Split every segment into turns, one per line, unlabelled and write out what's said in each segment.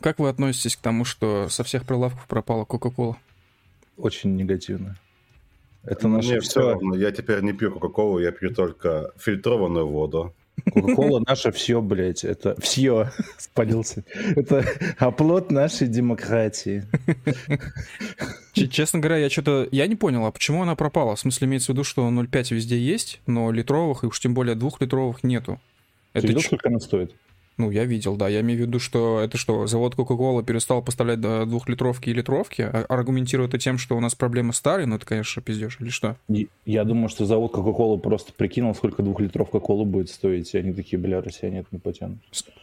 как вы относитесь к тому, что со всех прилавков пропала Кока-Кола?
Очень негативно. Это
Мне
наше
все равно, я теперь не пью Кока-Колу, я пью только фильтрованную воду.
Кока-кола наше все, блядь, это все спалился. Это оплот нашей демократии.
Честно говоря, я не понял, а почему она пропала? В смысле, имеется в виду, что 0,5 везде есть, но литровых, и уж тем более 2-литровых нету.
Ты видел, сколько она стоит?
Ну, я видел, да. Я имею в виду, что это что, завод Coca-Cola перестал поставлять 2-литровки и литровки, аргументируя это тем, что у нас проблемы старые, ну это, конечно, пиздеж, или что?
Я думаю, что завод Coca-Cola просто прикинул, сколько 2 литров Кока-Колы будет стоить, и они такие, бля, россияне это не потянут.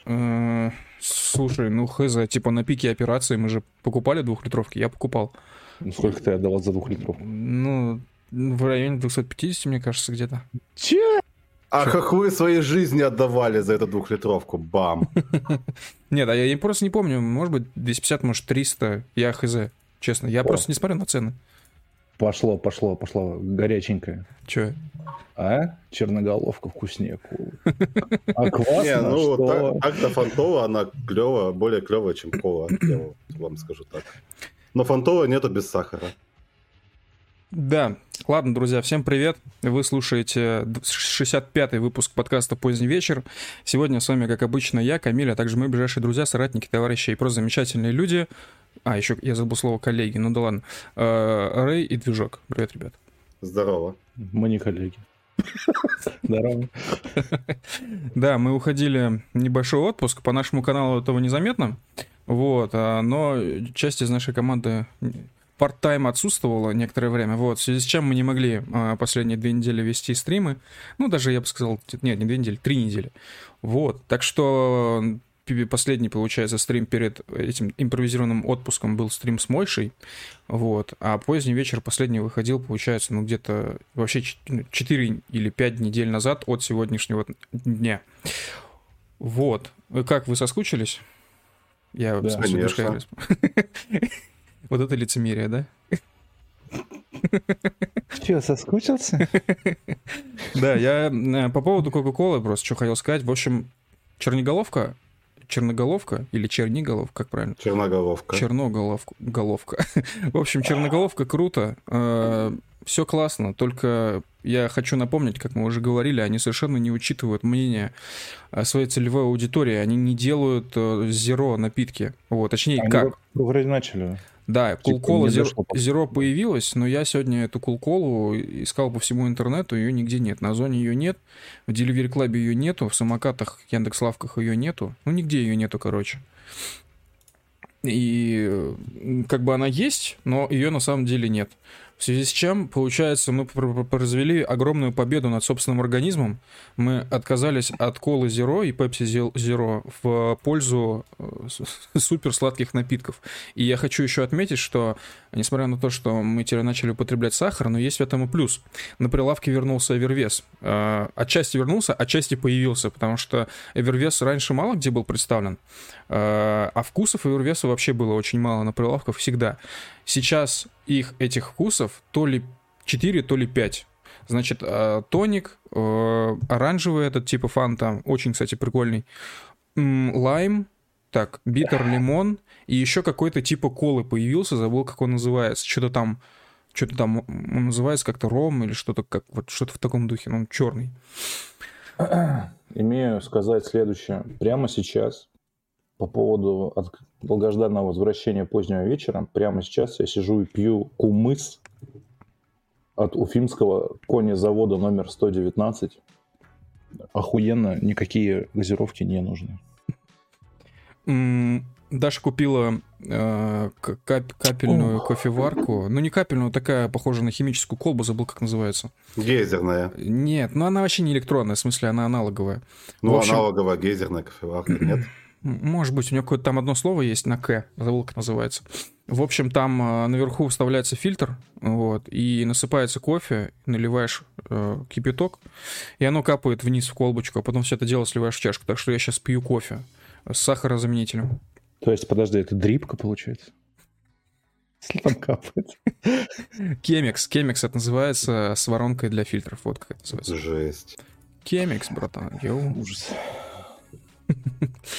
Слушай, ну хз, типа на пике операции мы же покупали 2-литровки, я покупал.
Ну, сколько ты отдавал за 2 литров?
Ну, в районе 250, мне кажется, где-то.
Че?
А как вы своей жизни отдавали за эту 2-литровку? Бам!
Нет, а я просто не помню, может быть 250, может 300, я хз, честно. Я просто не смотрю на цены.
Пошло, горяченькое.
Че?
А? Черноголовка вкуснее колы. А квас
Не, ну
что?
так-то фантола, она клевая, более клевая, чем кола, я вам скажу так. Но фантола нету без сахара.
Да, ладно, друзья, всем привет. Вы слушаете 65-й выпуск подкаста «Поздний вечер». Сегодня с вами, как обычно, я, Камиль, а также мои ближайшие друзья, соратники, товарищи и просто замечательные люди. А, еще я забыл слово коллеги, ну да ладно. Рэй и Движок. Привет, ребят.
Здорово.
Мы не коллеги. Здорово.
Да, мы уходили в небольшой отпуск. По нашему каналу этого незаметно. Вот, но часть из нашей команды парт-тайм отсутствовала некоторое время, вот, в связи с чем мы не могли последние 2 недели вести стримы, ну, даже, я бы сказал, нет, не 2 недели, 3 недели, вот, так что последний, получается, стрим перед этим импровизированным отпуском был стрим с Мойшей, вот, а поздний вечер последний выходил, получается, ну, где-то вообще 4 или 5 недель назад от сегодняшнего дня, вот, как, вы соскучились? Я,
да, конечно.
Вот это лицемерие, да?
Че, соскучился?
Да, я по поводу Кока-Колы просто что хотел сказать. В общем, черноголовка или черниголовка, как правильно?
Черноголовка.
Черноголовка. В общем, черноголовка круто. Все классно, только я хочу напомнить, как мы уже говорили, они совершенно не учитывают мнение своей целевой аудитории, они не делают zero напитки, вот, точнее,
они
как?
Вроде начали.
Да, Cool-Cola Zero появилась, но я сегодня эту Cool-Colу искал по всему интернету, ее нигде нет. На Озоне ее нет, в Delivery Club ее нету, в самокатах, Яндекс.Лавках ее нету, ну нигде ее нету, короче. И как бы она есть, но ее на самом деле нет. В связи с чем, получается, мы произвели огромную победу над собственным организмом. Мы отказались от колы Zero и Pepsi Zero в пользу суперсладких напитков. И я хочу еще отметить, что, несмотря на то, что мы теперь начали употреблять сахар, но есть в этом и плюс. На прилавке вернулся Эвервес. Отчасти вернулся, отчасти появился, потому что Эвервес раньше мало где был представлен, а вкусов Эвервеса вообще было очень мало на прилавках всегда. Сейчас этих вкусов то ли 4, то ли 5. Значит, тоник, оранжевый этот типа фанта, очень, кстати, прикольный, лайм, так, биттер лимон, и еще какой-то типа колы появился, забыл, как он называется. Что-то там он называется как-то ром или что-то в таком духе, ну, черный.
Имею сказать следующее. Прямо сейчас, по поводу долгожданного возвращения позднего вечера, прямо сейчас я сижу и пью кумыс от уфимского конезавода номер 119. Охуенно, никакие газировки не нужны.
Даша купила капельную кофеварку. Ну, не капельную, такая, похожая на химическую колбу, забыл, как называется.
Гейзерная.
Нет, ну она вообще не электронная, в смысле, она аналоговая.
Ну, аналоговая гейзерная кофеварка, нет?
Может быть, у нее какое-то там одно слово есть на «к», забыл, как называется. В общем, там наверху вставляется фильтр, вот, и насыпается кофе, наливаешь кипяток, и оно капает вниз в колбочку, а потом все это дело сливаешь в чашку. Так что я сейчас пью кофе с сахарозаменителем.
То есть, подожди, это дрипка получается? Если там капает.
Кемикс это называется, с воронкой для фильтров. Вот как это называется.
Жесть.
Кемикс, братан. Йоу.
Ужас.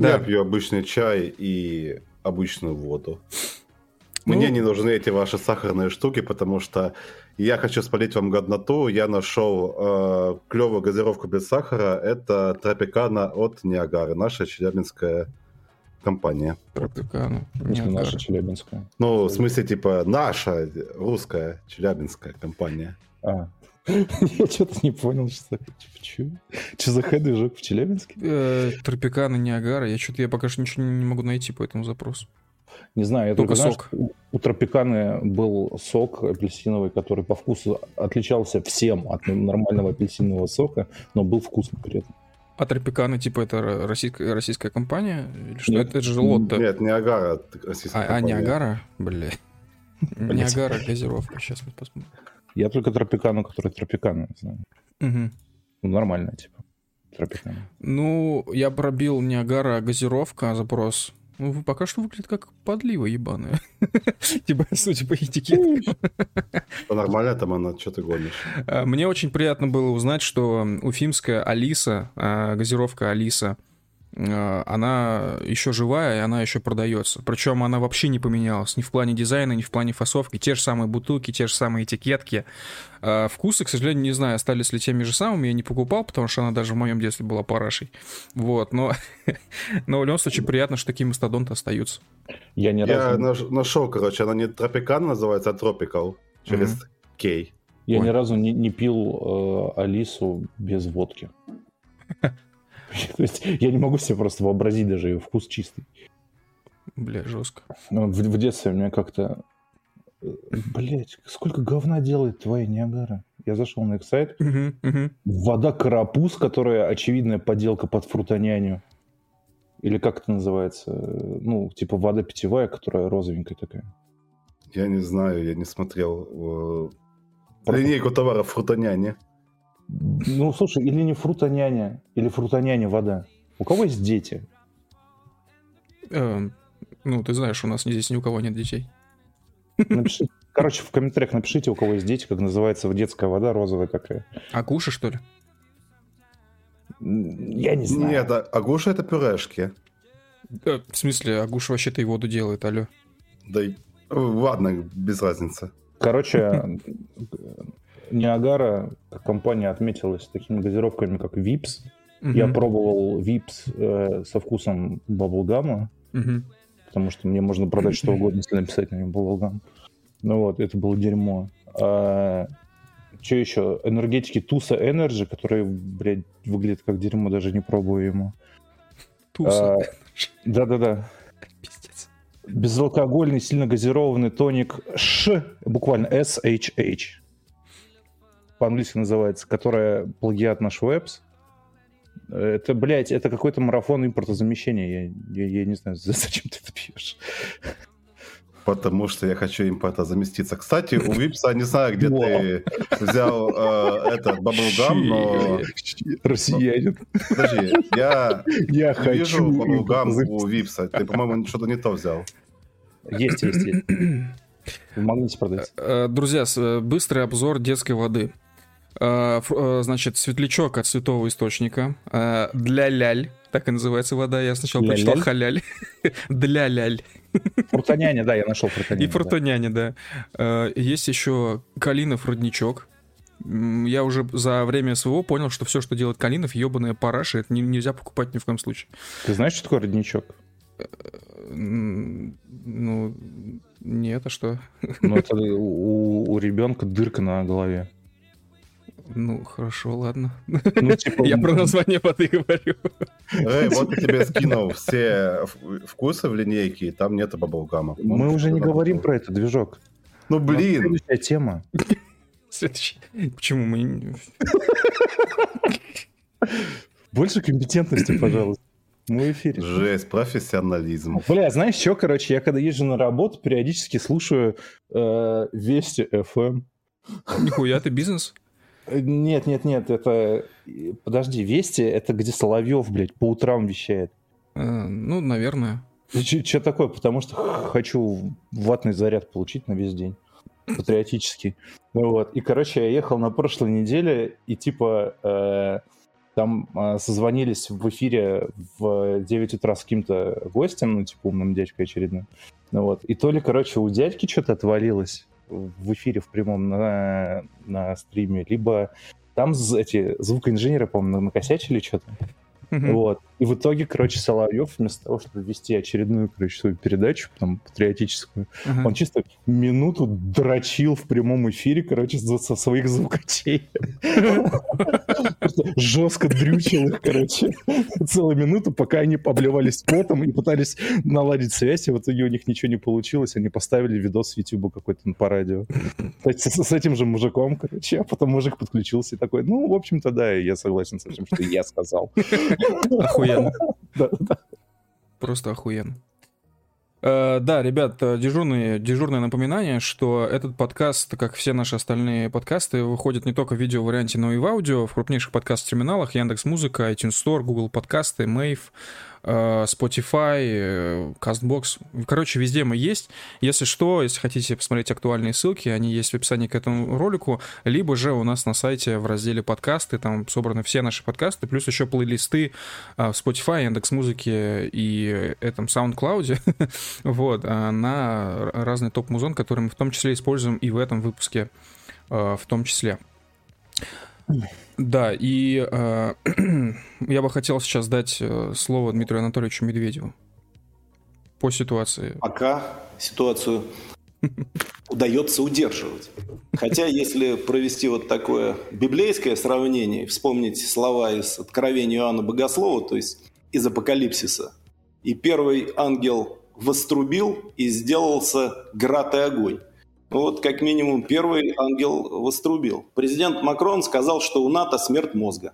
Я
Да.
пью обычный чай и обычную воду.
Ну,
Мне не нужны эти ваши сахарные штуки, потому что я хочу спалить вам годноту. Я нашел клевую газировку без сахара. Это Тропикана от Ниагары, наша челябинская компания.
Тропикана,
В смысле,
Ниагара.
наша челябинская.
Ну, в смысле, типа, наша русская челябинская компания.
А. Я что-то не понял, что за х-движок в Челябинске?
Тропикана, Ниагара. Я пока что ничего не могу найти по этому запросу.
Не знаю, я
Только
только знаю,
сок.
что у Тропиканы был сок апельсиновый, который по вкусу отличался всем от нормального апельсинового сока, но был вкусный при этом.
А Тропикана, типа, это российская компания? Или что?
Нет.
Это же Лотто.
Нет, Ниагара российская компания.
Ниагара? Бля. Ниагара газировка. Сейчас мы посмотрим.
Я только Тропикану, которая Тропикана, знаю.
Мгм.
Ну, нормальная, типа, Тропикана.
Ну, я пробил Ниагара газировка, запрос. Ну, пока что выглядит как подлива ебаная. Типа, судя по этикетке.
Да нормально там она, что ты гонишь?
Мне очень приятно было узнать, что уфимская Алиса, газировка Алиса, она еще живая, и она еще продается. Причем она вообще не поменялась ни в плане дизайна, ни в плане фасовки. Те же самые бутылки, те же самые этикетки. Вкусы, к сожалению, не знаю, остались ли теми же самыми. Я не покупал, потому что она даже в моем детстве была парашей. Вот, но в любом случае приятно, что такие мастодонты остаются.
Я ни
Я
разу...
нашел, короче, она не Тропикан называется, а Тропикал. Через Кей.
Я
Ой.
ни разу не пил Алису без водки. То есть я не могу себе просто вообразить даже ее вкус чистый.
Бля, жестко.
В детстве мне как-то... Блять, сколько говна делает твоя Ниагара. Я зашел на их сайт. Вода карапуз, которая очевидная подделка под фрутоняню. Или как это называется? Ну, типа вода питьевая, которая розовенькая такая.
Я не знаю, я не смотрел линейку товаров Фрутоняне.
Ну, слушай, или не фрутоняня, или фрутоняня вода. У кого есть дети?
Ну, ты знаешь, у нас здесь ни у кого нет детей.
Напишите. Короче, в комментариях напишите, у кого есть дети, как называется детская вода розовая такая.
Агуша, что ли?
Я не знаю.
Нет, агуша это пюрешки.
В смысле, Агуша вообще-то и воду делает, алло.
Да ладно, без разницы.
Короче, Ниагара, как компания, отметилась такими газировками, как Випс. Я пробовал Випс со вкусом баблгама, потому что мне можно продать что угодно, если написать на нем баблгам. Ну вот, это было дерьмо. Что еще? Энергетики Туса Energy, которые, блядь, выглядят как дерьмо, даже не пробую ему.
Туса.
Да-да-да.
Пиздец.
Безалкогольный, сильно газированный тоник буквально SHH. По-английски называется, которая плагиат наш Вебс. Это, блядь, это какой-то марафон импортозамещения. Я не знаю, зачем ты это пьешь.
Потому что я хочу импортозаместиться. Кстати, у Випса, не знаю, где ты взял этот баблгам, но...
Россиянин.
Подожди, я
Я
не вижу
хочу
баблгам у Випса. Ты, по-моему, что-то не то взял.
Есть. В магните продается.
Друзья, быстрый обзор детской воды. Значит, светлячок от святого источника. Для ляль. Так и называется вода. Я сначала прочитал халяль. Для ляль.
Фрутоняня, да, я нашел фрутоняня.
И фрутоняня, да. Есть еще Калинов родничок. Я уже за время СВО понял, что все, что делает Калинов, ебаная параша, это нельзя покупать ни в коем случае.
Ты знаешь, что такое родничок?
Ну, нет, а что?
Ну, это у ребенка дырка на голове.
Ну, хорошо, ладно.
Ну, типа...
Я про название воды говорю.
Эй, вот я тебе скинул все вкусы в линейке, и там нету баблгама.
Мы уже не говорим про это, движок.
Ну, блин.
Следующая тема.
Следующий. Почему мы...
Больше компетентности, пожалуйста. Мы в эфире.
Жесть, профессионализм.
Бля, знаешь что, короче, я когда езжу на работу, периодически слушаю Вести FM.
Нихуя, ты бизнес?
Нет, это... Подожди, Вести — это где Соловьев, блядь, по утрам вещает.
Ну, наверное.
Что такое? Потому что хочу ватный заряд получить на весь день. Патриотический. Вот. И, короче, я ехал на прошлой неделе, и типа там созвонились в эфире в 9 утра с каким-то гостем, ну, типа умным дядькой очередным. Ну, вот. И то ли, короче, у дядьки что-то отвалилось в эфире в прямом на стриме, либо там эти звукоинженеры, по-моему, накосячили что-то. Вот. И в итоге, короче, Соловьев вместо того, чтобы вести очередную, короче, свою передачу, там, патриотическую, он чисто минуту дрочил в прямом эфире, короче, со своих звукачей. Жестко дрючил их, короче, целую минуту, пока они обливались потом и пытались наладить связь, и в итоге у них ничего не получилось, они поставили видос с YouTube какой-то по радио. С этим же мужиком, короче, а потом мужик подключился и такой, ну, в общем-то, да, я согласен со всем, что я сказал.
Охуенно.
Да.
Просто охуенно. Да, ребят, дежурное напоминание, что этот подкаст, как все наши остальные подкасты, выходит не только в видео-варианте, но и в аудио в крупнейших подкаст-терминалах: Яндекс.Музыка, iTunes Store, Google подкасты, Mave, Spotify, CastBox. Короче, везде мы есть. Если что, если хотите посмотреть актуальные ссылки, они есть в описании к этому ролику, либо же у нас на сайте в разделе подкасты, там собраны все наши подкасты, плюс еще плейлисты в Spotify, Яндекс.Музыке и этом SoundCloud, вот, на разный топ-музон, который мы в том числе используем и в этом выпуске в том числе. Да, и я бы хотел сейчас дать слово Дмитрию Анатольевичу Медведеву по ситуации.
Пока ситуацию удается удерживать. Хотя, если провести вот такое библейское сравнение, вспомнить слова из Откровения Иоанна Богослова, то есть из Апокалипсиса, и первый ангел вострубил, и сделался град и огонь. Вот как минимум первый ангел вострубил. Президент Макрон сказал, что у НАТО смерть мозга.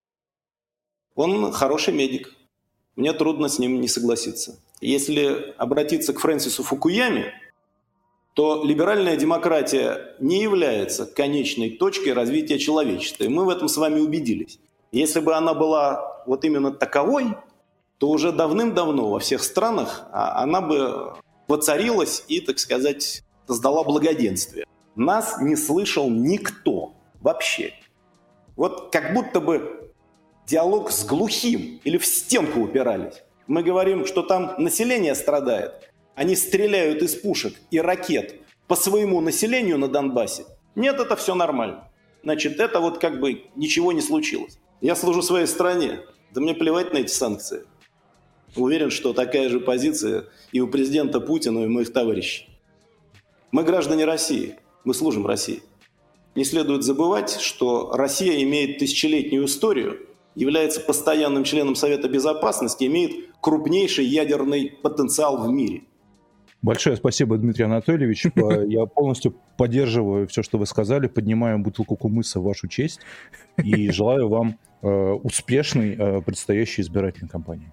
Он хороший медик. Мне трудно с ним не согласиться. Если обратиться к Фрэнсису Фукуяме, то либеральная демократия не является конечной точкой развития человечества. И мы в этом с вами убедились. Если бы она была вот именно таковой, то уже давным-давно во всех странах она бы воцарилась и, так сказать, создала благоденствие. Нас не слышал никто вообще. Вот как будто бы диалог с глухим или в стенку упирались. Мы говорим, что там население страдает. Они стреляют из пушек и ракет по своему населению на Донбассе. Нет, это все нормально. Значит, это вот как бы ничего не случилось. Я служу своей стране. Да мне плевать на эти санкции. Уверен, что такая же позиция и у президента Путина, и у моих товарищей. Мы граждане России, мы служим России. Не следует забывать, что Россия имеет тысячелетнюю историю, является постоянным членом Совета Безопасности, имеет крупнейший ядерный потенциал в мире.
Большое спасибо, Дмитрий Анатольевич. Я полностью поддерживаю все, что вы сказали, поднимаю бутылку кумыса в вашу честь и желаю вам успешной предстоящей избирательной кампании.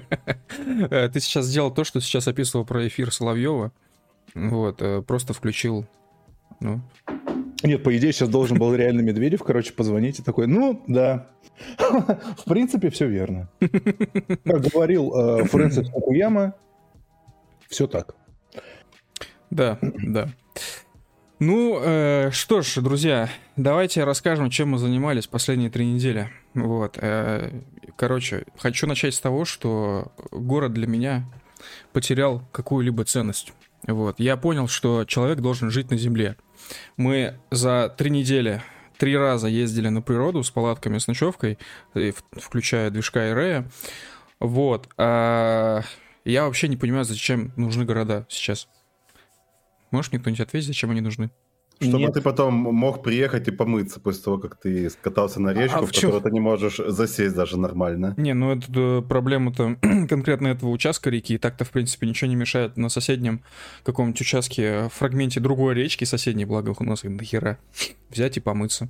Ты сейчас сделал то, что сейчас описывал про эфир Соловьева. Вот, просто включил. Ну.
Нет, по идее, сейчас должен был реально Медведев, короче, позвонить и такой, ну, да, в принципе, все верно. Как говорил Фрэнсис Фукуяма, все так.
Да, да. Ну, что ж, друзья, давайте расскажем, чем мы занимались последние 3 недели. Вот. Короче, хочу начать с того, что город для меня потерял какую-либо ценность. Вот. Я понял, что человек должен жить на земле. Мы за 3 недели 3 раза ездили на природу с палатками, с ночевкой, включая движка Ирея. Вот. А я вообще не понимаю, зачем нужны города сейчас. Можешь мне кто-нибудь ответить, зачем они нужны?
Чтобы ты потом мог приехать и помыться после того, как ты скатался на речку, в которую ты не можешь засесть даже нормально.
Не, ну это проблема-то конкретно этого участка реки. И так-то, в принципе, ничего не мешает на соседнем каком-нибудь участке, фрагменте другой речки соседней, благо у нас их дохера, взять и помыться.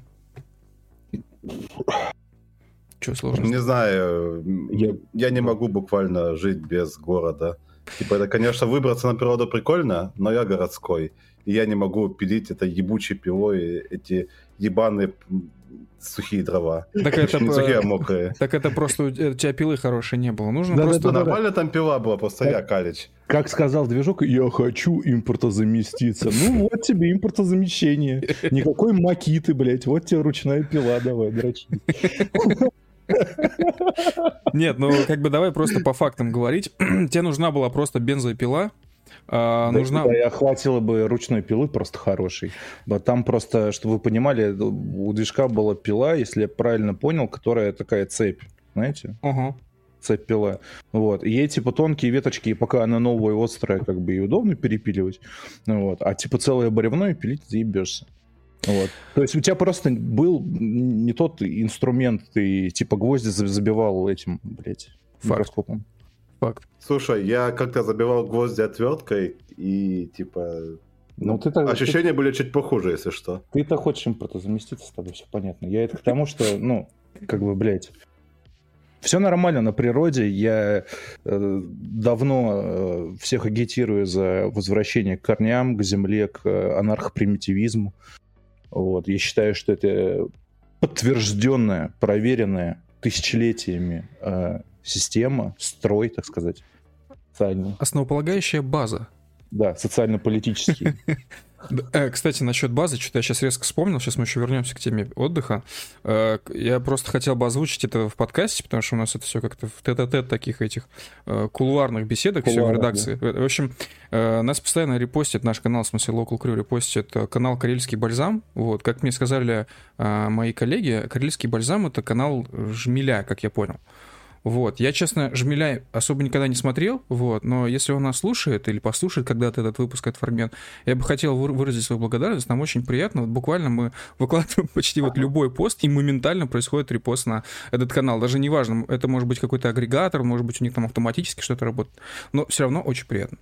Че сложно?
Не знаю, я не могу буквально жить без города. Типа, это, конечно, выбраться на природу прикольно, но я городской. И я не могу пилить этой ебучей пилой эти ебаные сухие дрова.
Так это,
не сухие, а мокрые.
Так это просто у тебя пилы хорошей не было. Нужно
да,
просто...
Нормально там пила была, просто я калич.
Как сказал движок, я хочу импортозаместиться. Ну вот тебе импортозамещение. Никакой макиты, блядь. Вот тебе ручная пила, давай, дрочи.
Нет, ну как бы давай просто по фактам говорить. Тебе нужна была просто бензопила.
Да, хватило бы ручной пилы просто хорошей. Там просто, чтобы вы понимали, у движка была пила, если я правильно понял, которая такая цепь, знаете? Цепь пила. Вот. И ей типа тонкие веточки, и пока она новая и острая, как бы и удобно перепиливать. Вот. А типа целое бревно и пилить заебешься. Вот. То есть у тебя просто был не тот инструмент, ты типа гвозди забивал этим, блядь, микроскопом.
Факт.
Слушай, я как-то забивал гвозди отверткой, и типа... ощущения были чуть похуже, если что.
Ты-то хочешь импортозаместиться, с тобой все понятно. Я это к тому, что, как бы, блядь, все нормально на природе. Я давно всех агитирую за возвращение к корням, к земле, к анархопримитивизму. Вот. Я считаю, что это подтвержденная, проверенная тысячелетиями система, строй, так сказать, социальный.
Основополагающая база.
Да, социально-политический.
Кстати, насчет базы, что-то я сейчас резко вспомнил, сейчас мы еще вернемся к теме отдыха. Я просто хотел бы озвучить это в подкасте, потому что у нас это все как-то в тет-а-тет таких этих кулуарных беседах, все в редакции. Да. В общем, нас постоянно репостит наш канал, в смысле Local Crew репостит канал «Карельский бальзам». Вот, как мне сказали мои коллеги, «Карельский бальзам» — это канал Жмеля, как я понял. Вот. Я, честно, Жмеля особо никогда не смотрел, вот, но если он нас слушает или послушает когда-то этот выпуск, этот фрагмент, я бы хотел выразить свою благодарность, нам очень приятно, вот буквально мы выкладываем почти вот любой пост, и моментально происходит репост на этот канал, даже неважно, это может быть какой-то агрегатор, может быть у них там автоматически что-то работает, но все равно очень приятно.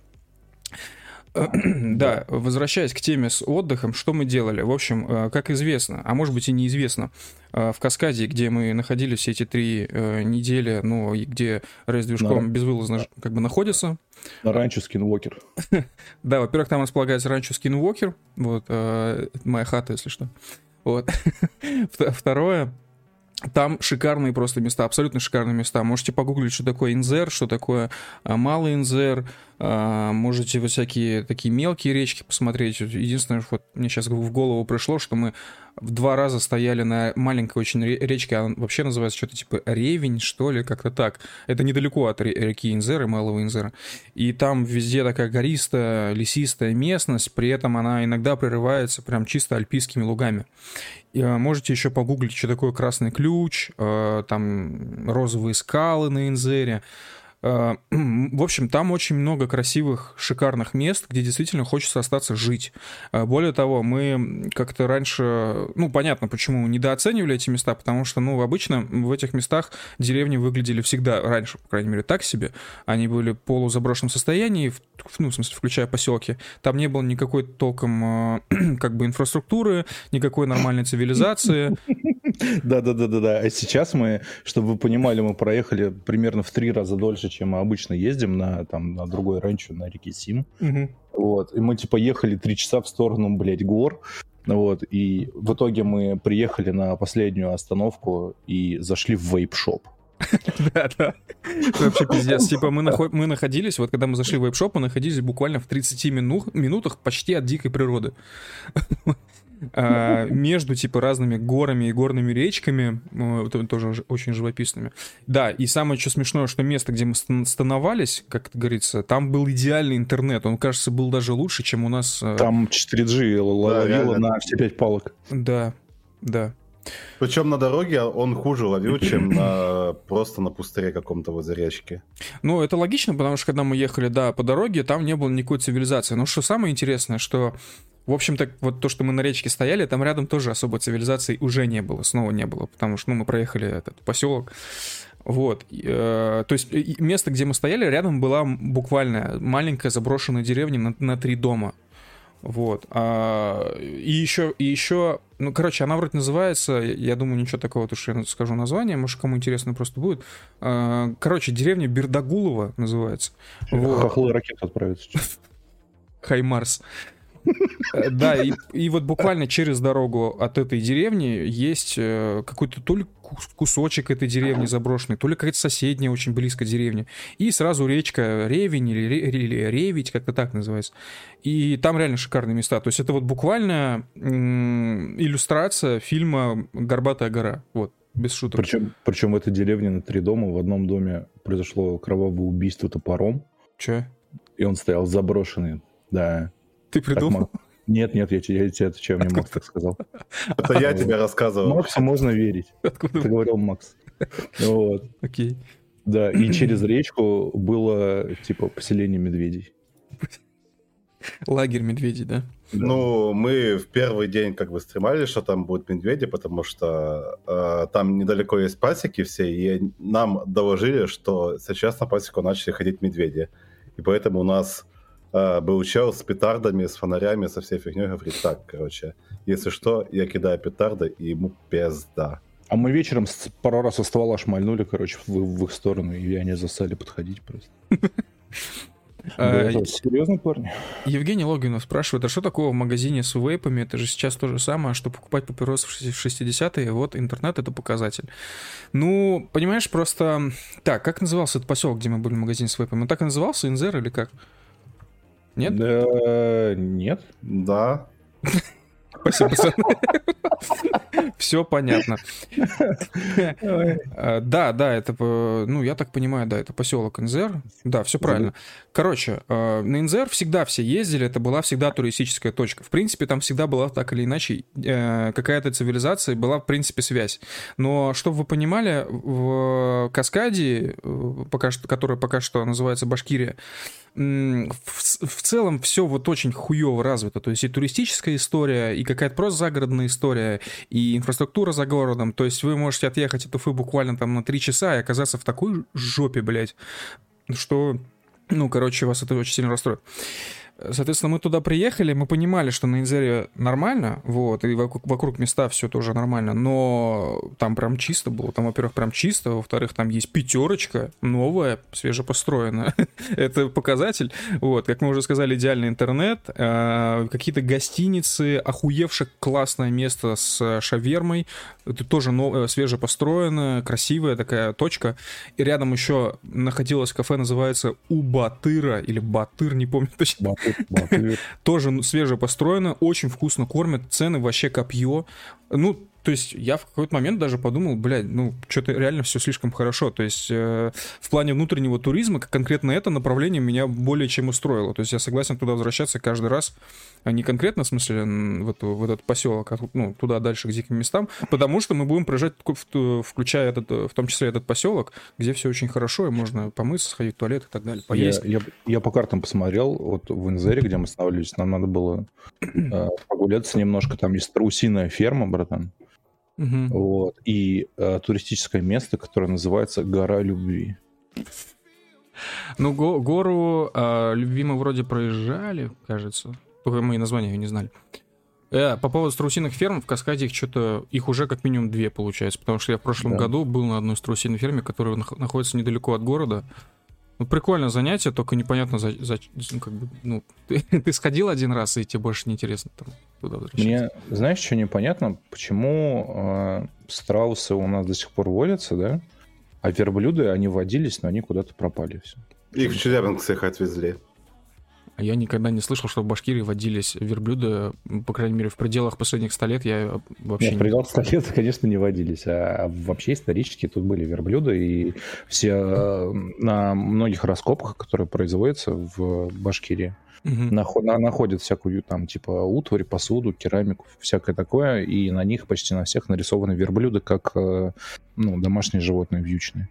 Да, возвращаясь к теме с отдыхом, что мы делали? В общем, как известно, а может быть и неизвестно, в Каскаде, где мы находились все эти 3 недели, ну, и где Рэй с движком безвылазно как бы находится.
На ранчо Скинвокер.
Да, во-первых, там располагается ранчо Скинвокер, вот, моя хата, если что. Вот. Второе, там шикарные просто места, абсолютно шикарные места. Можете погуглить, что такое Инзер, что такое Малый Инзер. Можете вот всякие такие мелкие речки посмотреть. Единственное, вот мне сейчас в голову пришло, что мы в 2 раза стояли на маленькой очень речке, она вообще называется что-то типа Ревень, что ли, как-то так. Это недалеко от реки Инзера и Малого Инзера. И там везде такая гористая, лесистая местность, при этом она иногда прерывается прям чисто альпийскими лугами. И можете еще погуглить, что такое Красный Ключ, там розовые скалы на Инзере. В общем, там очень много красивых, шикарных мест, где действительно хочется остаться жить. Более того, мы как-то раньше, понятно, почему недооценивали эти места, потому что, обычно в этих местах деревни выглядели всегда, раньше, по крайней мере, так себе. Они были в полузаброшенном состоянии, в смысле, включая поселки. Там не было никакой толком, как бы, инфраструктуры, никакой нормальной цивилизации.
Да. А сейчас мы, чтобы вы понимали, мы проехали примерно в 3 раза дольше, чем мы обычно ездим на другой ранчо на реке Сим. Вот. И мы ехали 3 часа в сторону, гор. Вот. И в итоге мы приехали на последнюю остановку и зашли в вейп-шоп.
Да. Это вообще пиздец. Типа мы находились, вот когда мы зашли в вейп-шоп, мы находились буквально в 30 минутах почти от дикой природы. Между, разными горами и горными речками, тоже очень живописными. Да, и самое что смешное, что место, где мы становались, как это говорится, там был идеальный интернет. Он, кажется, был даже лучше, чем у нас.
Там 4G ловило на все 5 палок.
Да.
Причем на дороге он хуже ловил, чем просто на пустыре каком-то возле речки.
Это логично, потому что когда мы ехали, по дороге, там не было никакой цивилизации. Но что самое интересное, что в общем-то, вот то, что мы на речке стояли, там рядом тоже особой цивилизации уже не было, снова не было, потому что, мы проехали этот поселок. Вот. То есть место, где мы стояли, рядом была буквально маленькая заброшенная деревня на 3 дома. Вот. И еще, она вроде называется, я думаю, ничего такого, то что я скажу название, может, кому интересно просто будет. Деревня Бердагулова называется.
Хохлы ракеты отправятся.
Хаймарс. Да, и вот буквально через дорогу от этой деревни есть какой-то то ли кусочек этой деревни заброшенный, то ли какая-то соседняя очень близко деревня. И сразу речка Ревень или Ревить, как-то так называется. И там реально шикарные места. То есть это вот буквально иллюстрация фильма «Горбатая гора». Вот. без шуток.
Причем в этой деревне на 3 дома в одном доме произошло кровавое убийство топором.
Че?
И он стоял заброшенный, да.
Ты придумал?
Нет, я тебе отвечаю, мне Макс так сказал.
Это я тебе рассказывал.
Максу можно верить.
Откуда?
Это говорил Макс. Вот.
Окей.
Да, и через речку было, типа, поселение медведей.
Лагерь медведей, да?
Ну, мы в первый день как бы стремали, что там будут медведи, потому что там недалеко есть пасеки все, и нам доложили, что сейчас на пасеку начали ходить медведи. И поэтому у нас был чел с петардами, с фонарями, со всей фигней, говорит, так, короче, если что, я кидаю петарды, и ему пизда.
А мы вечером пару раз со ствола шмальнули, короче, в их сторону, и они застали подходить просто. Серьезно, парни?
Евгений Логинов спрашивает, а что такого в магазине с вейпами? Это же сейчас то же самое, что покупать папиросы в 60-е. Вот интернет — это показатель. Ну, понимаешь, просто... Так, как назывался этот поселок, где мы были в магазине с вейпами? Он так и назывался, Инзер или как? Нет?
Да, нет.
Да.
Спасибо, пацаны. Все понятно. Да, это, ну, я так понимаю, да, это поселок Инзер. Да, все правильно. Короче, на Инзер всегда все ездили, это была всегда туристическая точка. В принципе, там всегда была так или иначе какая-то цивилизация, была, в принципе, связь. Но, чтобы вы понимали, в Каскаде, которая пока что называется Башкирия, в целом все вот очень хуёво развито. То есть и туристическая история, и какая-то просто загородная история, и инфраструктура за городом. То есть вы можете отъехать от Уфы буквально там на 3 часа и оказаться в такой жопе, блядь, что, ну, короче, вас это очень сильно расстроит. Соответственно, мы туда приехали, мы понимали, что на Инзере нормально, вот, и вокруг места все тоже нормально, но там прям чисто было. Там, во-первых, прям чисто, во-вторых, там есть 5 новая, свежепостроенная. Это показатель. Вот, как мы уже сказали, идеальный интернет, какие-то гостиницы, охуевшее классное место с шавермой, это тоже свежепостроенная, красивая такая точка. И рядом еще находилось кафе, называется У Батыра, или Батыр, не помню точно. Тоже свежепостроено, очень вкусно кормят, цены вообще копье. Ну, то есть я в какой-то момент даже подумал, блядь, ну, что-то реально все слишком хорошо. То есть в плане внутреннего туризма конкретно это направление меня более чем устроило. То есть я согласен туда возвращаться каждый раз, а не конкретно, в смысле, в этот поселок, а ну, туда дальше к диким местам, потому что мы будем проезжать, включая в том числе этот поселок, где все очень хорошо, и можно помыться, сходить в туалет и так далее, поесть.
Я по картам посмотрел, вот в Инзере, где мы останавливались, нам надо было прогуляться немножко, там есть страусиная ферма, братан.
Угу.
Вот, и туристическое место, которое называется Гора Любви.
Ну, гору Любви мы вроде проезжали, кажется. Только мы и название ее не знали. По поводу страусиных ферм, в Каскаде их уже как минимум 2 получается, потому что я в прошлом году был на одной страусиной ферме, которая находится недалеко от города. Ну, прикольное занятие, только непонятно, как бы, ну, ты сходил один раз, и тебе больше не интересно там туда возвращаться.
Мне, знаешь, что непонятно? Почему страусы у нас до сих пор водятся, да? А верблюды, они водились, но они куда-то пропали все.
Их в Челябинск всех отвезли.
Я никогда не слышал, что в Башкирии водились верблюды, по крайней мере, в пределах последних 100 лет я вообще
в пределах 100 лет, конечно, не водились, а вообще исторически тут были верблюды, и все на многих раскопках, которые производятся в Башкирии, находят всякую там типа утварь, посуду, керамику, всякое такое, и на них почти на всех нарисованы верблюды как домашние животные вьючные.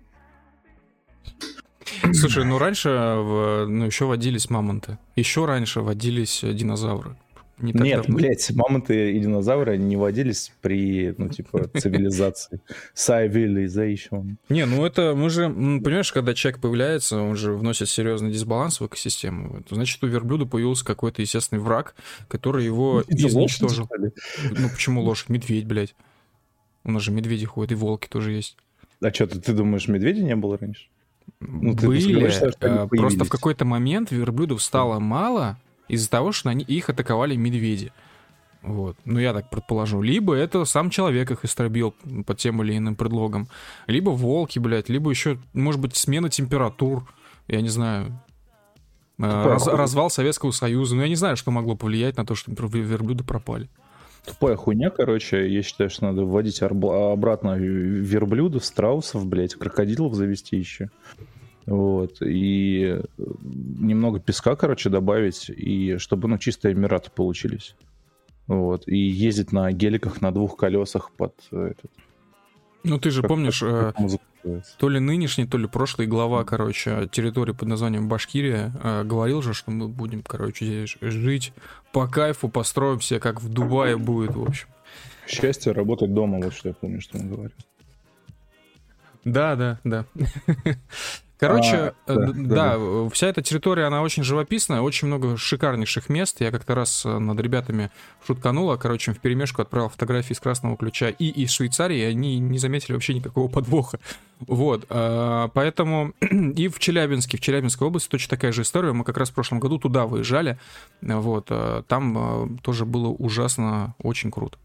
Слушай, ну раньше еще водились мамонты. Еще раньше водились динозавры.
Нет, блядь, мамонты и динозавры не водились при, цивилизации. Civilization.
Не, ну это мы же, понимаешь, когда человек появляется, он же вносит серьезный дисбаланс в экосистему. Значит, у верблюда появился какой-то естественный враг, который его изничтожил. Ну почему лошадь? Медведь, блядь. У нас же медведи ходят, и волки тоже есть.
А что, ты думаешь, медведей не было раньше?
Были, просто в какой-то момент верблюдов стало мало из-за того, что их атаковали медведи. Вот. Ну, я так предположу. Либо это сам человек их истребил под тем или иным предлогом. Либо волки, блядь, либо еще, может быть, смена температур. Я не знаю. Развал Советского Союза. Ну, я не знаю, что могло повлиять на то, что верблюды пропали.
Тупая хуйня, короче. Я считаю, что надо вводить обратно верблюдов, страусов, блядь, крокодилов завести еще. Вот. И немного песка, короче, добавить, и чтобы, ну, чистые Эмираты получились. Вот. И ездить на геликах на 2 колесах под этот...
Ну, ты же помнишь, то ли нынешний, то ли прошлый глава, короче, территории под названием Башкирия говорил же, что мы будем, короче, здесь жить по кайфу, построим себе, как в Дубае будет, в общем.
Счастье работать дома, вот что я помню, что он говорил.
Да. Короче, да, вся эта территория, она очень живописная, очень много шикарнейших мест. Я как-то раз над ребятами шутканула, короче, вперемешку отправил фотографии из Красного Ключа и из Швейцарии, и они не заметили вообще никакого подвоха. Вот, поэтому и в Челябинской области точно такая же история. Мы как раз в прошлом году туда выезжали, вот, там тоже было ужасно, очень круто.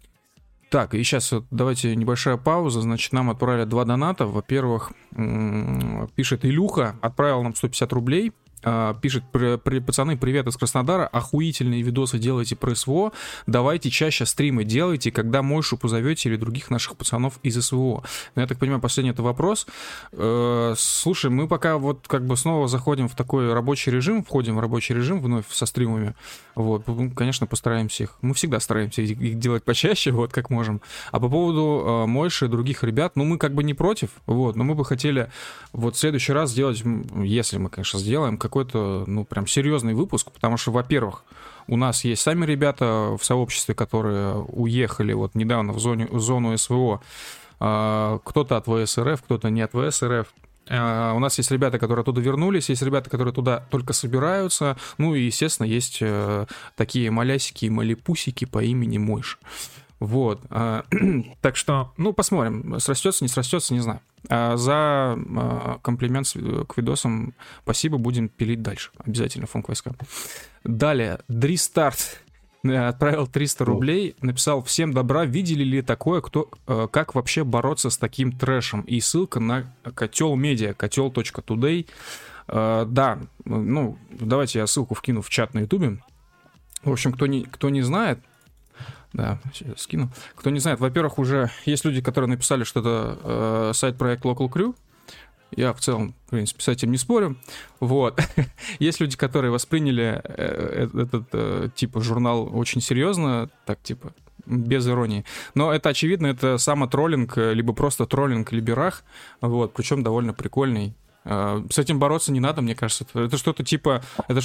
Так, и сейчас вот давайте небольшая пауза. Значит, нам отправили 2 доната. Во-первых, пишет Илюха, отправил нам 150 рублей. Пишет: пацаны, привет из Краснодара, охуительные видосы делаете про СВО, давайте чаще стримы делайте, когда Мойшу позовете или других наших пацанов из СВО. Ну, я так понимаю, последний это вопрос. Слушай, мы пока вот как бы снова заходим в такой рабочий режим, входим в рабочий режим вновь со стримами, вот, конечно, постараемся их, мы всегда стараемся их делать почаще, вот, как можем. А по поводу Мойши и других ребят, ну, мы как бы не против, вот, но мы бы хотели вот в следующий раз сделать, если мы, конечно, сделаем, какой-то, ну, прям серьезный выпуск, потому что, во-первых, у нас есть сами ребята в сообществе, которые уехали вот недавно в зону СВО, кто-то от ВСРФ, кто-то не от ВСРФ. У нас есть ребята, которые оттуда вернулись, есть ребята, которые туда только собираются, ну и, естественно, есть такие малясики и малипусики по имени Мойш. Вот, так что, ну, посмотрим, срастется, не срастется, не знаю. За комплимент к видосам спасибо, будем пилить дальше, обязательно, фонк войска. Далее, Дристарт отправил 300 рублей, написал: всем добра, видели ли такое, как вообще бороться с таким трэшем? И ссылка на Котел Медиа, котел.today. Да, ну, давайте я ссылку вкину в чат на ютубе. В общем, кто не знает, да, сейчас скину. Кто не знает, во-первых, уже есть люди, которые написали, что это сайт-проект Local Crew. Я в целом, в принципе, с этим не спорю. Вот. Есть люди, которые восприняли этот типа журнал очень серьезно, так типа без иронии. Но это, очевидно, это самотроллинг, либо просто троллинг либерах, вот, причем довольно прикольный. С этим бороться не надо, мне кажется. Это что-то типа,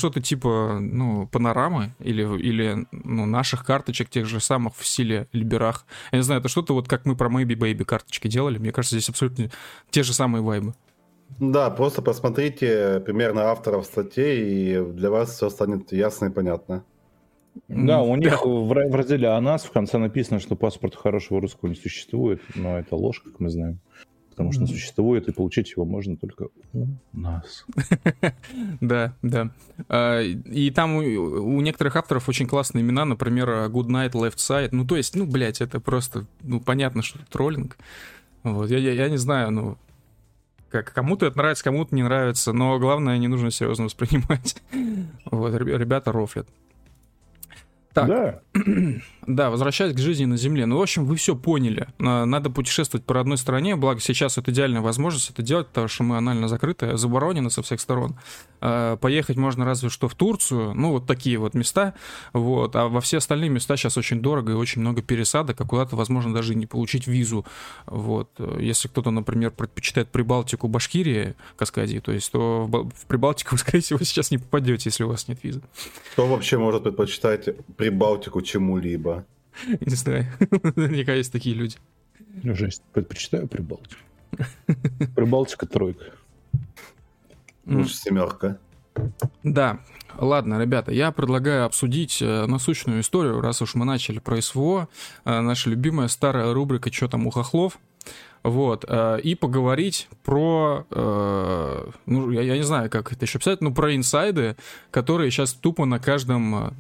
ну, панорамы или ну, наших карточек, тех же самых в стиле либерах. Я не знаю, это что-то вот как мы про Maybe Baby карточки делали. Мне кажется, здесь абсолютно те же самые вайбы.
Да, просто посмотрите примерно авторов статей, и для вас все станет ясно и понятно.
Да, у них в разделе «О нас» в конце написано, что паспорта хорошего русского не существует, но это ложь, как мы знаем. Потому что существует, и получить его можно только у нас.
Да. И там у некоторых авторов очень классные имена, например, Good Night, Left Side. Ну, то есть, ну, блядь, это просто, ну, понятно, что это троллинг. Вот, я не знаю, ну, как кому-то это нравится, кому-то не нравится, но главное, не нужно серьезно воспринимать. Вот, ребята рофлят. Так, да, возвращаясь к жизни на Земле. Ну, в общем, вы все поняли. Надо путешествовать по родной стране, благо сейчас это идеальная возможность это делать, потому что мы анально закрыты, заборонены со всех сторон. Поехать можно разве что в Турцию, ну, вот такие вот места, вот. А во все остальные места сейчас очень дорого и очень много пересадок, а куда-то, возможно, даже и не получить визу. Вот. Если кто-то, например, предпочитает Прибалтику, Башкирии, Каскадии, то есть, то в Прибалтику вы, скорее всего, сейчас не попадете, если у вас нет визы.
Кто вообще может предпочитать Прибалтику чему-либо?
Не знаю, наверняка есть такие люди.
Жесть, предпочитаю Прибалтику. Прибалтика тройка.
Лучше семерка.
Да, ладно, ребята, я предлагаю обсудить насущную историю, раз уж мы начали про СВО, наша любимая старая рубрика «Чё там у хохлов?». Вот, и поговорить про, ну, я не знаю, как это еще писать, но про инсайды, которые сейчас тупо на каждом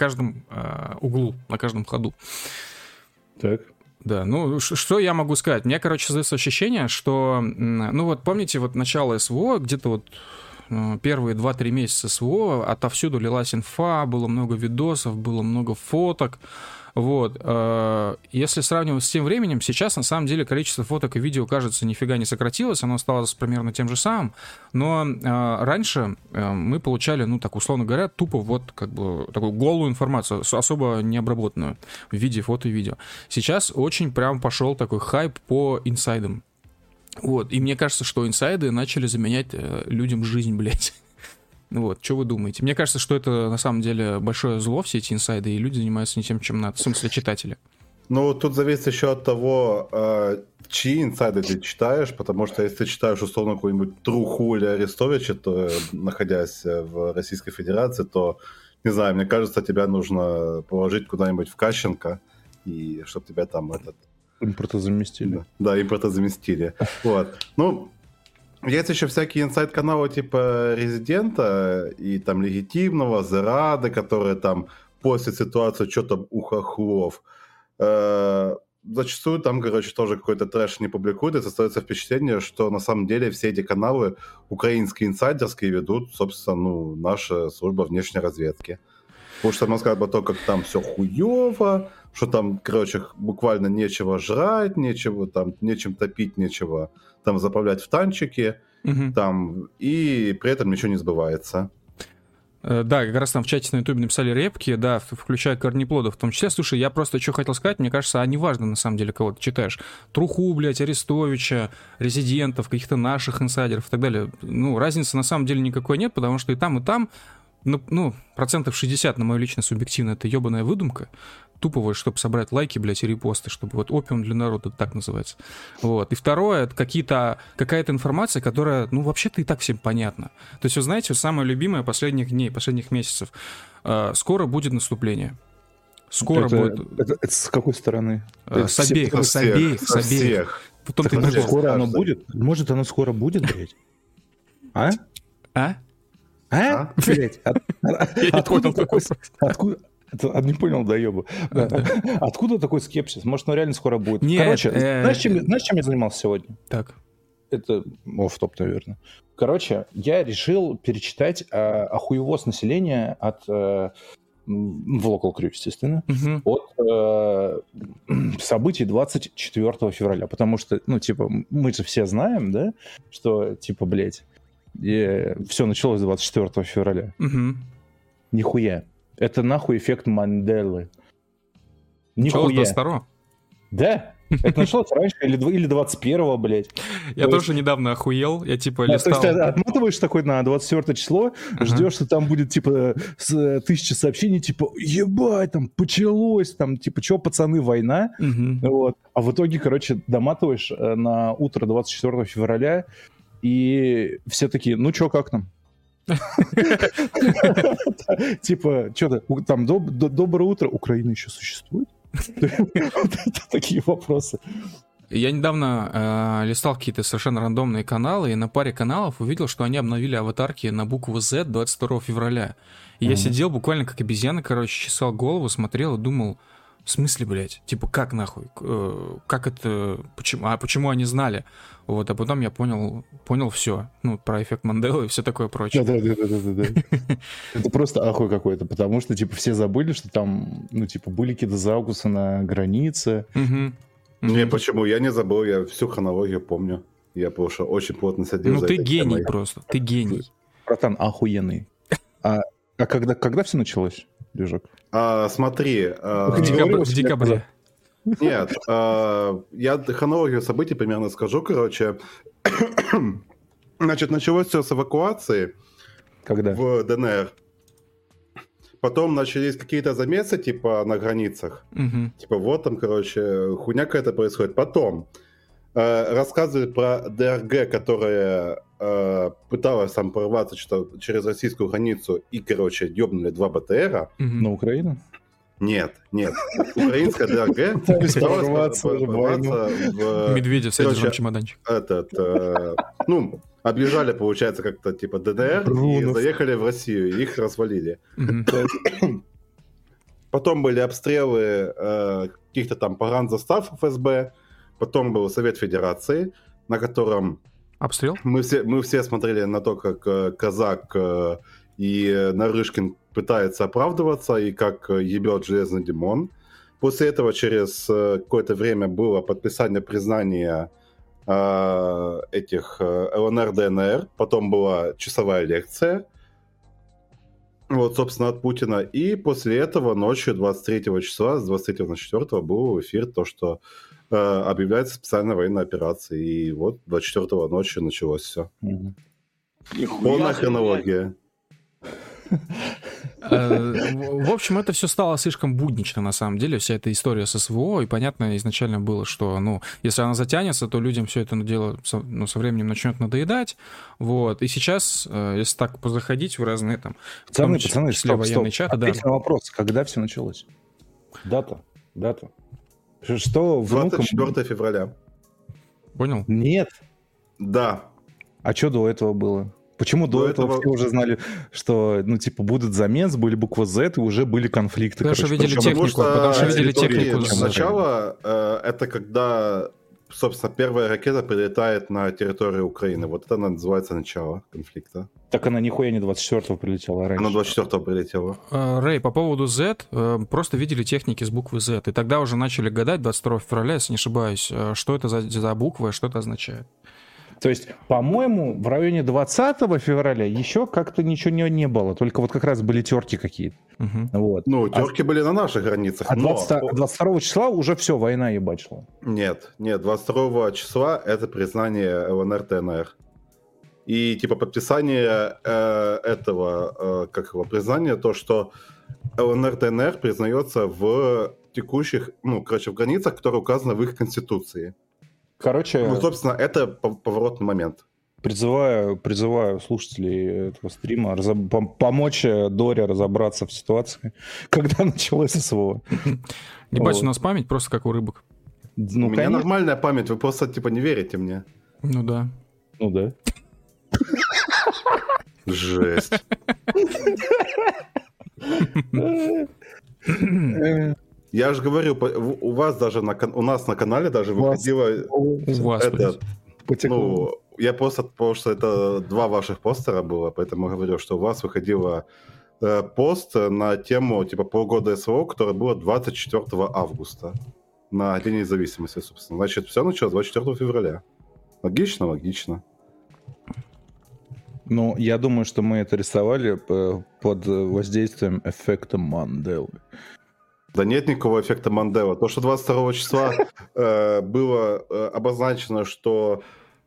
углу, на каждом ходу. Так. Да, ну, что я могу сказать? Мне, короче, создается ощущение, что, ну, вот помните, вот начало СВО, где-то вот первые 2-3 месяца СВО, отовсюду лилась инфа, было много видосов, было много фоток, Вот. Если сравнивать с тем временем, сейчас на самом деле количество фоток и видео, кажется, нифига не сократилось, оно осталось примерно тем же самым, но раньше мы получали, ну, так условно говоря, тупо вот как бы такую голую информацию, особо не обработанную в виде фото и видео. Сейчас очень прям пошел такой хайп по инсайдам. Вот. И мне кажется, что инсайды начали заменять людям жизнь, блядь. Вот, что вы думаете? Мне кажется, что это на самом деле большое зло, все эти инсайды, и люди занимаются не тем, чем надо, в смысле читатели.
Ну, тут зависит еще от того, чьи инсайды ты читаешь, потому что если ты читаешь, условно, какую-нибудь труху или Арестовича, то, находясь в Российской Федерации, то, не знаю, мне кажется, тебя нужно положить куда-нибудь в Кащенко, и чтобы тебя там
Импортозаместили.
Да, импортозаместили. Вот. Ну, есть еще всякие инсайд-каналы типа Резидента и там Легитимного, Зерады, которые там после ситуации что-то у хохлов. Зачастую там, короче, тоже какой-то трэш не публикуют, и создается впечатление, что на самом деле все эти каналы украинские инсайдерские ведут, собственно, ну, наша служба внешней разведки. Потому что нам сказать то, как там все хуево, что там, короче, буквально нечего жрать, нечего там, нечем топить, нечего там заправлять в танчики, там, и при этом ничего не сбывается.
Да, как раз там в чате на ютубе написали репки, да, включая корнеплодов в том числе. Слушай, я просто что хотел сказать, мне кажется, неважно на самом деле, кого ты читаешь. Труху, блядь, Арестовича, Резидентов, каких-то наших инсайдеров и так далее. Ну, разницы на самом деле никакой нет, потому что и там, ну, 60%, на мою лично субъективно, это ебаная выдумка. Туповая, чтобы собрать лайки, блядь, и репосты, чтобы вот опиум для народа, так называется. Вот. И второе, это какая-то информация, которая, ну, вообще-то и так всем понятна. То есть, вы знаете, самое любимое последних дней, последних месяцев. Скоро будет наступление. Скоро будет...
Это с какой стороны?
С обеих. Потом ты
может, скоро оно будет? Может, оно скоро будет, блядь? А? Блядь, откуда такой... Не понял, доебу. Откуда такой скепсис? Может, оно реально скоро будет?
Нет,
короче, знаешь, чем я занимался сегодня?
Так.
Это офф-топ, наверное. Короче, я решил перечитать охуевоз населения от... в Local Crew, естественно, от событий 24 февраля. Потому что, ну, типа, мы же все знаем, да, что, типа, блядь, все началось 24 февраля. Нихуя. Это нахуй эффект Манделы. Нихуя.
22-го?
Да. Это началось раньше или 21-го, блядь.
Я тоже недавно охуел, я типа листал.
То есть ты отматываешь такой на 24 число, ждешь, что там будет типа 1000 сообщений, типа ебать, там почалось, там типа чё, пацаны, война. Вот. А в итоге, короче, доматываешь на утро 24 февраля, и все такие, ну чё, как нам? Типа, что-то там, доброе утро, Украина еще существует? Такие вопросы.
Я недавно листал какие-то совершенно рандомные каналы, и на паре каналов увидел, что они обновили аватарки на букву Z 22 февраля. И я сидел буквально как обезьяна, короче, чесал голову, смотрел и думал, в смысле, блядь? Типа, как нахуй? Как это? Почему они знали? Вот, а потом я понял все. Ну, про эффект Манделы и все такое прочее.
Да. Это просто ахуй какой-то, потому что, типа, все забыли, что там, ну, типа, были какие-то заукусы на границе.
Не, почему? Я не забыл, я всю хронологию помню. Я просто очень плотно сидел.
Ну, ты гений просто, ты гений.
Братан, охуенный. А когда все началось, движок?
Смотри.
В декабре.
Нет, я хронологию событий примерно скажу, короче. Значит, началось все с эвакуации.
Когда?
В ДНР. Потом начались какие-то замесы, типа, на границах. Типа, вот там, короче, хуйня какая-то происходит. Потом рассказывали про ДРГ, которая пыталась там прорваться что-то через российскую границу и, короче, ёбнули 2 БТРа.
На Украину?
Нет. Украинская ДРГ пыталась прорваться в...
Медведев сядет в чемоданчик.
Объезжали, получается, как-то типа ДНР и заехали в Россию, и их развалили. Потом были обстрелы каких-то там погранзастав ФСБ, потом был Совет Федерации, на котором...
Обстрел?
Мы все смотрели на то, как Казак и Нарышкин пытается оправдываться, и как ебет Железный Димон. После этого через какое-то время было подписание признания этих ЛНР, ДНР, потом была часовая лекция, вот, собственно, от Путина, и после этого ночью 23 числа, с 23 на 4 был эфир, то, что объявляется специальная военная операция, и вот 24 ночью началось все. Полная хронология.
В общем, это все стало слишком буднично, на самом деле, вся эта история с СВО, и понятно изначально было, что, ну, если она затянется, то людям все это дело, ну, со временем начнет надоедать, вот, и сейчас, если так позаходить в разные там...
Пацаны,
военные чаты, да.
Ответь на вопрос, когда все началось? Дата. Что внукам...
24 февраля.
Понял?
Нет.
Да.
А что до этого было? Почему до этого все уже знали, что, ну, типа, будут замес, были буква Z, и уже были конфликты?
Потому что видели технику.
Сначала это когда, собственно, первая ракета прилетает на территорию Украины. Вот это называется начало конфликта.
Так она нихуя не 24-го прилетела, а раньше.
Она 24-го прилетела.
Рэй, по поводу Z, просто видели техники с буквы Z. И тогда уже начали гадать, 22 февраля, если не ошибаюсь, что это за буква и что это означает.
То есть, по-моему, в районе 20 февраля еще как-то ничего не было. Только вот как раз были терки какие-то. Вот.
Ну, терки были на наших границах.
А 22 числа уже все, война ебать шла.
Нет, 22 числа это признание ЛНР, ДНР. И типа подписание этого, как его, признания, то, что ЛНР, ДНР признается в текущих, ну, короче, в границах, которые указаны в их конституции.
Короче,
ну, собственно, это поворотный момент.
Призываю слушателей этого стрима помочь Доре разобраться в ситуации, когда началось СВО.
Ебать, у нас память просто как у рыбок.
Ну, у меня нормальная память, вы просто типа не верите мне.
Ну да.
Жесть. Я же говорю, у вас даже у нас на канале даже выходило это. Ну, я просто, потому что это 2 ваших постера было, поэтому говорю, что у вас выходило пост на тему типа полгода СВО, которое было 24 августа на День независимости, собственно. Значит, все началось 24 февраля. Логично.
Ну, я думаю, что мы это рисовали под воздействием эффекта Манделы.
Да нет никакого эффекта Манделы. То, что 22 числа было обозначено, что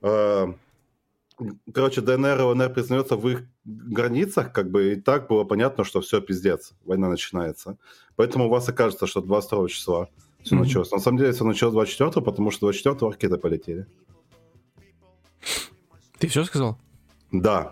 короче, ДНР и ЛНР признается в их границах, как бы и так было понятно, что все, пиздец, война начинается. Поэтому у вас и кажется, что 22 числа все началось. На самом деле все началось 24, потому что 24 ракеты полетели.
Ты все сказал?
Да.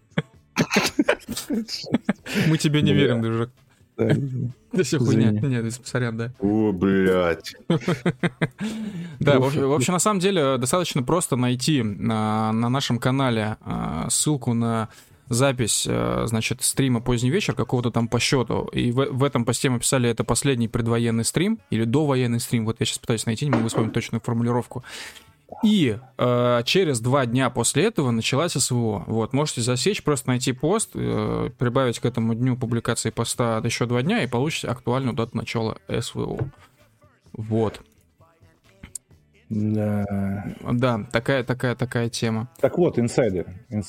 Мы тебе не верим, дружок. Да все хуйня. Нет, сорян, да.
О, блядь.
Да, в общем, на самом деле, достаточно просто найти на нашем канале ссылку на запись, значит, стрима «Поздний вечер» какого-то там по счету. И в этом посте мы писали, это последний предвоенный стрим или довоенный стрим. Вот я сейчас пытаюсь найти, не могу вспомнить точную формулировку. И через 2 дня после этого началась СВО. Вот, можете засечь, просто найти пост, прибавить к этому дню публикации поста еще 2 дня и получите актуальную дату начала СВО. Вот. Да, такая тема.
Так вот, инсайды.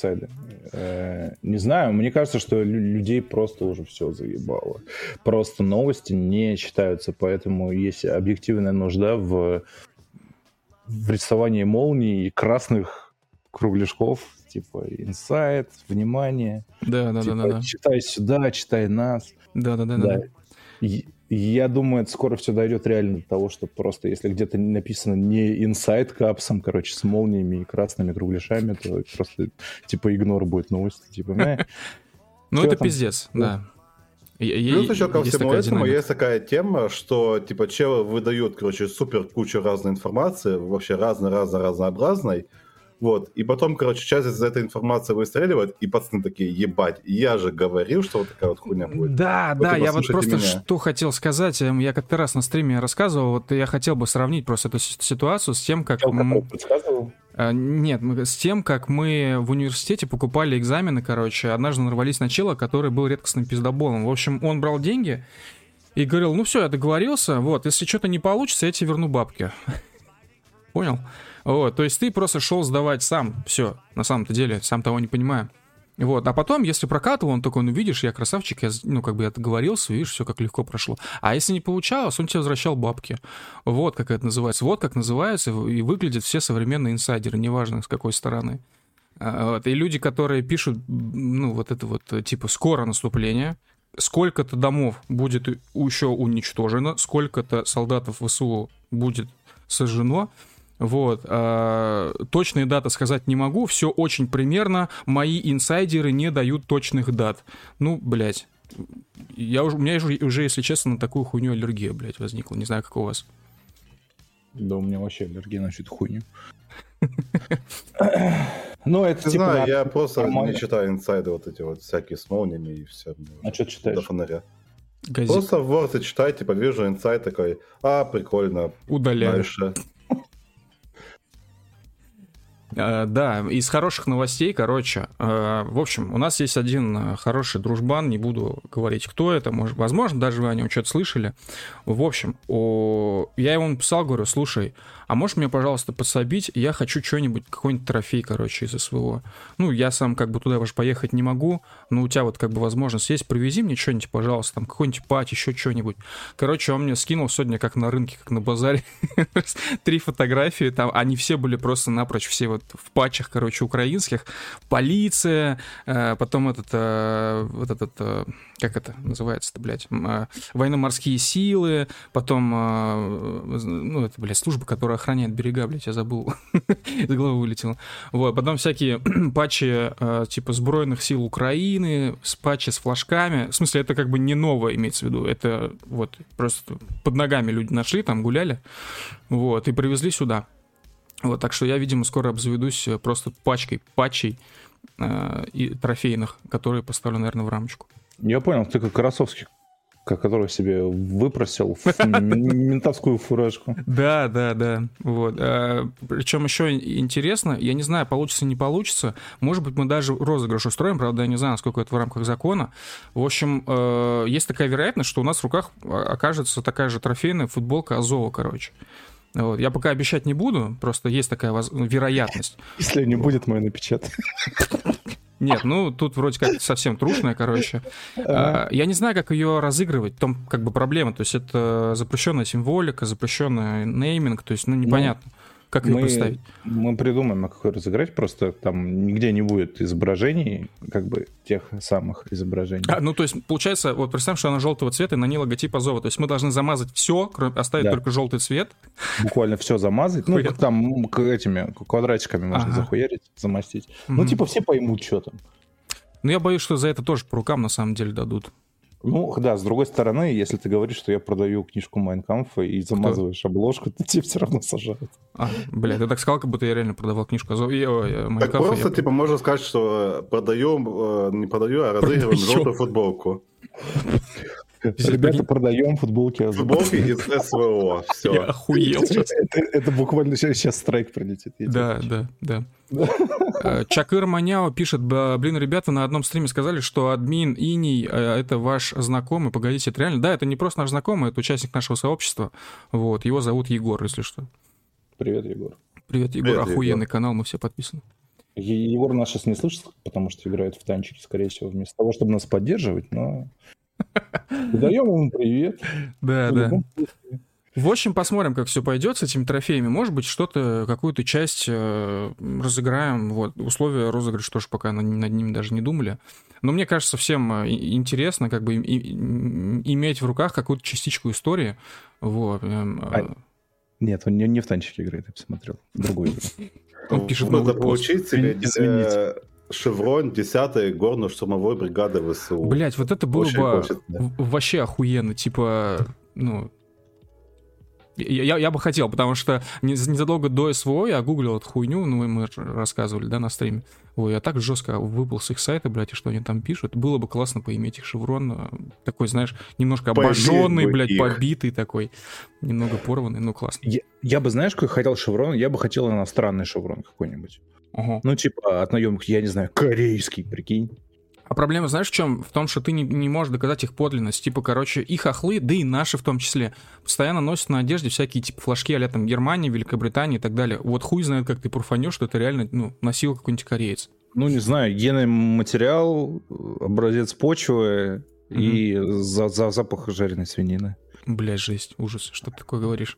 Не знаю, мне кажется, что людей просто уже все заебало. Просто новости не читаются, поэтому есть объективная нужда в рисовании молний и красных кругляшков, типа инсайт, внимание.
Да.
Читай сюда, читай нас.
Да.
Я думаю, это скоро все дойдет реально до того, что просто если где-то написано не инсайт капсом, короче, с молниями и красными кругляшами, то просто типа игнор будет новости. Типа,
ну это пиздец, да.
Плюс еще ко всему этому есть такая тема, что типа челы выдают, короче, супер кучу разной информации, вообще разнообразной, вот, и потом, короче, часть из этой информации выстреливает, и пацаны такие, ебать, я же говорил, что вот такая вот хуйня будет.
Да,
вот,
я вот просто что хотел сказать, я как-то раз на стриме рассказывал, вот я хотел бы сравнить просто эту ситуацию с тем, как...
Предсказывал?
Нет, с тем, как мы в университете покупали экзамены, короче, однажды нарвались на чела, который был редкостным пиздоболом. В общем, он брал деньги И говорил, ну все, я договорился, вот, если что-то не получится, я тебе верну бабки. Понял? Вот, то есть ты просто шел сдавать сам, все, на самом-то деле, сам того не понимая. Вот, а потом, если прокатывал, он такой, ну видишь, я красавчик, я, ну как бы я договорился, видишь, все как легко прошло. А если не получалось, он тебе возвращал бабки. Вот как это называется. Вот как называется и выглядят все современные инсайдеры, неважно с какой стороны. Вот. И люди, которые пишут, ну вот это вот, типа, скоро наступление, сколько-то домов будет еще уничтожено, сколько-то солдатов ВСУ будет сожжено. Вот. Точные даты сказать не могу, все очень примерно, мои инсайдеры не дают точных дат. Ну, блядь, у меня уже, если честно, на такую хуйню аллергия, блядь, возникла, не знаю, как у вас.
Да у меня вообще аллергия на всю эту хуйню. Ну, это
Не
типа...
знаю, я просто не читаю инсайды вот эти вот всякие с молниями и все.
А что ты читаешь?
До фонаря.
Газет.
Просто в Word читай, типа, вижу инсайд такой, прикольно.
Удаляю.
Дальше.
Да, из хороших новостей, короче, в общем, у нас есть один хороший дружбан, не буду говорить, кто это, возможно, даже вы о нем что-то слышали. В общем, я ему написал, говорю, слушай, а можешь мне, пожалуйста, подсобить, я хочу что-нибудь, какой-нибудь трофей, короче, из СВО. Ну, я сам как бы туда уж поехать не могу, но у тебя вот как бы возможность есть, привези мне что-нибудь, пожалуйста, там какой-нибудь патч, еще что-нибудь. Короче, он мне скинул сегодня, как на рынке, как на базаре, 3 фотографии, там, они все были просто напрочь, все вот в патчах, короче, украинских, полиция, потом как это называется-то, блядь, военно-морские силы, потом, ну, это, блядь, служба, которая охраняет берега, блядь, я забыл, из головы вылетело. Вот, потом всякие патчи, типа, сбройных сил Украины, патчи с флажками, в смысле, это как бы не новое имеется в виду, это вот просто под ногами люди нашли, там гуляли, вот, и привезли сюда. Вот, так что я, видимо, скоро обзаведусь просто пачкой патчей и трофейных, которые поставлю, наверное, в рамочку.
Я понял, ты как Красовский, который себе выпросил ментовскую фуражку.
Да. Вот. Причем еще интересно, я не знаю, получится, не получится. Может быть, мы даже розыгрыш устроим, правда, я не знаю, насколько это в рамках закона. В общем, есть такая вероятность, что у нас в руках окажется такая же трофейная футболка Азова, короче. Вот. Я пока обещать не буду, просто есть такая вероятность.
Если не будет, мы напечатаем.
Нет, ну тут вроде как совсем трушная, короче. Я не знаю, как ее разыгрывать, в том как бы проблема. То есть это запрещенная символика, запрещенный нейминг, то есть, ну, непонятно, как ее представить. Мы
придумаем, как ее разыграть, просто там нигде не будет изображений, как бы тех самых изображений.
Ну, то есть, получается, вот представь, что она желтого цвета, и на ней логотип Азова. То есть мы должны замазать все, оставить только желтый цвет.
Буквально все замазать. Ну, там этими квадратиками можно захуярить, замостить. Ну, типа все поймут, что там.
Ну, я боюсь, что за это тоже по рукам на самом деле дадут.
Ну, да, с другой стороны, если ты говоришь, что я продаю книжку Mein Kampf и замазываешь обложку, то тебе все равно сажают.
Блядь, ты так сказал, как будто я реально продавал книжку Mein Kampf.
Так просто, типа, можно сказать, что не продаю, а разыгрываем желтую футболку.
Ребята, продаем футболки.
Футболки из СВО. Все.
Я охуел.
Это буквально сейчас страйк прилетит.
Да. Чакыр Маняо пишет, блин, ребята на одном стриме сказали, что админ Иний — это ваш знакомый. Погодите, это реально? Да, это не просто наш знакомый, это участник нашего сообщества. Вот, его зовут Егор, если что.
Привет, Егор.
Привет, Егор. Охуенный канал, мы все подписаны.
Егор нас сейчас не слышит, потому что играет в танчики, скорее всего, вместо того, чтобы нас поддерживать, но... Даем ему привет.
Да. В общем, посмотрим, как все пойдет с этими трофеями. Может быть, что-то, какую-то часть разыграем. Вот. Условия розыгрыша тоже пока над ними даже не думали. Но мне кажется, всем интересно как бы иметь в руках какую-то частичку истории. Вот.
Нет, он не в танчике играет, я посмотрел. Другую игру.
Он пишет
надо получить себе шеврон 10-й горно-штурмовой бригады ВСУ.
Блять, вот это было бы вообще охуенно. Типа, ну... Я бы хотел, потому что незадолго до СВО я гуглил эту хуйню, ну, мы рассказывали, да, на стриме. Ой, я так жестко выпал с их сайта, блядь, и что они там пишут. Было бы классно поиметь их шеврон. Такой, знаешь, немножко обожженный, блядь, побитый такой. Немного порванный, ну, классно.
Я бы, знаешь, какой хотел шеврон? Я бы хотел иностранный шеврон какой-нибудь. Ну, типа, от наемных, я не знаю, корейский, прикинь.
А проблема, знаешь, в чем? В том, что ты не можешь доказать их подлинность. Типа, короче, и хохлы, да и наши в том числе, постоянно носят на одежде всякие типа флажки а-ля там Германии, Великобритании и так далее. Вот хуй знает, как ты пурфанешь, что это реально, носил какой-нибудь кореец.
Ну, не знаю, генный материал, образец почвы и запах жареной свинины.
Блядь, жесть, ужас. Что ты такое говоришь?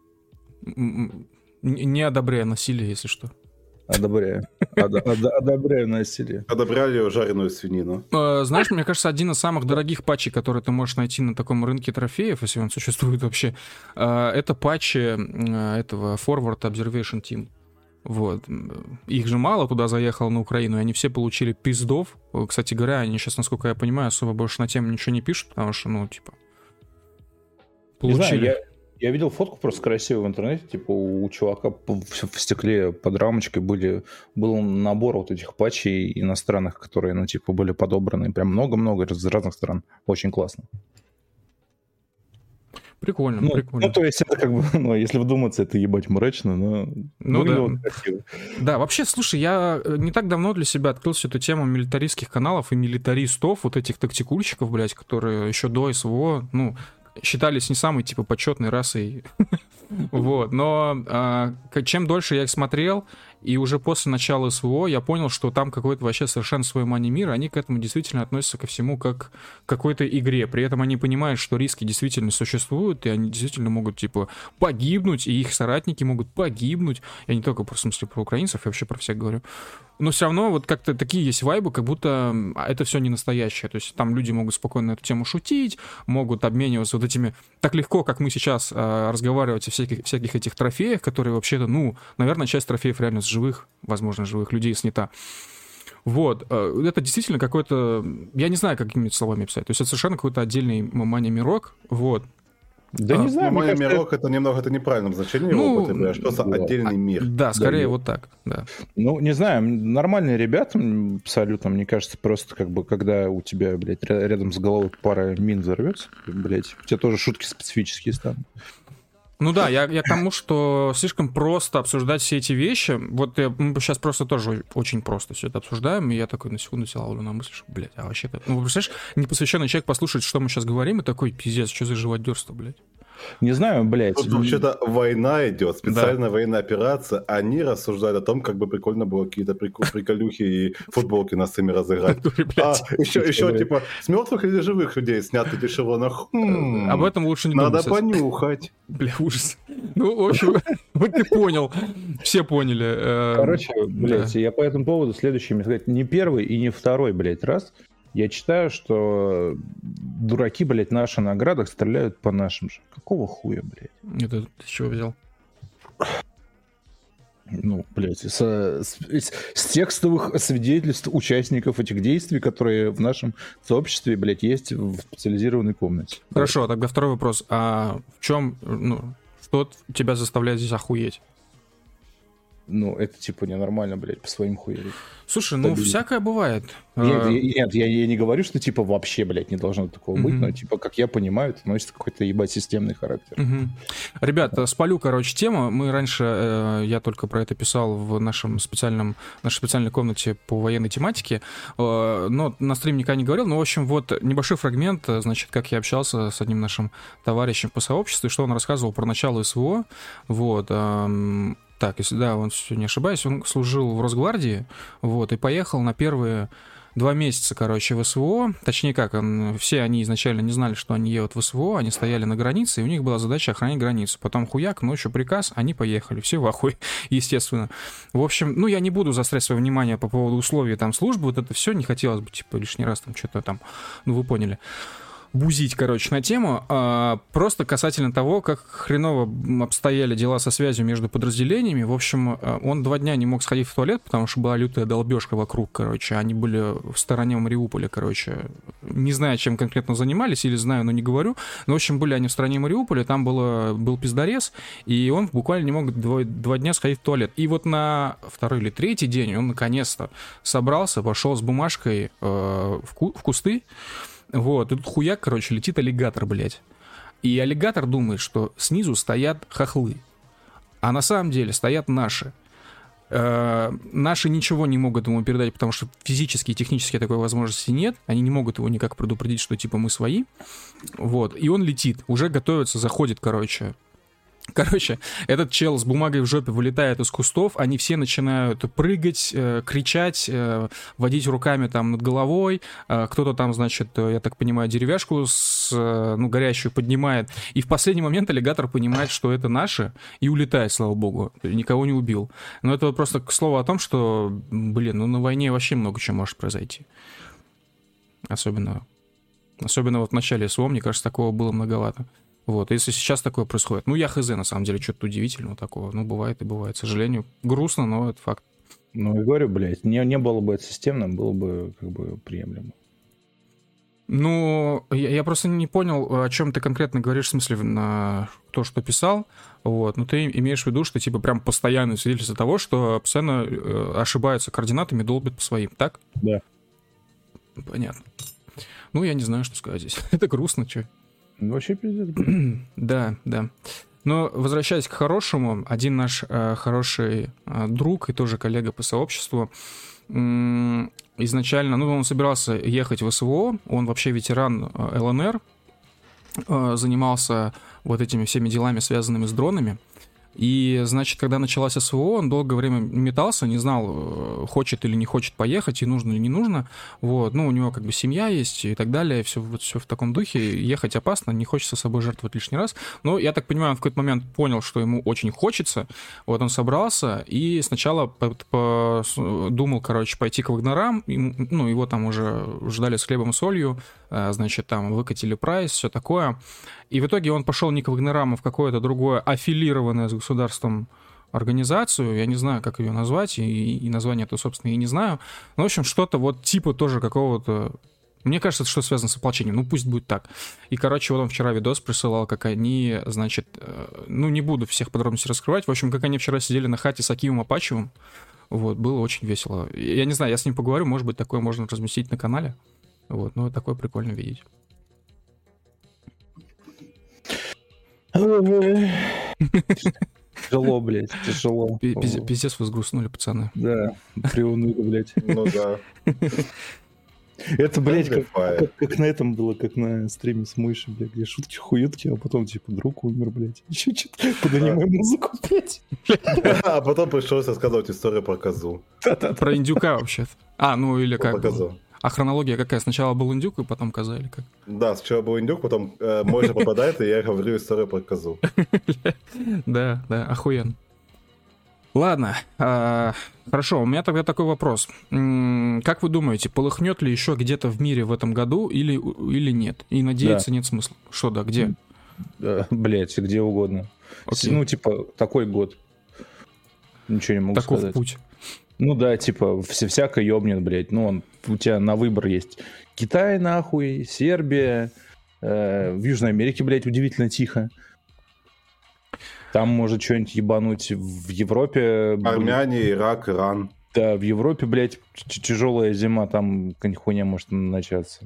Не одобряю насилие, если что.
Одобряю. Одобряю насилие.
Одобряли жареную свинину.
Знаешь, мне кажется, один из самых дорогих патчей, которые ты можешь найти на таком рынке трофеев, если он существует вообще, это патчи этого Forward Observation Team. Вот. Их же мало туда заехало на Украину, и они все получили пиздов. Кстати говоря, они сейчас, насколько я понимаю, особо больше на тему ничего не пишут, потому что, получили.
Не знаю, я видел фотку просто красивую в интернете, типа у чувака в стекле под рамочкой был набор вот этих патчей иностранных, которые, были подобраны. Прям много-много из разных стран. Очень классно.
Прикольно, прикольно.
То есть это как бы, если вдуматься, это ебать мрачно, но
да.
Красиво.
Да, вообще, слушай, я не так давно для себя открыл всю эту тему милитаристских каналов и милитаристов, вот этих тактикульщиков, блядь, которые еще до СВО, считались не самой, почетной расой. Вот, но чем дольше я их смотрел, и уже после начала СВО я понял, что там какой-то вообще совершенно свой мани-мир, они к этому действительно относятся ко всему как к какой-то игре. При этом они понимают, что риски действительно существуют, и они действительно могут, погибнуть, и их соратники могут погибнуть. Я не только, в смысле, про украинцев, я вообще про всех говорю. Но все равно вот как-то такие есть вайбы, как будто это все не настоящее. То есть там люди могут спокойно на эту тему шутить, могут обмениваться вот этими... Так легко, как мы сейчас разговаривать о всяких этих трофеях, которые вообще-то, наверное, часть трофеев реально с живых, возможно, живых людей снята. Вот. Это действительно какой-то... Я не знаю, какими словами писать. То есть это совершенно какой-то отдельный мани-мирок. Вот.
Да не знаю,
мне кажется, мирок это немного это неправильном значении его употребляешь, просто отдельный мир.
Да, скорее вот так, да.
Не знаю, нормальные ребята, абсолютно, мне кажется, просто как бы, когда у тебя, блядь, рядом с головой пара мин взорвется, блядь, у тебя тоже шутки специфические станут.
Я к тому, что слишком просто обсуждать все эти вещи. Вот мы сейчас просто тоже очень просто все это обсуждаем, и я такой на секунду себя ловлю на мысль, что, блядь, а вообще-то... представляешь, непосвященный человек послушает, что мы сейчас говорим, и такой, пиздец, что за живодерство, блядь.
Не знаю, блядь.
Тут вообще-то война идет, специальная военная операция. Они рассуждают о том, как бы прикольно было какие-то приколюхи и футболки на сцене разыграть. Еще типа с мертвых или живых людей снятый в эшелонах.
Об этом лучше не
думать. Надо понюхать.
Бля, ужас. В общем, вот ты понял. Все поняли.
Короче, блядь, я по этому поводу следующий, сказать, не первый и не второй, блядь, раз. Я читаю, что дураки, блядь, на наших наградах стреляют по нашим же. Какого хуя, блядь?
Это ты с чего взял?
Блядь, с текстовых свидетельств участников этих действий, которые в нашем сообществе, блядь, есть в специализированной комнате.
Хорошо, тогда второй вопрос. А в чем, что тебя заставляет здесь охуеть?
Это ненормально, блядь, по своим хуярить.
Слушай, всякое бывает.
Нет, я не говорю, что вообще, блядь, не должно такого быть, но как я понимаю, это носит какой-то, ебать, системный характер.
Ребят, спалю, тему. Мы раньше, я только про это писал в нашей специальной комнате по военной тематике, но на стриме никогда не говорил. В общем, вот небольшой фрагмент, значит, как я общался с одним нашим товарищем по сообществу, и что он рассказывал про начало СВО. Вот. Так, если он все не ошибаюсь, он служил в Росгвардии, и поехал на первые 2 месяца, в СВО. Точнее как, все они изначально не знали, что они едут в СВО, они стояли на границе, и у них была задача охранять границу. Потом хуяк, ночью приказ, они поехали, все в ахуе, естественно. В общем, я не буду заострять свое внимание по поводу условий службы, вот это все, не хотелось бы, лишний раз что-то вы поняли. Бузить, на тему. Просто касательно того, как хреново обстояли дела со связью между подразделениями. В общем, он 2 дня не мог сходить в туалет, потому что была лютая долбежка вокруг, Они были в стороне Мариуполя, Не знаю, чем конкретно занимались, или знаю, но не говорю. Но, в общем, были они в стороне Мариуполя, там был пиздорез, и он буквально не мог 2 дня сходить в туалет. И вот на 2-й или 3-й день он наконец-то собрался, пошел с бумажкой в кусты. Вот, и тут хуяк, летит аллигатор, блядь. И аллигатор думает, что снизу стоят хохлы. А на самом деле стоят наши. Наши ничего не могут ему передать, потому что физически и технически такой возможности нет. Они не могут его никак предупредить, что типа мы свои. Вот. И он летит, уже готовится, заходит, короче, этот чел с бумагой в жопе вылетает из кустов, они все начинают прыгать, кричать, водить руками там над головой, кто-то там, значит, я так понимаю, деревяшку горящую поднимает, и в последний момент аллигатор понимает, что это наши, и улетает, слава богу, никого не убил. Но это просто к слову о том, что, на войне вообще много чего может произойти. Особенно вот в начале СВО, мне кажется, такого было многовато. Вот, если сейчас такое происходит, я хз, на самом деле, что-то удивительного такого, бывает и бывает, к сожалению. Грустно, но это факт.
И говорю, блядь, не было бы это системно, было бы как бы приемлемо.
Я просто не понял, о чем ты конкретно говоришь, в смысле, на то, что писал, вот, но ты имеешь в виду, что, типа, прям постоянное свидетельство того, что постоянно ошибаются координатами, долбят по своим, так?
Да.
Понятно. Я не знаю, что сказать здесь. Это грустно, что.
Вообще пиздец.
Да. Но возвращаясь к хорошему, один наш хороший друг и тоже коллега по сообществу, изначально, он собирался ехать в СВО, он вообще ветеран ЛНР, занимался вот этими всеми делами, связанными с дронами. И, значит, когда началась СВО, он долгое время метался, не знал, хочет или не хочет поехать, и нужно или не нужно. Вот. У него как бы семья есть и так далее, все в таком духе. Ехать опасно, не хочется собой жертвовать лишний раз. Но, я так понимаю, он в какой-то момент понял, что ему очень хочется. Вот он собрался и сначала думал, пойти к Вагнерам. Его там уже ждали с хлебом и солью. Значит, там выкатили прайс, все такое. И в итоге он пошел не к Вагнерам, а в какое-то другое аффилированное с государством организацию. Я не знаю, как ее назвать, и название-то, собственно, я не знаю. В общем, что-то вот типа тоже какого-то... Мне кажется, это что связано с ополчением. Пусть будет так. И, вот он вчера видос присылал, как они, значит... не буду всех подробностей раскрывать. В общем, как они вчера сидели на хате с Акимом Апачевым. Вот, было очень весело. Я не знаю, я с ним поговорю, может быть, такое можно разместить на канале. Вот, такое прикольно видеть.
Тяжело, блядь, тяжело.
Пиздец, вы сгрустнули, пацаны.
Да, приуныли, блядь.
Да.
Это, блядь, как на этом было, как на стриме с мышью, блядь, где шутки-хуютки, а потом, типа, друг умер, блядь. Еще что-то под аниме-музыку, блядь.
А потом пришлось рассказывать историю про козу.
Про индюка вообще-то. Или как?
Про козу.
А хронология какая? Сначала был индюк, и потом коза, или как?
Да, сначала был индюк, потом мой же попадает, и я говорю историю про козу.
Да, охуенно. Ладно, хорошо, у меня тогда такой вопрос. Как вы думаете, полыхнет ли еще где-то в мире в этом году или нет? И надеяться нет смысла. Что, да, где?
Блять, где угодно.
Окей.
Типа, такой год. Ничего не могу сказать.
Таков путь.
Типа, всякое ёбнет, блядь. У тебя на выбор есть Китай, нахуй, Сербия, в Южной Америке, блядь, удивительно тихо. Там может что-нибудь ебануть в Европе.
Армяне, Ирак, Иран.
Да, в Европе, блядь, тяжелая зима, там какая-нибудь хуйня может начаться.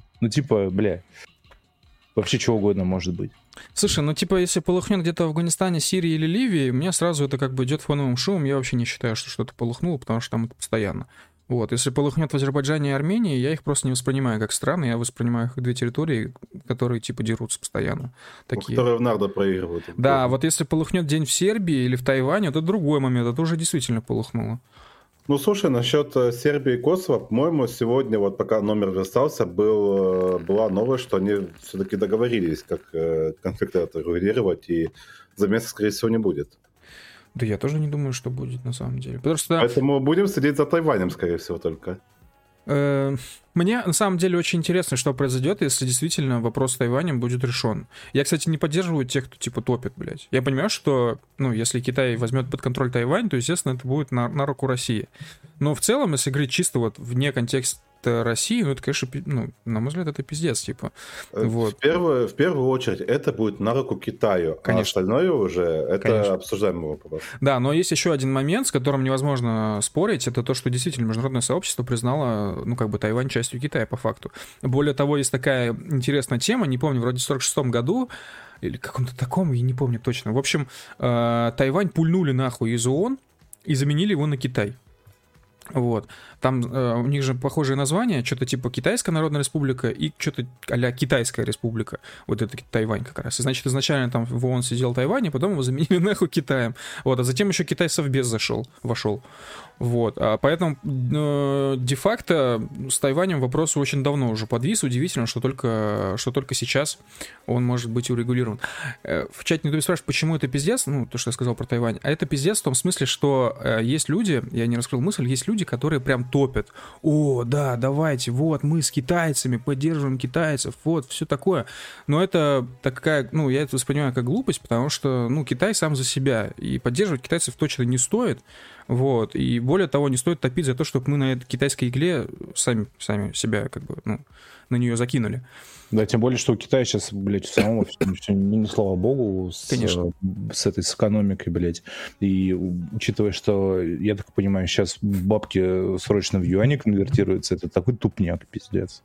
Вообще чего угодно может быть.
Слушай, если полыхнет где-то в Афганистане, Сирии или Ливии, у меня сразу это как бы идет фоновым шумом, я вообще не считаю, что что-то полыхнуло, потому что там это постоянно. Вот, если полыхнет в Азербайджане и Армении, я их просто не воспринимаю как страны, я воспринимаю их как две территории, которые типа дерутся постоянно. Такие.
Которые в нардо проигрывают.
Да, вот если полыхнет день в Сербии или в Тайване, это другой момент, это уже действительно полыхнуло.
Слушай, насчет Сербии и Косово, по-моему, сегодня, вот пока номер верстался, была новость, что они все-таки договорились, как конфликт это регулировать, и замеса, скорее всего, не будет.
Да я тоже не думаю, что будет на самом деле. Потому что...
Поэтому будем следить за Тайванем, скорее всего, только.
Мне на самом деле очень интересно, что произойдет, если действительно вопрос с Тайванем будет решен. Я, кстати, не поддерживаю тех, кто типа топит, блядь. Я понимаю, что, если Китай возьмет под контроль Тайвань, то, естественно, это будет на руку России. Но в целом, если говорить чисто вот вне контекста России, это, конечно, на мой взгляд, это пиздец, типа. Вот.
В первую очередь, это будет на руку Китаю,
конечно.
А остальное уже, это конечно. Обсуждаемый вопрос.
Да, но есть еще один момент, с которым невозможно спорить, это то, что действительно международное сообщество признало, Тайвань частью Китая, по факту. Более того, есть такая интересная тема, не помню, вроде в 46-м году, или каком-то таком, я не помню точно. В общем, Тайвань пульнули нахуй из ООН, и заменили его на Китай. Вот. Там у них же похожее название, что-то типа Китайская Народная Республика и что-то а-ля Китайская Республика. Вот это Тайвань как раз. И, значит, изначально там в ООН сидел Тайвань, а потом его заменили нахуй Китаем. Вот. А затем еще Китай Совбез вошел. Вот. А поэтому де-факто с Тайванем вопрос очень давно уже подвис. Удивительно, что только сейчас он может быть урегулирован. В чате никто не спрашивает, почему это пиздец, ну, то, что я сказал про Тайвань. А это пиздец в том смысле, что есть люди, я не раскрыл мысль, есть люди, которые прям топят. О, да, давайте, вот, мы с китайцами поддерживаем китайцев, вот, все такое. Но это такая, ну, я это воспринимаю как глупость, потому что, ну, Китай сам за себя, и поддерживать китайцев точно не стоит. Вот, и более того, не стоит топить за то, чтобы мы на этой китайской игле сами себя, как бы, ну, на нее закинули.
Да, тем более, что у Китая сейчас, блядь, самого все не слава богу, с этой экономикой, блядь. И учитывая, что, я так понимаю, сейчас бабки срочно в юани конвертируются, это такой тупняк, пиздец.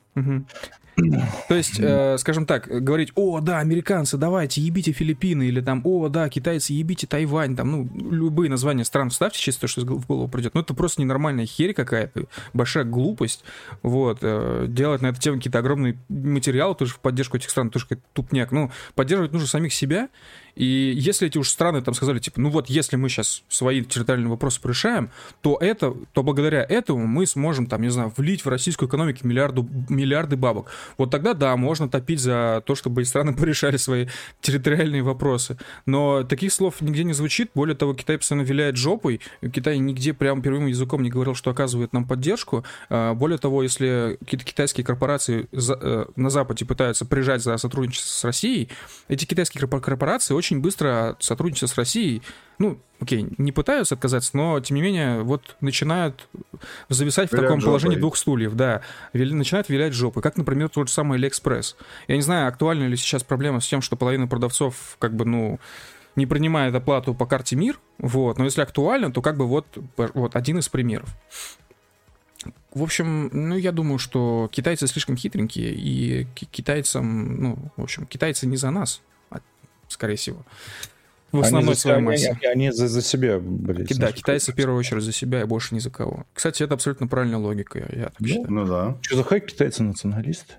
То есть, скажем так, говорить, о, да, американцы, давайте, ебите Филиппины, или там, о, да, китайцы, ебите Тайвань, там, ну, любые названия стран вставьте, чисто то, что в голову придет. Ну, это просто ненормальная херь какая-то, большая глупость, вот, делать на эту тему какие-то огромные материалы тоже в поддержку этих стран, тоже какой-то тупняк. Ну, поддерживать нужно самих себя, и если эти уж страны там сказали, типа, ну вот, если мы сейчас свои территориальные вопросы порешаем, то благодаря этому мы сможем, там, не знаю, влить в российскую экономику миллиарды бабок. Вот тогда, да, можно топить за то, чтобы эти страны порешали свои территориальные вопросы. Но таких слов нигде не звучит. Более того, Китай постоянно виляет жопой. Китай нигде прям первым языком не говорил, что оказывает нам поддержку. Более того, если какие-то китайские корпорации на Западе пытаются прижать за сотрудничество с Россией, эти китайские корпорации очень быстро сотрудничают с Россией. Ну, окей, не пытаются отказаться, но, тем не менее, вот начинают зависать в таком положении двух стульев, да, начинают вилять жопы, как, например, тот же самый AliExpress. Я не знаю, актуальна ли сейчас проблема с тем, что половина продавцов, как бы, ну, не принимает оплату по карте МИР, вот, но если актуально, то как бы вот один из примеров. В общем, ну, я думаю, что китайцы слишком хитренькие, и китайцам, ну, в общем, китайцы не за нас, скорее всего. В основной своей массе.
Они за себя, блядь.
Да, китайцы в первую очередь за себя и больше ни за кого. Кстати, это абсолютно правильная логика, я так считаю.
Ну да.
Что за хайп китайцы-националисты?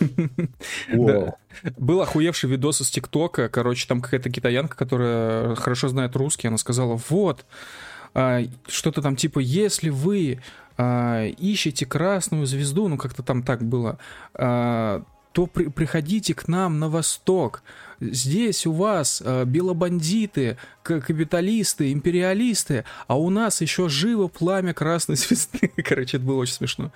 Был охуевший видос из ТикТока, короче, там какая-то китаянка, которая хорошо знает русский, она сказала, вот, что-то там типа, если вы ищете красную звезду, ну как-то там так было, то приходите к нам на восток. Здесь у вас белобандиты, капиталисты, империалисты, а у нас еще живо пламя красной звезды. Короче, это было очень смешно.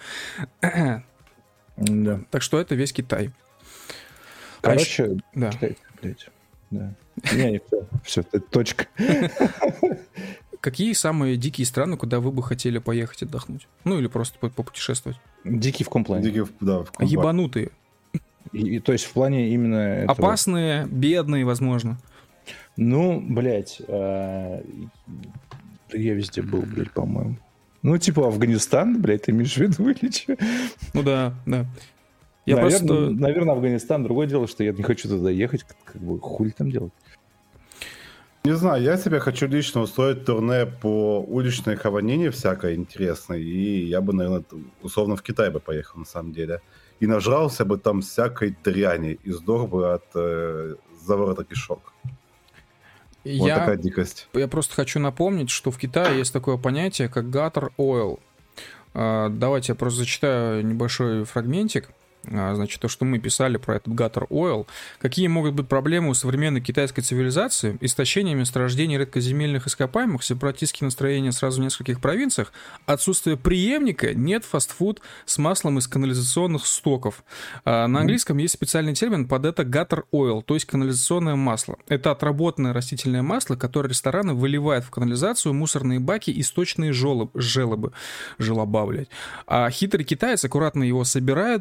Да.
Так что это весь Китай.
Короче,
да.
Блядь. Да. Не, все, это точка.
Какие самые дикие страны, куда вы бы хотели поехать отдохнуть? Ну, или просто попутешествовать?
Дикий в каком плане?
Дикий, да, в
комплане. Ебанутые.
То есть в плане именно этого...
Опасные, бедные, возможно.
Ну, блядь, я везде был, блядь, по-моему. Ну, типа Афганистан, блядь, ты имеешь в виду или что?
Ну да.
Наверное, Афганистан. Другое дело, что я не хочу туда ехать, как бы хуй там делать.
Не знаю, я себе хочу лично устроить турне по уличной хаванине всякой интересной, и я бы, наверное, условно в Китай бы поехал, на самом деле. И нажрался бы там всякой дряни, и сдох бы от заворота кишок. Вот такая дикость.
Я просто хочу напомнить, что в Китае есть такое понятие, как gutter oil. Давайте я просто зачитаю небольшой фрагментик. Значит, то, что мы писали про этот gutter oil. Какие могут быть проблемы у современной китайской цивилизации? Истощение месторождений редкоземельных ископаемых, сепаратистские настроения сразу в нескольких провинциях, отсутствие преемника, нет фастфуд с маслом из канализационных стоков. На английском есть специальный термин под это gutter oil, то есть канализационное масло. Это отработанное растительное масло, которое рестораны выливают в канализацию, мусорные баки и сточные желоба, блядь. А хитрый китаец аккуратно его собирает, долго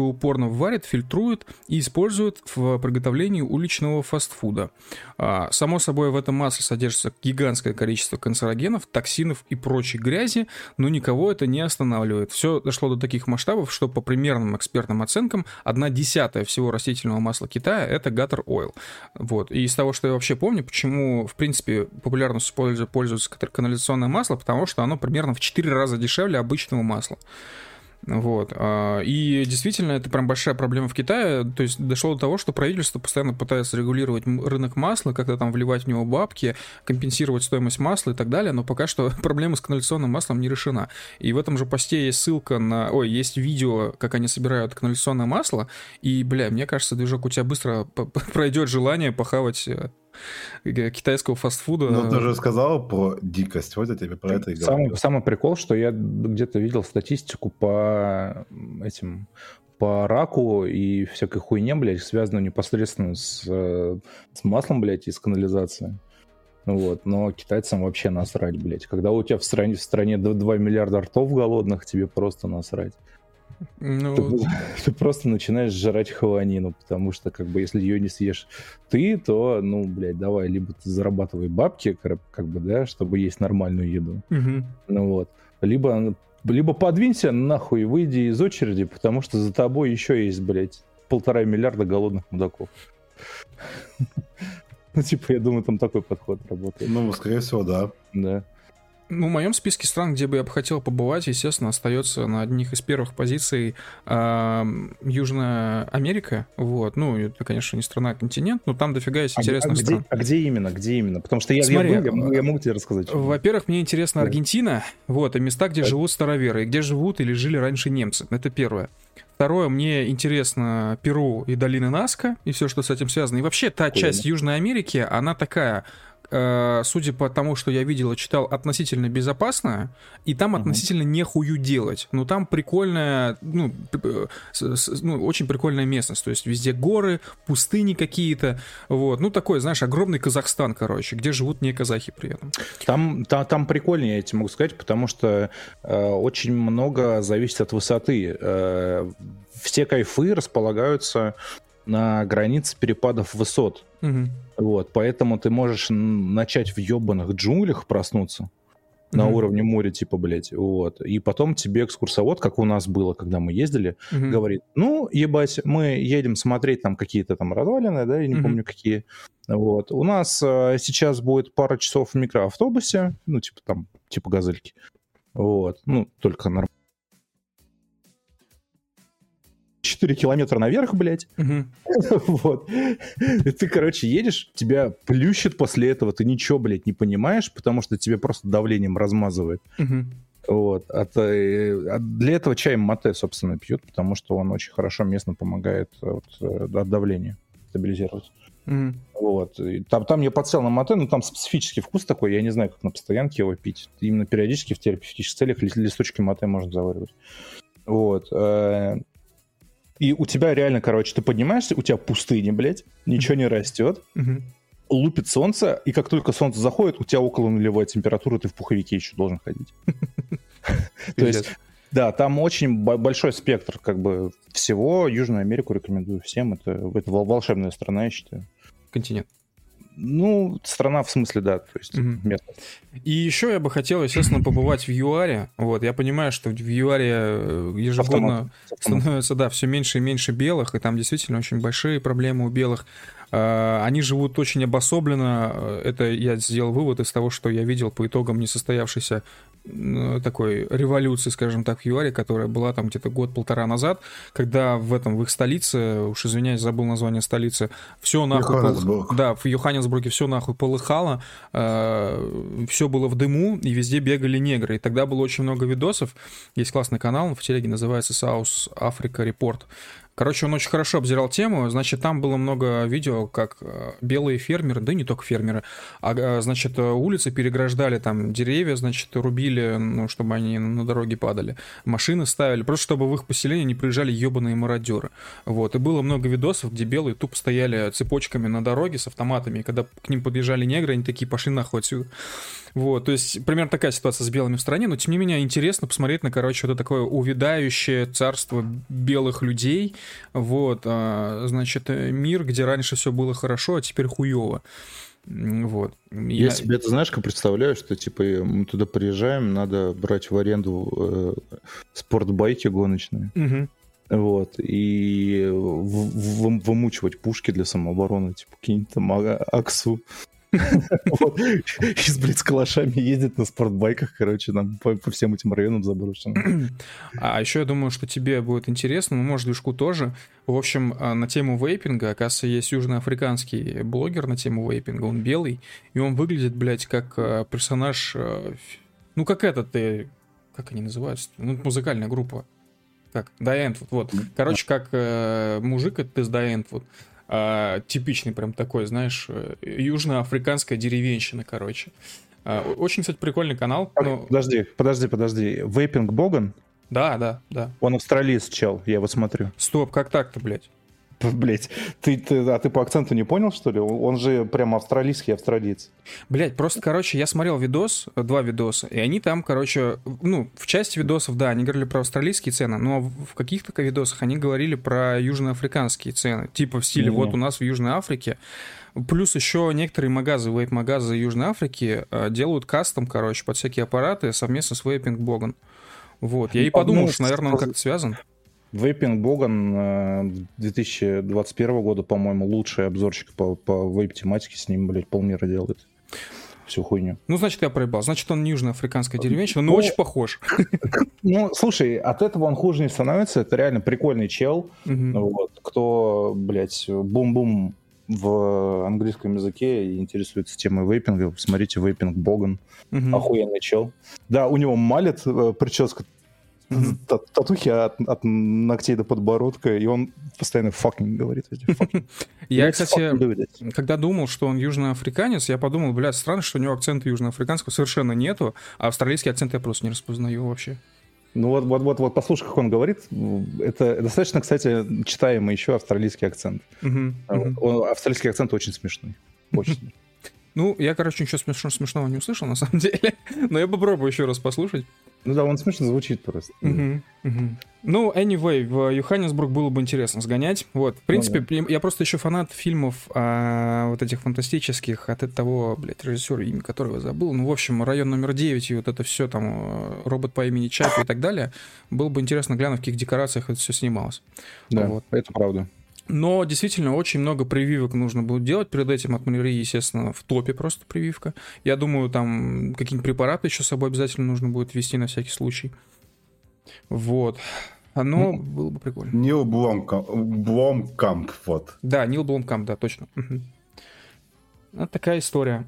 его упорно варят, фильтруют и используют в приготовлении уличного фастфуда. Само собой, в этом масле содержится гигантское количество канцерогенов, токсинов и прочей грязи, но никого это не останавливает. Все дошло до таких масштабов, что по примерным экспертным оценкам 1/10 всего растительного масла Китая — это gutter oil. Вот. И из того, что я вообще помню, почему, в принципе, популярностью пользуется канализационное масло, потому что оно примерно в 4 раза дешевле обычного масла. Вот. И действительно, это прям большая проблема в Китае. То есть дошло до того, что правительство постоянно пытается регулировать рынок масла, как-то там вливать в него бабки, компенсировать стоимость масла и так далее, но пока что проблема с канализационным маслом не решена. И в этом же посте есть ссылка на... есть видео, как они собирают канализационное масло, и, мне кажется, движок, у тебя быстро пройдет желание похавать китайского фастфуда.
Ну, ты же сказал про дикость, вот я тебе про это и говорю.
Самый прикол, что я где-то видел статистику по раку и всякой хуйне, блядь, связанную непосредственно с маслом, блядь, из канализации. Вот. Но китайцам вообще насрать, блядь. Когда у тебя в стране 2 миллиарда ртов голодных, тебе просто насрать. Ты просто начинаешь жрать хаванину, потому что, если ее не съешь ты, то, давай, либо ты зарабатывай бабки, чтобы есть нормальную еду, либо подвинься нахуй, выйди из очереди, потому что за тобой еще есть, блядь, 1,5 миллиарда голодных мудаков. Я думаю, там такой подход работает.
Скорее всего, да.
Да.
В моем списке стран, где бы я бы хотел побывать, естественно, остается на одних из первых позиций Южная Америка. Вот. Это, конечно, не страна, а континент, но там дофига есть интересных стран.
Где именно? Потому что я могу тебе рассказать.
Во-первых, мне интересна Аргентина, и места, где живут староверы, и где живут или жили раньше немцы. Это первое. Второе, мне интересно Перу и долины Наска, и все, что с этим связано. И вообще, та часть Южной Америки, она такая... судя по тому, что я видел и читал, относительно безопасная, и там относительно нехую делать. Но там прикольная, очень прикольная местность. То есть везде горы, пустыни какие-то. Вот. Такой, знаешь, огромный Казахстан, где живут не казахи при этом.
Там прикольнее, я тебе могу сказать, потому что очень много зависит от высоты. Все кайфы располагаются на границе перепадов высот. Вот, поэтому ты можешь начать в ебаных джунглях проснуться на уровне моря, блядь, вот. И потом тебе экскурсовод, как у нас было, когда мы ездили, говорит, ебать, мы едем смотреть там какие-то там развалины, да, я не помню какие. Вот. У нас сейчас будет пара часов в микроавтобусе, газельки. Вот, только нормально. 4 километра наверх, блядь. Вот. И ты, едешь, тебя плющит после этого, ты ничего, блядь, не понимаешь, потому что тебе просто давлением размазывает. Вот. Для этого чай мате, собственно, пьют, потому что он очень хорошо местно помогает от давления стабилизировать. Вот. И там я подсел на мате, там специфический вкус такой, я не знаю, как на постоянке его пить. Именно периодически в терапевтических целях листочки мате можно заваривать. Вот. И у тебя реально, ты поднимаешься, у тебя пустыня, блядь, ничего не растет, лупит солнце, и как только солнце заходит, у тебя около нулевой температуры, ты в пуховике еще должен ходить. То есть, да, там очень большой спектр всего. Южную Америку рекомендую всем. Это волшебная страна, я считаю.
Континент.
Страна в смысле, да, то есть место.
И еще я бы хотел, естественно, побывать в ЮАРе. Вот, я понимаю, что в ЮАРе ежегодно становится, все меньше и меньше белых, и там действительно очень большие проблемы у белых. Они живут очень обособленно. Это я сделал вывод из того, что я видел по итогам несостоявшейся такой революции, скажем так, в ЮАРе, которая была там где-то год-полтора назад, когда в их столице, уж извиняюсь, забыл название столицы, все нахуй... Да, в Йоханнесбурге все нахуй полыхало, все было в дыму, и везде бегали негры. И тогда было очень много видосов. Есть классный канал в телеге, называется South Africa Report. Он очень хорошо обзирал тему. Значит, там было много видео, как белые фермеры, да не только фермеры, улицы переграждали, там деревья, рубили, чтобы они на дороге падали. Машины ставили, просто чтобы в их поселение не приезжали ебаные мародеры. Вот. И было много видосов, где белые тупо стояли цепочками на дороге с автоматами, и когда к ним подъезжали негры, они такие, пошли нахуй отсюда. Вот, то есть примерно такая ситуация с белыми в стране, но тем не менее интересно посмотреть на, короче, вот это такое увядающее царство белых людей, вот, значит, мир, где раньше все было хорошо, а теперь хуёво. Вот.
Я себе это, знаешь, как представляю, что типа мы туда приезжаем, надо брать в аренду спортбайки гоночные, вот, и вымучивать пушки для самообороны, типа какие-нибудь там Аксу. И с блиц-калашами ездит на спортбайках, короче, нам по всем этим районам заброшенным.
А еще я думаю, что тебе будет интересно, ну, может, Движку тоже. В общем, на тему вейпинга, оказывается, есть южноафриканский блогер на тему вейпинга, он белый, и он выглядит, блядь, как персонаж, ну, как этот, как они называются? Ну, музыкальная группа. Как? Die Antwoord, вот. Короче, как мужик это из Die Antwoord. Типичный прям такой, знаешь, южноафриканская деревенщина, короче. Очень, кстати, прикольный канал. Но...
Подожди. Вейпинг Боган?
Да.
Он австралиец, чел, я его смотрю.
Стоп, как так-то, блядь?
Блять, ты по акценту не понял, что ли? Он же прям австралийский австралиец.
Блять, просто, короче, я смотрел два видоса, и они там, короче, ну, в части видосов, да, они говорили про австралийские цены, но в каких-то видосах они говорили про южноафриканские цены, типа в стиле вот у нас в Южной Африке. Плюс еще некоторые магазы, вейп-магазы Южной Африки делают кастом, короче, под всякие аппараты совместно с Vaping Bogan. Вот, я и подумал, что, наверное, он как-то связан.
Vaping Bogan 2021 года, по-моему, лучший обзорщик по вейп-тематике, с ним, блядь, полмира делает всю хуйню.
Ну, значит, я проебал. Значит, он южноафриканская деревенщина, но очень похож.
Ну, слушай, от этого он хуже не становится. Это реально прикольный чел. Вот. Кто, блядь, бум-бум в английском языке и интересуется темой вейпинга, посмотрите Vaping Bogan. Охуенный чел. Да, у него малет, прическа, татухи от ногтей до подбородка, и он постоянно fucking говорит.
Я, кстати, когда думал, что он южноафриканец, я подумал, блядь, странно, что у него акцента южноафриканского совершенно нету, а австралийский акцент я просто не распознаю вообще.
Ну вот, послушай, как он говорит. Это достаточно, кстати, читаемый еще австралийский акцент. Австралийский акцент очень смешной. Очень смешной.
Ну, я, короче, ничего смешного не услышал, на самом деле. Но я попробую еще раз послушать.
Ну да, он смешно звучит просто.
Ну, anyway, в Йоханнесбург было бы интересно сгонять. Вот, в принципе, я просто еще фанат фильмов вот этих фантастических от того, блядь, режиссера, имя которого я забыл. Ну, в общем, «Район номер 9» и вот это все там, «Робот по имени Чаппи» и так далее. Было бы интересно глянуть, в каких декорациях это все снималось.
Да, вот. Это правда.
Но действительно очень много прививок нужно будет делать. Перед этим от малярии, естественно, в топе просто прививка. Я думаю, там какие-нибудь препараты еще с собой обязательно нужно будет ввести на всякий случай. Вот. Оно было бы прикольно.
Нил Бломкамп, вот.
Да, Нил Бломкамп, да, точно. Вот такая история.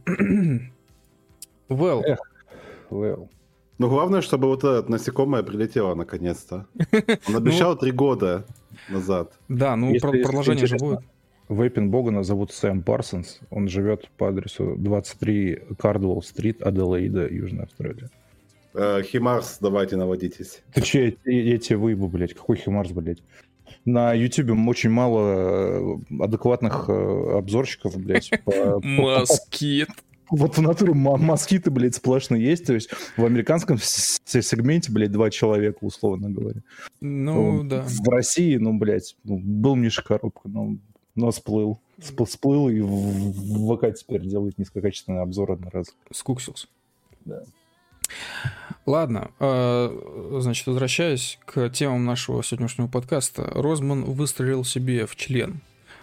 Well.
Ну, главное, чтобы вот это насекомое прилетело наконец-то. Он обещал 3 года назад.
Да, ну продолжение же будет.
Вейпинг Богана зовут Сэм Парсонс. Он живет по адресу 23 Кардуэлл-стрит, Аделаида, Южная Австралия.
Химарс, давайте наводитесь.
Ты че, я тебе выебу, блядь. Какой Химарс, блядь? На Ютубе очень мало адекватных обзорщиков, блядь.
Москит.
Вот в натуре москиты, блядь, сплошно есть. То есть в американском сегменте, блядь, 2 человека, условно говоря.
Ну, да.
В России, ну, блядь, был Миша Коробка, но сплыл. Сплыл и в ВК теперь делает низкокачественный обзор одноразовый.
Скуксился.
Да.
Ладно, значит, возвращаясь к темам нашего сегодняшнего подкаста. Ройзман выстрелил себе в член.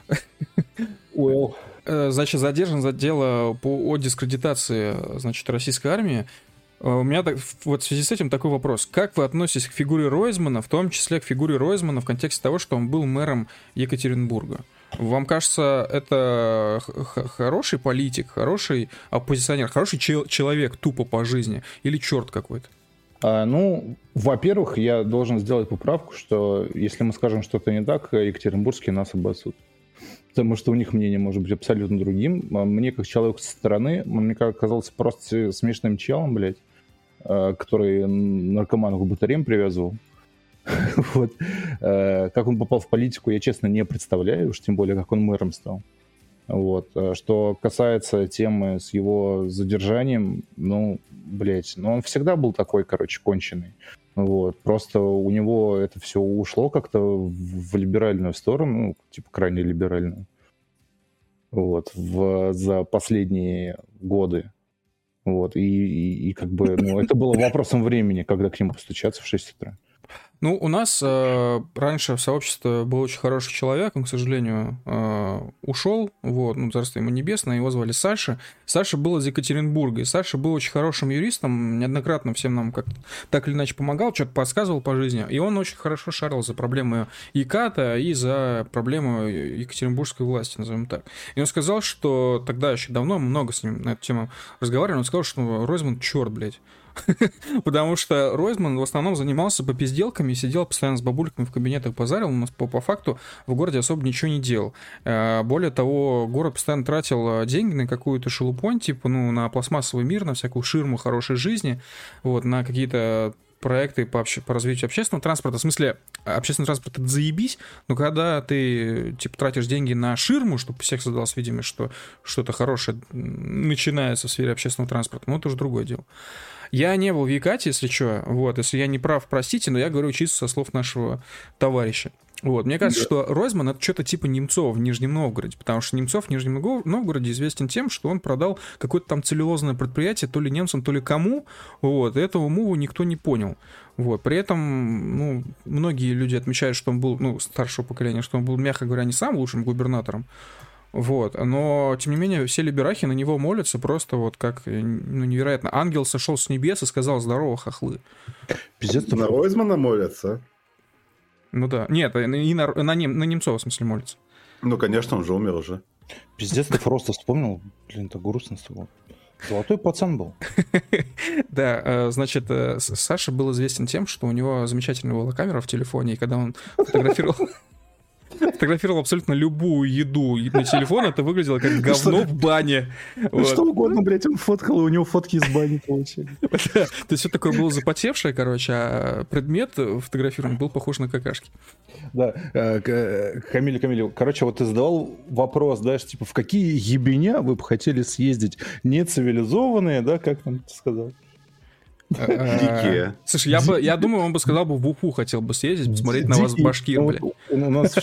Значит, задержан за дело о дискредитации, значит, российской армии. У меня вот в связи с этим такой вопрос. Как вы относитесь к фигуре Ройзмана, в том числе к фигуре Ройзмана в контексте того, что он был мэром Екатеринбурга? Вам кажется, это хороший политик, хороший оппозиционер, хороший человек тупо по жизни или черт какой-то?
Ну, во-первых, я должен сделать поправку, что если мы скажем что-то не так, екатеринбургские нас обоссут. Потому что у них мнение может быть абсолютно другим. Мне, как человеку со стороны, мне казался просто смешным челом, блядь, который наркоманов к батареям привязывал. Вот. Как он попал в политику, я, честно, не представляю, уж тем более, как он мэром стал. Вот. Что касается темы с его задержанием, ну, блядь, ну он всегда был такой, короче, конченый. Вот. Просто у него это все ушло как-то в либеральную сторону, ну, типа крайне либеральную. Вот. За последние годы. Вот. И как бы, ну, это было вопросом времени, когда к нему постучаться в 6 утра.
Ну, у нас раньше в сообществе был очень хороший человек, он, к сожалению, ушел, вот, ну, царство ему небесное, его звали Саша. Саша был из Екатеринбурга, и Саша был очень хорошим юристом, неоднократно всем нам как-то так или иначе помогал, что-то подсказывал по жизни, и он очень хорошо шарил за проблемы ЕКАТа и за проблему екатеринбургской власти, назовем так. И он сказал, что тогда еще давно, много с ним на эту тему разговаривали, он сказал, что Ройзман черт, блядь. Потому что Ройзман в основном занимался попизделками, сидел постоянно с бабульками в кабинетах, базарил, но по факту в городе особо ничего не делал. Более того, город постоянно тратил деньги на какую-то шелупонь, типа, ну, на пластмассовый мир, на всякую ширму хорошей жизни, вот, на какие-то проекты по развитию общественного транспорта. В смысле, общественный транспорт — это заебись, но когда ты, типа, тратишь деньги на ширму, чтобы всех создалась видимость, что что-то хорошее начинается в сфере общественного транспорта, ну, это уже другое дело. Я не был в Екате, если что, вот, если я не прав, простите, но я говорю чисто со слов нашего товарища. Вот, мне кажется, что Ройзман — это что-то типа Немцова в Нижнем Новгороде, потому что Немцов в Нижнем Новгороде известен тем, что он продал какое-то там целлюлозное предприятие то ли немцам, то ли кому, вот, и этого муву никто не понял. Вот, при этом, ну, многие люди отмечают, что он был, ну, старшего поколения, что он был, мягко говоря, не самым лучшим губернатором. Вот, но, тем не менее, все либерахи на него молятся просто вот как, ну, невероятно. Ангел сошел с небес и сказал: здорово, хохлы.
Пиздец, на Ройзмана молятся?
Ну да. Нет, и на Немцова, в смысле, молятся.
Ну, конечно, он же умер уже.
Пиздец, ты просто вспомнил. Блин, так грустно стало. Золотой пацан был.
Да, значит, Саша был известен тем, что у него замечательная была камера в телефоне, и когда он фотографировал абсолютно любую еду на телефон, это выглядело как говно в бане.
Что угодно, блядь, он фоткал, и у него фотки из бани получились.
То есть все такое было запотевшее, короче, а предмет фотографирован был похож на какашки.
Да, Камиль, короче, вот ты задавал вопрос, да, типа, в какие ебеня вы бы хотели съездить? Нецивилизованные, да, как там ты сказал?
Дикие.
Слушай, я думаю, он бы сказал бы в Уфу хотел бы съездить, посмотреть на вас, башкир, бля.
У нас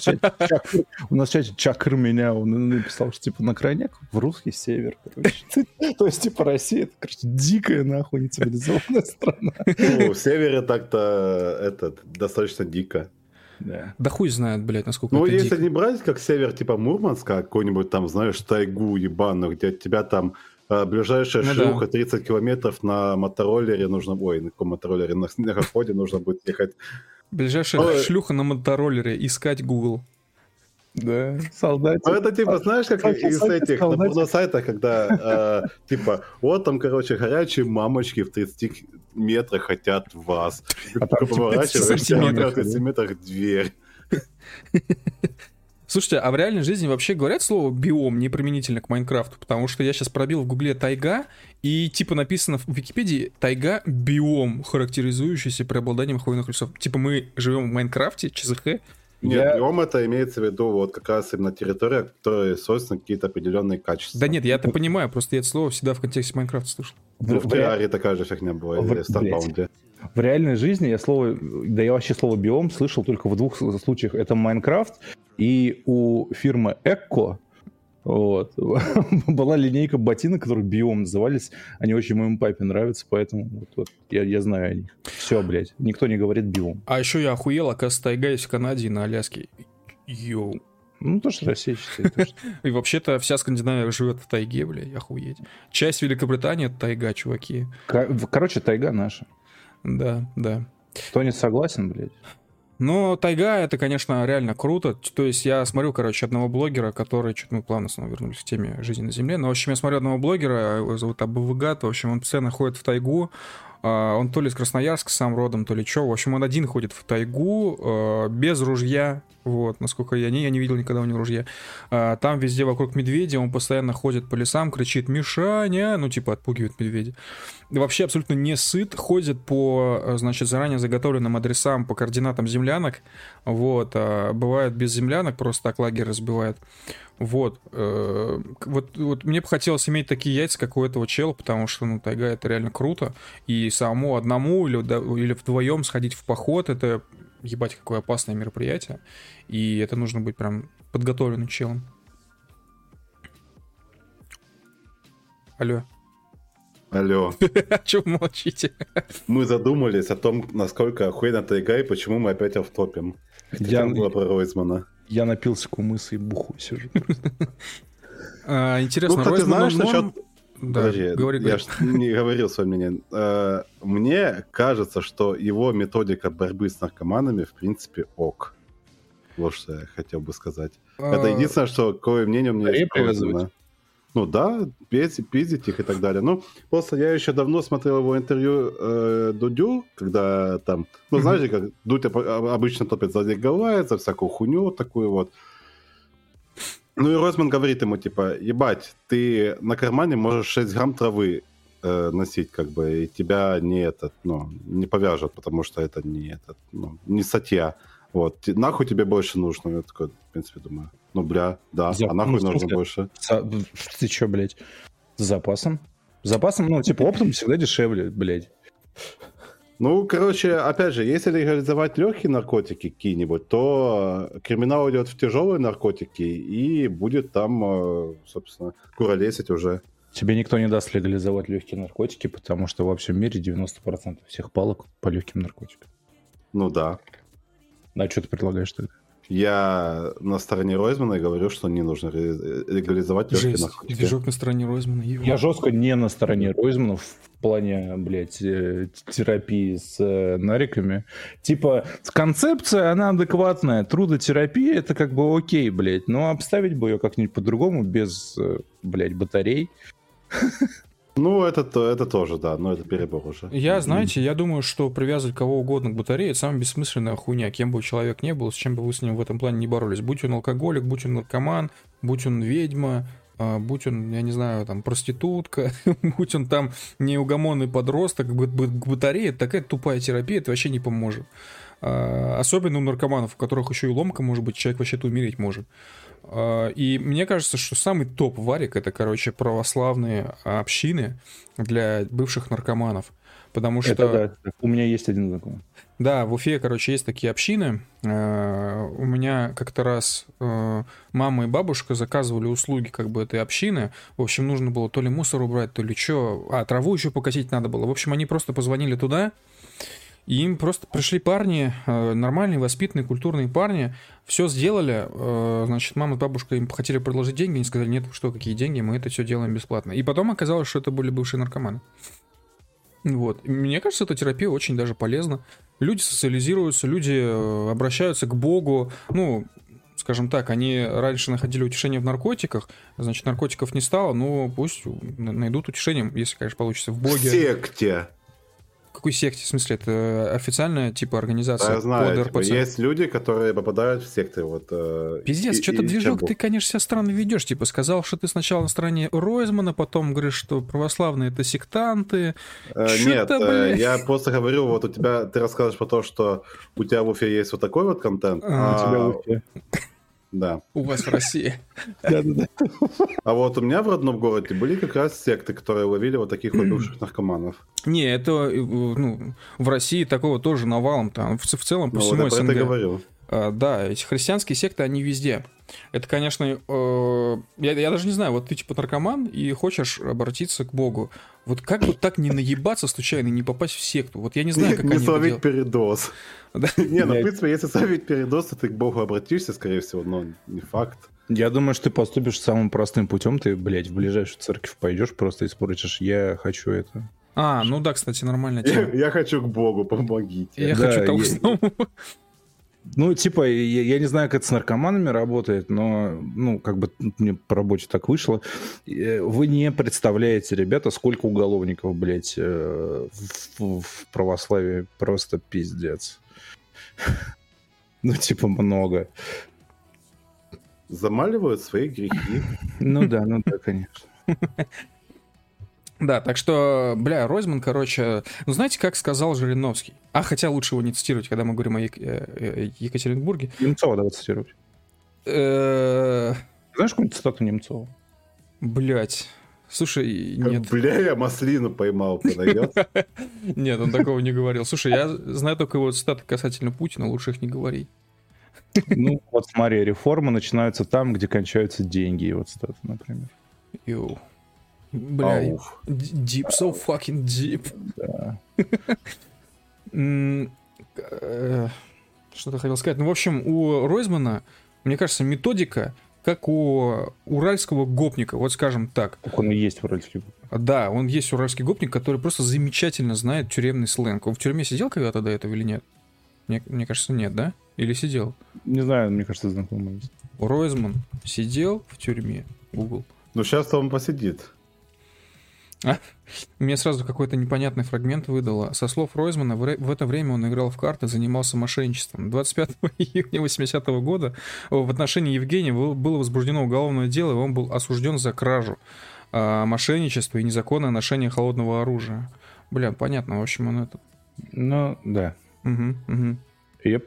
в чате Чакр меня, он написал, что типа на крайняк в русский север, короче. То есть, типа, Россия, это, короче, дикая, нахуй, нецивилизованная страна.
Ну, в севере так-то достаточно дико.
Да хуй знает, блядь, насколько
это
дико.
Ну, если не брать как север, типа Мурманска, какой-нибудь там, знаешь, тайгу ебаную, где от тебя там ближайшая шлюха 30 километров на мотороллере нужно... Ой, на каком мотороллере? На снегоходе нужно будет ехать.
Ближайшая шлюха на мотороллере, искать Google.
Да, солдатик.
Ну, это типа, знаешь, как из этих на порно-сайтах, когда типа, вот там, короче, горячие мамочки в 30 метрах хотят вас. Ты поворачиваешь, в 30 метрах дверь.
Слушайте, а в реальной жизни вообще говорят слово биом неприменительно к Майнкрафту? Потому что я сейчас пробил в Гугле тайга, и типа написано в Википедии тайга биом, характеризующийся преобладанием хвойных лесов. Типа мы живем в Майнкрафте, ЧЗХ.
Нет, биом это имеется в виду вот как раз именно территория, которая свойственна какие-то определенные качества.
Да нет, я это понимаю, просто я это слово всегда в контексте Майнкрафта слышал.
В Террарии такая же фигня была, или в Старбаунде.
В реальной жизни я вообще слово биом слышал только в двух случаях. Это Майнкрафт, и у фирмы Экко вот, была линейка ботинок, которые биом назывались. Они очень моему папе нравятся, поэтому вот, я знаю о них. Все, блядь, никто не говорит биом.
А еще я охуел, оказывается, тайга есть в Канаде и на Аляске. Йоу.
Ну, тоже Россия считает.
И вообще-то вся Скандинавия живет в тайге, блядь, охуеть. Часть Великобритании — это тайга, чуваки.
Короче, тайга наша.
Да.
Кто не согласен, блядь?
Но тайга — это, конечно, реально круто. То есть я смотрю, короче, одного блогера, который... Чуть мы плавно снова вернулись к теме жизни на Земле. Но, в общем, я смотрю одного блогера, его зовут Абувгат. В общем, он постоянно ходит в тайгу. Он то ли из Красноярска сам родом, то ли что. В общем, он один ходит в тайгу, без ружья. Вот, насколько я не видел никогда у него ружья. Там везде вокруг медведи, он постоянно ходит по лесам, кричит «Мишаня!», ну, типа, отпугивает медведя. И вообще абсолютно не сыт, ходит по, значит, заранее заготовленным адресам, по координатам землянок. Вот, бывает без землянок, просто так лагерь разбивает. Вот. Вот мне бы хотелось иметь такие яйца, как у этого чела, потому что, ну, тайга — это реально круто. И самому одному или вдвоем сходить в поход — это, ебать, какое опасное мероприятие. И это нужно быть прям подготовленным челом. Алло.
Алло.
О чем молчите?
Мы задумались о том, насколько охуенно тайга и почему мы опять автопим. Я было про Ройзмана.
Я напился кумыса и буху сижу.
Интересно,
ну, кстати, знаешь, насчет...
Да,
подожди,
говори.
Я не говорил свое мнение. Мне кажется, что его методика борьбы с наркоманами, в принципе, ок. Вот что я хотел бы сказать. Это единственное, что какое мнение у меня есть. Ну да, пиздить их и так далее. Ну, просто я еще давно смотрел его интервью Дудю, когда там, ну, знаете, как Дудь обычно топит за Николая, за всякую хуйню такую вот. Ну и Ройзман говорит ему, типа, ебать, ты на кармане можешь 6 грамм травы носить, как бы, и тебя не повяжут, потому что это не статья. Вот, нахуй тебе больше нужно? Я такой, в принципе, думаю, ну, бля, да, а нахуй нужно больше?
Ты чё, блядь, с запасом? С запасом, ну, типа, оптом всегда дешевле, блядь.
Ну, короче, опять же, если легализовать легкие наркотики какие-нибудь, то криминал идет в тяжелые наркотики и будет там, собственно, куролесить уже.
Тебе никто не даст легализовать легкие наркотики, потому что во всем мире 90% всех палок по легким наркотикам.
Ну да.
А что ты предлагаешь тогда?
Я на стороне Ройзмана и говорю, что не нужно легализовать легкие наркотики.
Движок на стороне Ройзмана.
Я жестко не на стороне Ройзмана в плане, блядь, терапии с нариками. Типа, концепция, она адекватная. Трудотерапия, это как бы окей, блядь. Но обставить бы ее как-нибудь по-другому, без, блядь, батарей.
Ну, это тоже, да, но это перебор уже.
Я думаю, что привязывать кого угодно к батарее — это самая бессмысленная хуйня. Кем бы человек ни был, с чем бы вы с ним в этом плане не боролись. Будь он алкоголик, будь он наркоман, будь он ведьма, будь он, я не знаю, там, проститутка, будь он там неугомонный подросток, к батарее — это такая тупая терапия, это вообще не поможет. Особенно у наркоманов, у которых еще и ломка может быть, человек вообще-то умереть может. И мне кажется, что самый топ варик — это, короче, православные общины для бывших наркоманов. Потому что...
Это да, у меня есть один знакомый.
Да, в Уфе, короче, есть такие общины. У меня как-то раз мама и бабушка заказывали услуги как бы этой общины. В общем, нужно было то ли мусор убрать, то ли что. Траву еще покосить надо было. В общем, они просто позвонили туда, и им просто пришли парни, нормальные, воспитанные, культурные парни, все сделали. Значит, мама и бабушка им хотели предложить деньги, они сказали, нет, что, какие деньги, мы это все делаем бесплатно. И потом оказалось, что это были бывшие наркоманы. Вот. Мне кажется, эта терапия очень даже полезна. Люди социализируются, люди обращаются к Богу. Ну, скажем так, они раньше находили утешение в наркотиках, значит, наркотиков не стало, но пусть найдут утешение, если, конечно, получится в Боге.
В секте.
В какой секте? В смысле, это официальная типа организация?
Да, я знаю, типа, есть люди, которые попадают в секты. Вот,
пиздец, что-то движок ты, конечно, себя странно ведешь. Типа, сказал, что ты сначала на стороне Ройзмана, потом говоришь, что православные — это сектанты.
Нет, я просто говорю, вот у тебя, ты рассказываешь про то, что у тебя в Уфе есть вот такой вот контент.
У тебя в Уфе.
Да.
У вас в России.
А вот у меня в родном городе были как раз секты, которые ловили вот таких вот бывших наркоманов.
Не, это в России такого тоже навалом. Там в целом по всему
вот
СНГ.
это говорю.
Да, эти христианские секты, они везде. Это, конечно, я даже не знаю, вот ты типа наркоман и хочешь обратиться к Богу. Вот как бы так не наебаться случайно, не попасть в секту? Вот я не знаю, как они это делают.
Не словить передоз. Не, ну в принципе, если словить передоз, то ты к Богу обратишься, скорее всего, но не факт.
Я думаю, что ты поступишь самым простым путем. Ты, блядь, в ближайшую церковь пойдешь, просто испортишь. Я хочу это.
Ну да, кстати, нормальная тема.
Я хочу к Богу, помогите.
Я хочу того самого.
Ну, типа, я не знаю, как это с наркоманами работает, но, ну, как бы мне по работе так вышло. Вы не представляете, ребята, сколько уголовников, блядь, в православии. Просто пиздец. Ну, типа, много.
Замаливают свои грехи.
Ну да, конечно.
Да, так что, бля, Ройзман, короче... Ну, знаете, как сказал Жириновский? Хотя лучше его не цитировать, когда мы говорим о Екатеринбурге.
Немцова давай цитировать. Знаешь какую-нибудь цитату Немцова?
Блять. Слушай, нет.
Бля, я маслину поймал, продается.
Нет, он такого не говорил. Слушай, я знаю только его цитаты касательно Путина, лучше их не говорить.
Ну, вот смотри, реформы начинаются там, где кончаются деньги. И вот цитата, например.
Йоу. Бля,
Ауф.
deep, so fucking deep.
Да.
Что-то хотел сказать. Ну, в общем, у Ройзмана, мне кажется, методика, как у уральского гопника, вот скажем так.
Так он и есть уральский гопник.
Да, он есть уральский гопник, который просто замечательно знает тюремный сленг. Он в тюрьме сидел когда-то до этого или нет? Мне кажется, нет, да? Или сидел?
Не знаю, мне кажется, знакомый есть.
Ройзман сидел в тюрьме. Google.
Ну, сейчас-то он посидит.
Мне сразу какой-то непонятный фрагмент выдало. Со слов Ройзмана, в это время он играл в карты, занимался мошенничеством. 25 июня 80-го года в отношении Евгения было возбуждено уголовное дело, и он был осужден за кражу, мошенничество и незаконное ношение холодного оружия. Бля, понятно, в общем, он это...
Ну, да.
Угу.
Еп.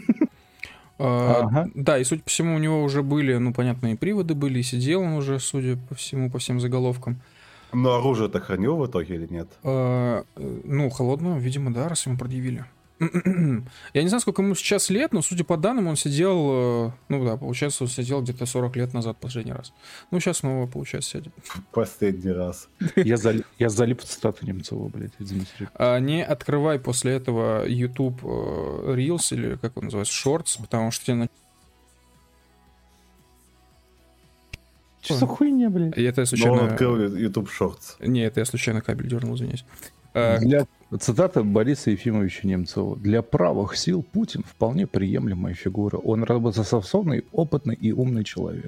Ага.
Да, и судя по всему, у него уже были, ну, понятно, и приводы были, и сидел он уже, судя по всему, по всем заголовкам.
Но оружие-то хранил в итоге или нет?
Ну, холодное, видимо, да, раз ему предъявили. Я не знаю, сколько ему сейчас лет, но, судя по данным, он сидел, ну да, получается, он сидел где-то 40 лет назад последний раз. Ну, сейчас снова, получается, сядет.
Последний раз.
Я залип в цитату Немцова, блядь, извините.
Не открывай после этого YouTube Reels, или как он называется, Shorts, потому что тебе...
Что за хуйня, блядь?
И это я
Но
случайно...
он открыл YouTube Shorts.
Не, это я случайно кабель дернул, извиняюсь.
Цитата Бориса Ефимовича Немцова. «Для правых сил Путин вполне приемлемая фигура. Он работоспособный, опытный и умный человек».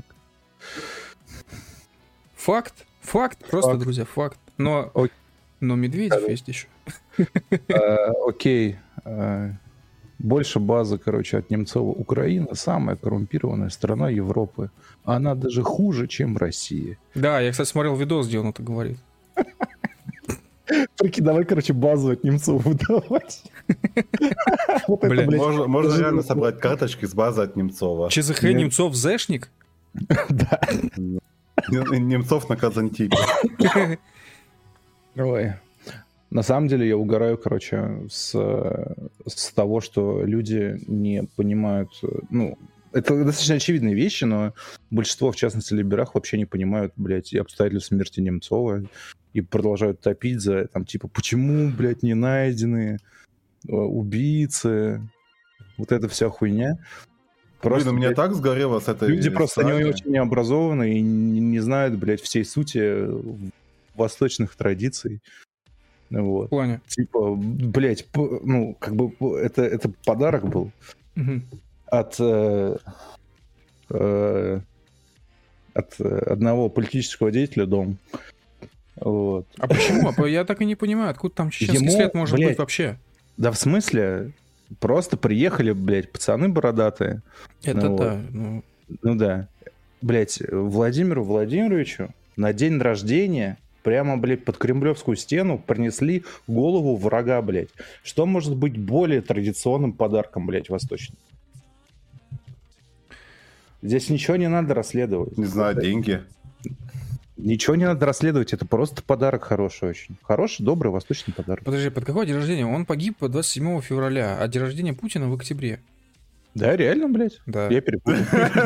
Факт, просто, друзья, факт. Но Медведев есть еще.
Окей. Больше базы, короче, от Немцова. Украина самая коррумпированная страна Европы. Она даже хуже, чем Россия.
Да, я, кстати, смотрел видос, где он это говорит.
Прикинь, давай, короче, базу от Немцова выдавать.
Можно реально собрать карточки с базы от Немцова.
ЧЗХ Немцов Зэшник?
Да.
Немцов на Казантипе.
Ой. На самом деле я угораю, короче, с того, что люди не понимают... Ну, это достаточно очевидные вещи, но большинство, в частности, либерах, вообще не понимают, блядь, и обстоятельств смерти Немцова и продолжают топить за, там, типа, почему, блядь, не найдены убийцы, вот эта вся хуйня.
Просто, блин, у меня так сгорело с этой...
Люди просто не очень необразованы и не знают, блядь, всей сути восточных традиций. Вот.
В плане?
Типа, блядь, ну, как бы это подарок был от одного политического деятеля дом. Вот.
А почему? Я так и не понимаю, откуда там чеченский след может быть вообще?
Да в смысле, просто приехали, блядь, пацаны бородатые.
Это
ну,
да.
Вот. Ну да. Блядь, Владимиру Владимировичу на день рождения прямо, блядь, под Кремлевскую стену принесли голову врага, блядь. Что может быть более традиционным подарком, блядь, восточным? Здесь ничего не надо расследовать.
Не знаю, деньги.
Ничего не надо расследовать, это просто подарок хороший очень. Хороший, добрый восточный подарок.
Подожди, под какой день рождения? Он погиб 27 февраля, а день рождения Путина в октябре.
Да, реально, блядь?
Да.
Я перепутал.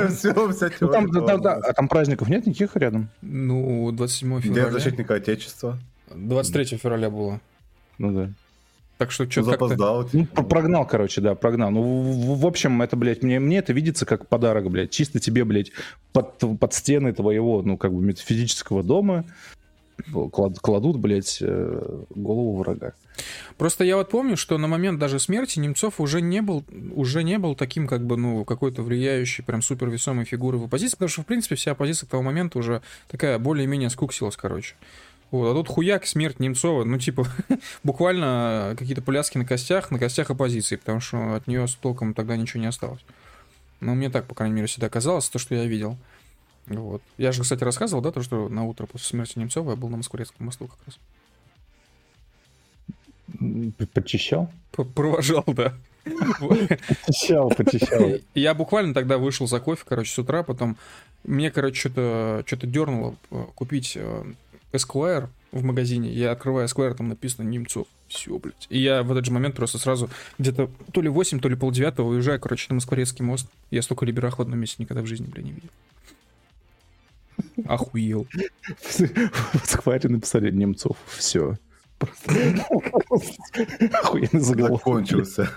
А там праздников нет никаких рядом?
Ну, 27 февраля.
День защитника Отечества.
23 февраля было.
Ну да.
Так что что-то
запоздал.
Ну, прогнал, короче, да, прогнал. Ну, в общем, это, блядь, мне это видится как подарок, блядь. Чисто тебе, блядь, под стены твоего, ну, как бы, метафизического дома кладут, блядь, голову врага.
Просто я вот помню, что на момент даже смерти Немцов уже не был таким, как бы, ну, какой-то влияющей, прям супер весомой фигурой в оппозиции, потому что, в принципе, вся оппозиция к тому моменту уже такая более-менее скуксилась, короче. Вот, а тут хуяк, смерть Немцова, ну, типа, буквально какие-то пляски на костях оппозиции, потому что от нее с толком тогда ничего не осталось. Ну, мне так, по крайней мере, всегда казалось, то, что я видел. Вот. Я же, кстати, рассказывал, да, то, что на утро после смерти Немцова я был на Москворецком мосту как раз.
Почищал?
Провожал, да.
Почищал.
Я буквально тогда вышел за кофе, короче, с утра, потом Мне, короче, что-то дернуло купить Esquire в магазине. Я открываю Esquire, там написано Немцов. Все, блядь. И я в этот же момент просто сразу где-то то ли 8, то ли полдевятого уезжаю, короче, на Москворецкий мост. Я столько либерах в одном месте никогда в жизни, бля, не видел. Охуел.
В Esquire написали Немцов. Все. Охуенный заголовок.
Закончился.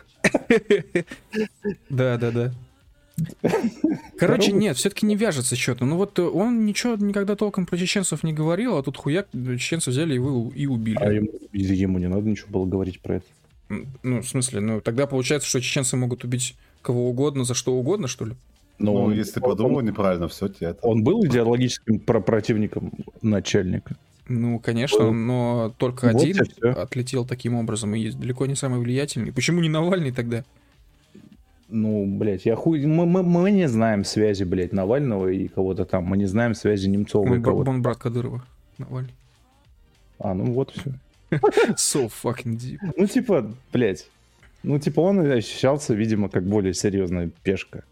Да. Короче, нет, все-таки не вяжется что-то. Ну вот он ничего никогда толком про чеченцев не говорил, а тут хуяк чеченцев взяли и убили.
А ему не надо ничего было говорить про это.
Ну, в смысле, ну тогда получается, что чеченцы могут убить кого угодно, за что угодно, что ли?
Ну, если ты подумал неправильно, все тебе.
Он был идеологическим противником начальника?
Ну, конечно, но только
Вот
один
и всё.
отлетел таким образом, и далеко не самый влиятельный. Почему не Навальный тогда?
Ну, блядь, мы не знаем связи, блядь, Навального и кого-то там. Мы не знаем связи Немцова и кого-то.
Он брат Кадырова, Навальный.
Ну вот все.
So fucking deep.
Ну, типа, блядь. Ну, типа, он ощущался, видимо, как более серьезная пешка.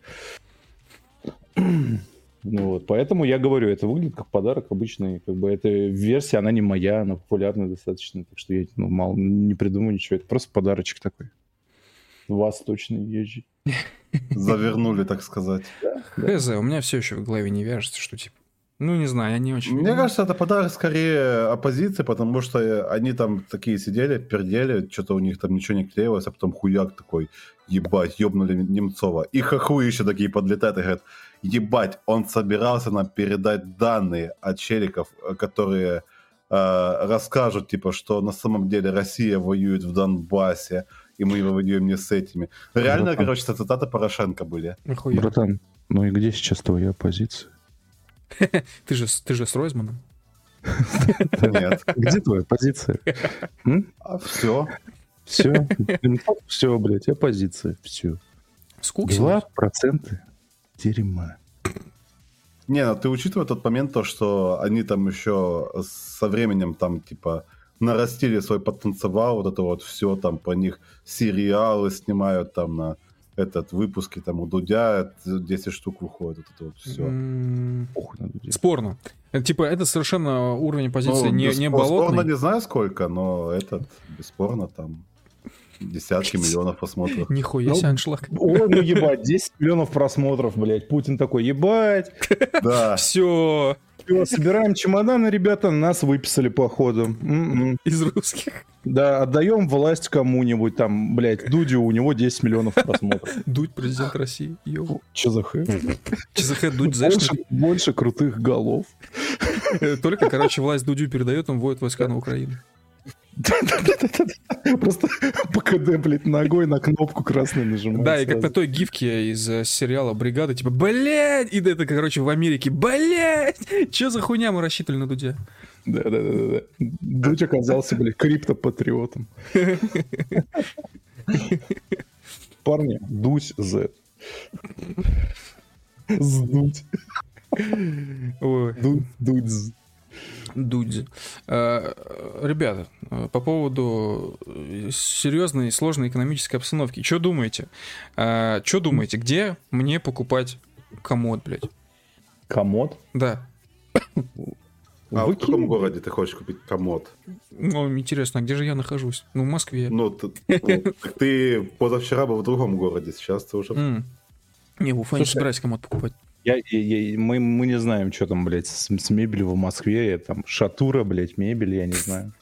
Ну вот, поэтому я говорю, это выглядит как подарок обычный. Как бы эта версия, она не моя, она популярная достаточно. Так что я мало не придумаю ничего. Это просто подарочек такой. Восточный езжий.
Завернули, так сказать.
Хз, у меня все еще в голове не вяжется, что типа. Ну, не знаю, я не очень.
Мне кажется, это подарок скорее оппозиции, потому что они там такие сидели, пердели, что-то у них там ничего не клеилось, а потом хуяк такой, ебать, ёбнули Немцова. И хохлы еще такие подлетают и говорят, ебать, он собирался нам передать данные от челиков, которые расскажут, типа, что на самом деле Россия воюет в Донбассе, и мы его воюем не с этими. Реально,
Братан.
короче, цитаты Порошенко были.
Охуенно.
Братан, ну и где сейчас твоя оппозиция?
Ты же с Ройзманом.
Нет.
Где твоя позиция?
А все.
Все. Все, блядь, оппозиция. Все.
Скуксил.
2% дерьма.
Не, ну ты учитывая тот момент, то, что они там еще со временем там, типа, нарастили свой потенциал, вот это вот все, там по них сериалы снимают там на выпуски, там у Дудя 10 штук выходит, вот это вот все.
Спорно. Типа, это совершенно уровень позиции не болотный.
Спорно не знаю сколько, но бесспорно там десятки миллионов просмотров.
Нихуя себе аншлаг.
Ой, ну ебать, 10 миллионов просмотров, блядь. Путин такой, ебать.
Да.
Все.
Собираем чемоданы, ребята, нас выписали походу.
Из русских.
Да, отдаем власть кому-нибудь там, блядь, Дудю, у него 10 миллионов просмотров.
Дудь, президент России. Йоу.
Че за хэ?
ЧЗХ Дудь, знаешь?
Больше крутых голов.
Только, короче, власть Дудю передает, он вводит войска на Украину.
Просто по КД, блядь, ногой на кнопку красную нажимает.
Да, и как на той гифке из сериала «Бригада», типа, блядь, и это, короче, в Америке, блядь, че за хуйня мы рассчитывали на Дудя?
Да. Дудь оказался, блядь, криптопатриотом. Парни, Дусь Z. Сдуть.
Ой.
Дудь.
Дудь. Ребята, по поводу серьезной и сложной экономической обстановки, что думаете? Где мне покупать комод, блядь?
Комод?
Да.
А в каком городе ты хочешь купить комод?
Ну, интересно, а где же я нахожусь? Ну, в Москве.
Ну, ты позавчера был в другом городе, сейчас ты уже...
Не, в Уфе не собираюсь комод покупать.
Мы не знаем, что там, блядь, с мебелью в Москве. Там шатура, блядь, мебель, я не знаю.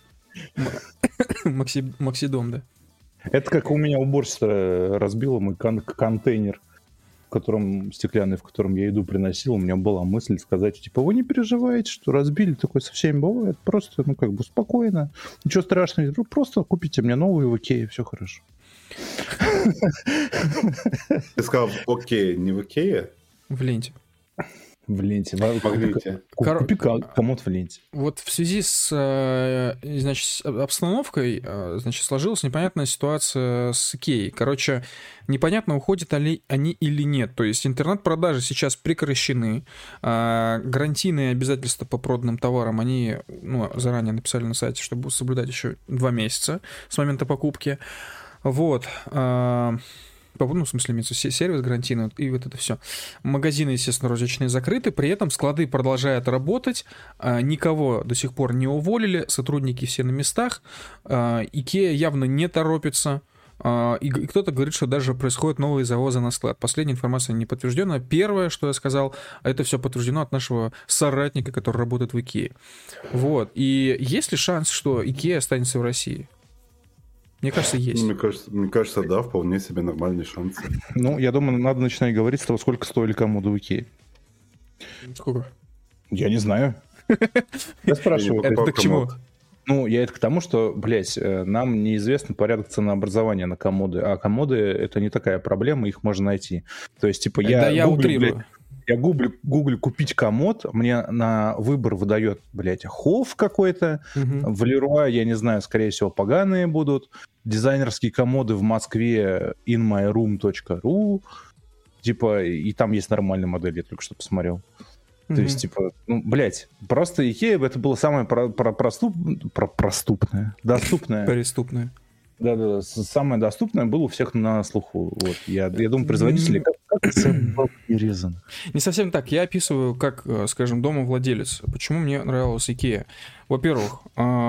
Максидом, да.
Это как у меня уборщица разбила мой контейнер, стеклянный, в котором я еду приносил. У меня была мысль сказать, типа, вы не переживаете, что разбили, такое со всеми бывает. Просто, спокойно. Ничего страшного. Просто купите мне новую в Икее, все хорошо.
Ты сказал, окей, не в Икее?
В ленте.
В ленте.
Купи
комод в ленте.
Вот в связи с обстановкой, сложилась непонятная ситуация с Икеей. Короче, непонятно, уходят ли они или нет. То есть интернет-продажи сейчас прекращены. Гарантийные обязательства по проданным товарам они заранее написали на сайте, чтобы будут соблюдать еще 2 месяца с момента покупки. Вот. ну, в смысле, сервис гарантийный, и вот это все. Магазины, естественно, розничные закрыты, при этом склады продолжают работать, никого до сих пор не уволили, сотрудники все на местах, Икея явно не торопится, и кто-то говорит, что даже происходят новые завозы на склад. Последняя информация не подтверждена. Первое, что я сказал, это все подтверждено от нашего соратника, который работает в Икее. Вот. И есть ли шанс, что Икея останется в России? Мне кажется, есть.
Мне кажется, да, вполне себе нормальный шанс.
Ну, я думаю, надо начинать говорить с того, сколько стоили комоды в Икее.
Сколько?
Я не знаю. Я спрашиваю.
Это к чему?
Ну, я это к тому, что, блядь, нам неизвестен порядок ценообразования на комоды, а комоды — это не такая проблема, их можно найти. То есть, типа, я утрирую. Я гуглю купить комод, мне на выбор выдает, блядь, Хофф какой-то, в Леруа, я не знаю, скорее всего, поганые будут, дизайнерские комоды в Москве inmyroom.ru, типа, и там есть нормальная модель, я только что посмотрел. То есть, типа, ну, блядь, просто Икея это было самое доступное.
Преступное.
Да-да, самое доступное было у всех на слуху. Вот. Я думаю, производители как собак перерезаны.
Не совсем так. Я описываю, как, скажем, домовладелец. Почему мне нравилась Икея? Во-первых,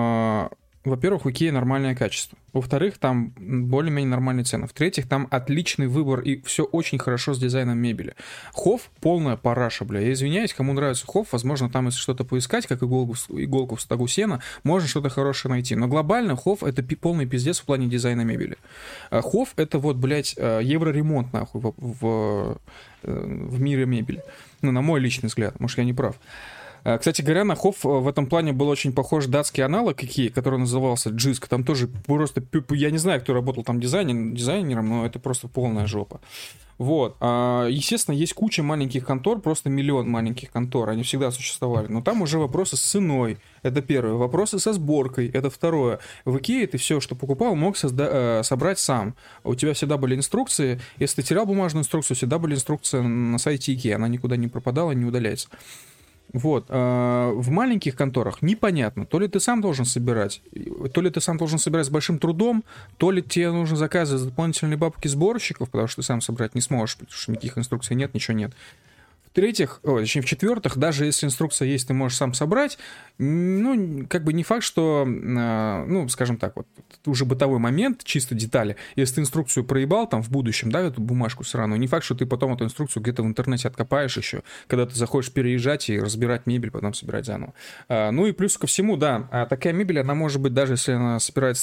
у Икеи нормальное качество. Во-вторых, там более-менее нормальные цены. В-третьих, там отличный выбор и все очень хорошо с дизайном мебели. Хофф полная параша, бля. Я извиняюсь, кому нравится Хофф, возможно, там если что-то поискать, как иголку в стогу сена, можно что-то хорошее найти. Но глобально Хофф — это полный пиздец в плане дизайна мебели. Хофф — это вот, блядь, евроремонт, нахуй, в мире мебели. Ну, на мой личный взгляд. Может, я не прав. Кстати говоря, на Хофф в этом плане был очень похож датский аналог Икеи, который назывался Джиск. Там тоже просто... Я не знаю, кто работал там дизайнером, но это просто полная жопа. Вот. Естественно, есть куча маленьких контор, просто миллион маленьких контор. Они всегда существовали. Но там уже вопросы с ценой. Это первое. Вопросы со сборкой. Это второе. В Икее ты все, что покупал, мог собрать сам. У тебя всегда были инструкции. Если ты терял бумажную инструкцию, всегда были инструкции на сайте Икеи. Она никуда не пропадала, не удаляется. Вот. В маленьких конторах непонятно, то ли ты сам должен собирать, то ли ты сам должен собирать с большим трудом, то ли тебе нужно заказывать дополнительные бабки сборщиков, потому что ты сам собрать не сможешь, потому что никаких инструкций нет, ничего нет. В-четвертых, даже если инструкция есть, ты можешь сам собрать, ну, как бы не факт, что, ну, скажем так, вот уже бытовой момент, чисто детали, если ты инструкцию проебал там в будущем, да, эту бумажку сраную, не факт, что ты потом эту инструкцию где-то в интернете откопаешь еще, когда ты захочешь переезжать и разбирать мебель, потом собирать заново. Ну и плюс ко всему, да, такая мебель, она может быть, даже если она собирается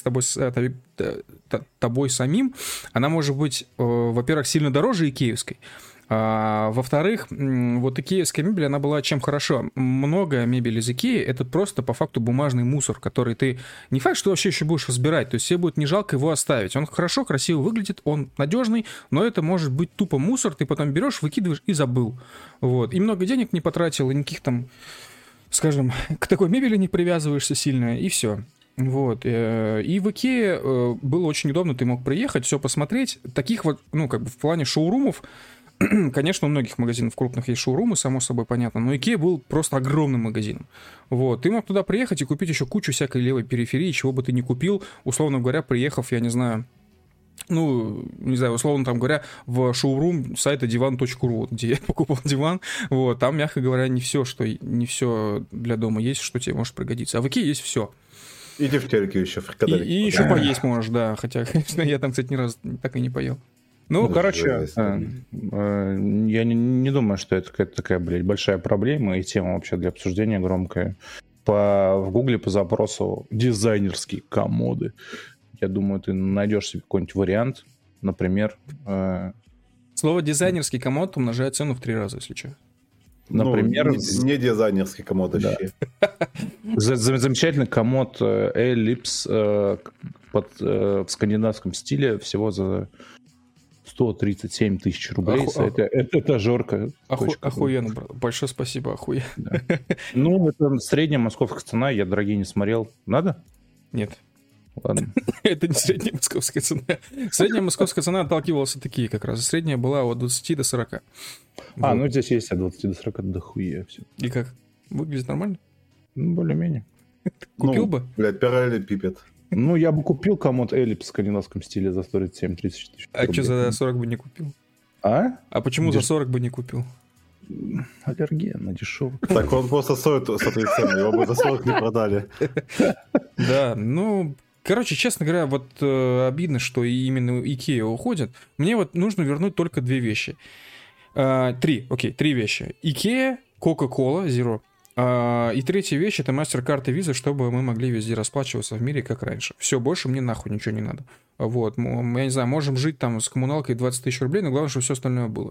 тобой самим, она может быть, во-первых, сильно дороже икеевской. Во-вторых, вот икеевская мебель, она была чем хорошо. Много мебели из Икеи — это просто по факту бумажный мусор, который ты не факт, что вообще еще будешь разбирать, то есть тебе будет не жалко его оставить. Он хорошо, красиво выглядит, он надежный, но это может быть тупо мусор, ты потом берешь, выкидываешь и забыл. Вот. И много денег не потратил, и никаких там, скажем, к такой мебели не привязываешься сильно, и все. Вот. И в Икее было очень удобно, ты мог приехать, все посмотреть. Таких вот, ну, как бы в плане шоурумов, конечно, у многих магазинов крупных есть шоурумы, само собой понятно, но Икея был просто огромным магазином. Вот. Ты мог туда приехать и купить еще кучу всякой левой периферии, чего бы ты ни купил, условно говоря, приехав, я не знаю, ну, не знаю, условно там говоря, в шоурум сайта divan.ru, где я покупал диван, вот, там, мягко говоря, не все для дома есть, что тебе может пригодиться. А в Икее есть все.
И тефтельки еще, фрикадельки.
И еще поесть можешь, да, хотя, конечно, я там, кстати, ни разу так и не поел.
Ну, короче, я не думаю, что это какая-то такая, блядь, большая проблема и тема вообще для обсуждения громкая. В Гугле по запросу «дизайнерские комоды», я думаю, ты найдешь себе какой-нибудь вариант, например...
Слово «дизайнерский комод» умножает цену в 3 раза, если что.
Например...
Не дизайнерский комод,
да. Замечательный комод Ellipse в скандинавском стиле всего за 137 тысяч рублей. Это этажерка.
Охуенно, брат. Большое спасибо, охуенно.
Да. Ну, это средняя московская цена, я дорогие не смотрел. Надо?
Нет.
Ладно.
Это не средняя московская цена. Средняя московская цена отталкивалась от такие как раз. Средняя была от 20 до 40.
Ну здесь есть от 20 до 40 дохуя все.
И как? Выглядит нормально?
Ну, более-менее.
Купил бы?
Блядь, параллелепипед.
Ну, я бы купил комод Эллипс в скандинавском стиле за 37-30 тысяч.
А что за 40 бы не купил?
А
почему за 40 бы не купил?
Аллерген на дешевый.
Так он просто стоит с этой цены, его бы за 40 не продали.
Да, ну... Короче, честно говоря, вот обидно, что именно Икея уходит. Мне вот нужно вернуть только две вещи. Три вещи. Икея, Coca-Cola, Zero. И третья вещь — это MasterCard и Visa, чтобы мы могли везде расплачиваться в мире, как раньше. Все, больше мне нахуй ничего не надо. Вот, я не знаю, можем жить там с коммуналкой 20 тысяч рублей, но главное, чтобы все остальное было.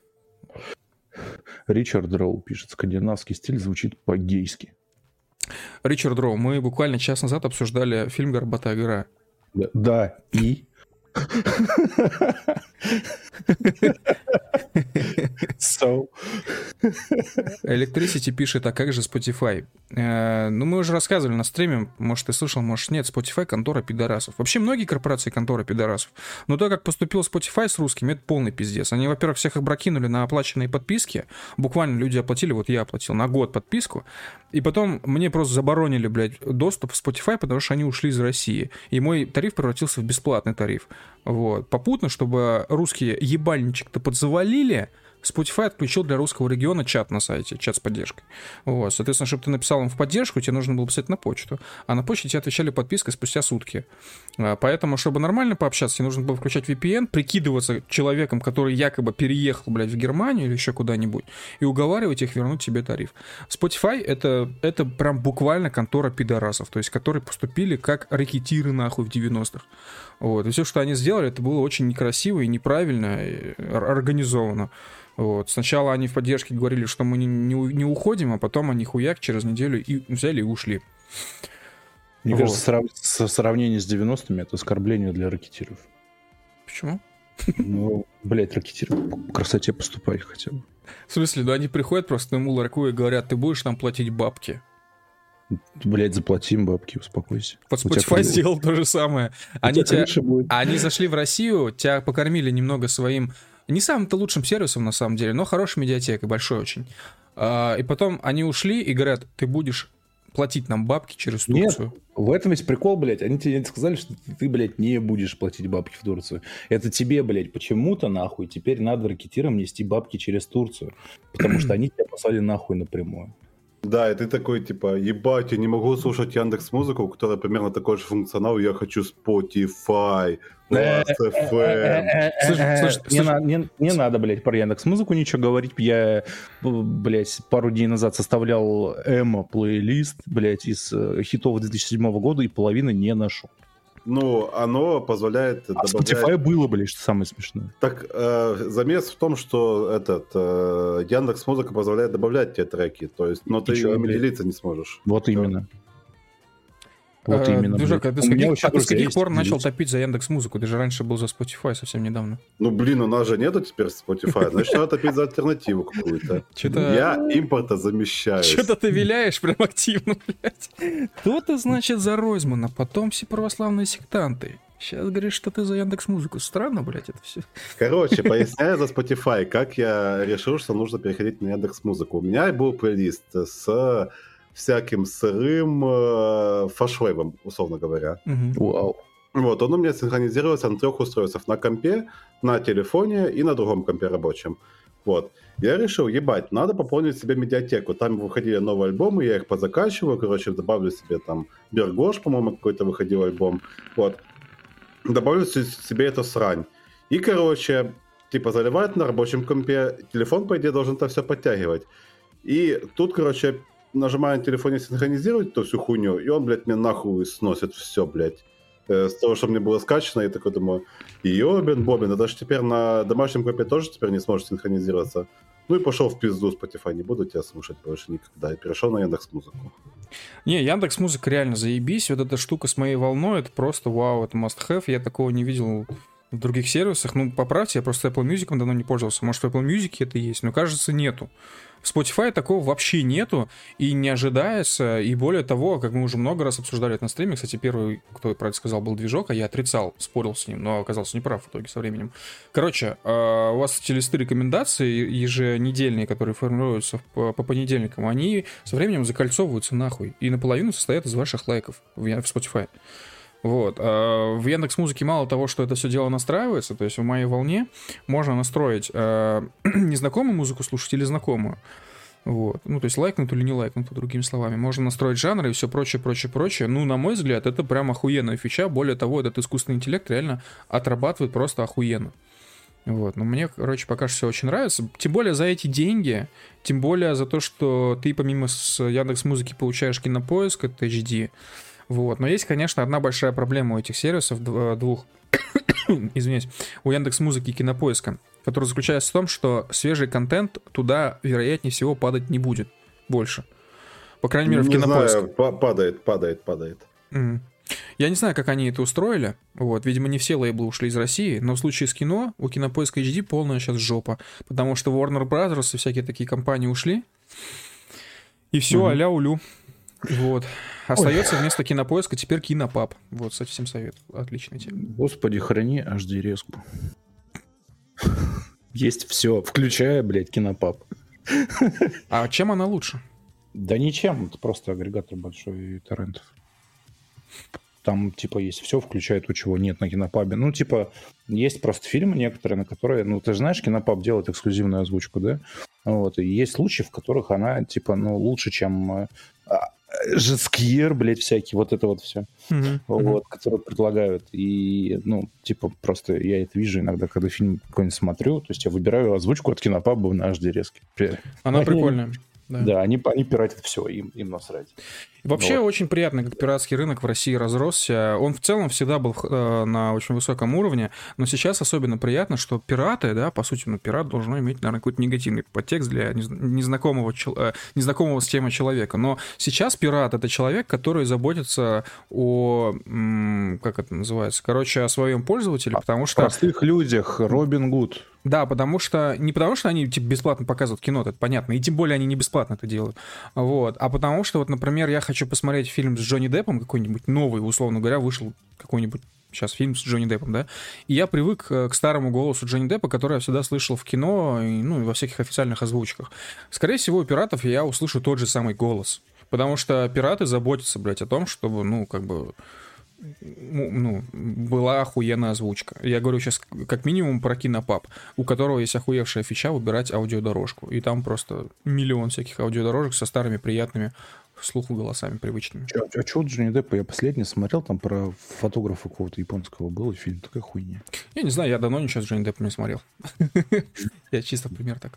Ричард Дроу пишет, скандинавский стиль звучит по-гейски.
Ричард Дроу, мы буквально час назад обсуждали фильм «Горбатая гора».
Да, и... So.
Electricity пишет, а как же Spotify? Ну, мы уже рассказывали на стриме, может, ты слышал, может, нет, Spotify — контора пидорасов. Вообще, многие корпорации — контора пидорасов. Но то, как поступил Spotify с русскими, это полный пиздец. Они, во-первых, всех их прокинули на оплаченные подписки. Буквально люди оплатили, вот я оплатил на год подписку. И потом мне просто заборонили, блядь, доступ в Spotify, потому что они ушли из России. И мой тариф превратился в бесплатный тариф. Вот. Попутно, чтобы русские ебальничек-то подзавалили, Spotify отключил для русского региона чат на сайте, чат с поддержкой. Вот. Соответственно, чтобы ты написал им в поддержку, тебе нужно было писать на почту. А на почте тебе отвечали подпиской спустя сутки. Поэтому, чтобы нормально пообщаться, тебе нужно было включать VPN, прикидываться человеком, который якобы переехал, блядь, в Германию или еще куда-нибудь, и уговаривать их вернуть тебе тариф. Spotify — это прям буквально контора пидорасов, то есть которые поступили как рэкетиры нахуй в 90-х. Вот. И все, что они сделали, это было очень некрасиво и неправильно, и организовано. Вот. Сначала они в поддержке говорили, что мы не уходим, а потом они хуяк через неделю и взяли и ушли.
Мне кажется, сравнение с 90-ми — это оскорбление для ракетиров.
Почему?
Ну, блядь, ракетиры по красоте поступают хотя бы.
В смысле, ну они приходят просто ему ларьку и говорят, ты будешь нам платить бабки?
Блядь, заплатим бабки, успокойся.
Вот Spotify сделал то же самое. Они зашли в Россию, тебя покормили немного своим, не самым-то лучшим сервисом на самом деле, но хорошей медиатекой, большой очень. И потом они ушли и говорят, ты будешь платить нам бабки через Турцию.
Нет, в этом весь прикол, блядь. Они тебе сказали, что ты, блядь, не будешь платить бабки в Турцию. Это тебе, блядь, почему-то нахуй теперь надо ракетирам нести бабки через Турцию. Потому что они тебя послали нахуй напрямую.
Да, и ты такой, типа, ебать, я не могу слушать Яндекс.Музыку, у которой примерно такой же функционал, я хочу Spotify,
Не надо, блядь, про Яндекс.Музыку ничего говорить. Я, блядь, пару дней назад составлял плейлист, блядь, из хитов 2007 года и половины не нашел.
Ну, оно позволяет
добавлять... Spotify было, блядь, что самое смешное.
Так, замес в том, что Яндекс.Музыка позволяет добавлять те треки, то есть, но ты ими делиться не сможешь.
Вот именно. Вот именно.
Дружок, а ты с каких пор начал топить за Яндекс.Музыку? Ты же раньше был за Spotify совсем недавно.
Ну, блин, у нас же нету теперь Spotify, значит, надо топить за альтернативу какую-то. Я импорта замещаю.
Что-то ты виляешь прям активно, блядь. Кто-то, значит, за Ройзмана, потом все православные сектанты. Сейчас говоришь, что ты за Яндекс.Музыку. Странно, блядь, это все.
Короче, поясняю за Spotify, как я решил, что нужно переходить на Яндекс.Музыку. У меня был плейлист с всяким сырым фашвейвом, условно говоря.
Вау.
Вот, он у меня синхронизировался на 3 устройствах. На компе, на телефоне и на другом компе рабочем. Вот. Я решил, ебать, надо пополнить себе медиатеку. Там выходили новые альбомы, я их позакачиваю, короче, добавлю себе там Бергош, по-моему, какой-то выходил альбом. Вот. Добавлю себе эту срань. И, короче, типа заливает на рабочем компе. Телефон, по идее, должен это все подтягивать. И тут, короче, нажимаю на телефоне синхронизировать эту всю хуйню, и он, блядь, мне нахуй сносит все, блядь. С того, что мне было скачано, я такой думаю, ёбен-бобен, это же теперь на домашнем компе тоже теперь не сможет синхронизироваться. Ну и пошел в пизду, Spotify, не буду тебя слушать больше никогда. И перешел на Яндекс.Музыку.
Не, Яндекс.Музыка реально заебись. Вот эта штука с моей волной, это просто вау, это must-have. Я такого не видел в других сервисах. Ну, поправьте, я просто Apple Music давно не пользовался. Может, в Apple Music это есть, но, кажется, нету. В Spotify такого вообще нету и не ожидается. И более того, как мы уже много раз обсуждали это на стриме, кстати, первый, кто про это сказал, был Движок, а я отрицал, спорил с ним, но оказался неправ в итоге со временем. Короче, у вас эти листы рекомендаций еженедельные, которые формируются по понедельникам, они со временем закольцовываются нахуй и наполовину состоят из ваших лайков в Spotify. Вот. А в Яндекс.Музыке мало того, что это все дело настраивается, то есть в моей волне можно настроить незнакомую музыку слушать или знакомую. Вот. Ну, то есть лайкнутую или не лайкнутую, другими словами. Можно настроить жанры и все прочее, прочее, прочее. Ну, на мой взгляд, это прям охуенная фича. Более того, этот искусственный интеллект реально отрабатывает просто охуенно. Вот. Но мне, короче, пока что все очень нравится. Тем более за эти деньги, тем более за то, что ты помимо с Яндекс.Музыки получаешь Кинопоиск, это HD. Вот. Но есть, конечно, одна большая проблема у этих сервисов, двух, извиняюсь, у Яндекс.Музыки и Кинопоиска, которая заключается в том, что свежий контент туда, вероятнее всего, падать не будет больше. По крайней мере, в Кинопоиск.
Не знаю, падает.
Я не знаю, как они это устроили. Вот, видимо, не все лейблы ушли из России, но в случае с кино у Кинопоиска HD полная сейчас жопа, потому что Warner Brothers и всякие такие компании ушли, и все, а-ля улю. Вот. Остается вместо Кинопоиска теперь Кинопаб. Вот, кстати, всем совет. Отличная тема.
Господи, храни HD-резку. Есть все, включая, блядь, Кинопаб.
А чем она лучше?
Да ничем, это просто агрегатор большой торрентов. Там, типа, есть все, включая то, чего нет на Кинопабе. Ну, типа, есть просто фильмы некоторые, на которые... Ну, ты же знаешь, Кинопаб делает эксклюзивную озвучку, да? Вот, и есть случаи, в которых она, типа, ну, лучше, чем... Жескьер, блядь, всякие, вот это вот все, вот, которые предлагают. И, ну, типа, просто я это вижу иногда, когда фильм какой-нибудь смотрю, то есть я выбираю озвучку от Кинопаба на HD-резке.
Она прикольная.
Да, они пиратят все, им насрать.
Вообще очень приятно, как пиратский рынок в России разросся. Он в целом всегда был на очень высоком уровне, но сейчас особенно приятно, что пираты, да, по сути, ну, пират должен иметь, наверное, какой-то негативный подтекст для незнакомого с темой человека. Но сейчас пират — это человек, который заботится о, как это называется, короче, о своем пользователе, потому что...
О простых людях, Робин Гуд.
Да, потому что... Не потому что они типа бесплатно показывают кино, это понятно, и тем более они не бесплатно это делают, вот, а потому что, вот, например, я хочу посмотреть фильм с Джонни Деппом, какой-нибудь новый, условно говоря, вышел какой-нибудь сейчас фильм с Джонни Деппом, да, и я привык к старому голосу Джонни Деппа, который я всегда слышал в кино, и, ну, и во всяких официальных озвучках. Скорее всего, у пиратов я услышу тот же самый голос, потому что пираты заботятся, блядь, о том, чтобы, ну, как бы... Ну, была охуенная озвучка. Я говорю сейчас как минимум про Кинопаб, у которого есть охуевшая фича выбирать аудиодорожку. И там просто миллион всяких аудиодорожек со старыми, приятными слуху голосами привычными.
А что Джонни Деппа? Я последний смотрел, там про фотографа какого-то японского был фильм. Такая хуйня.
Я не знаю, я давно ничего с Джонни Деппом не смотрел. Я чисто пример так.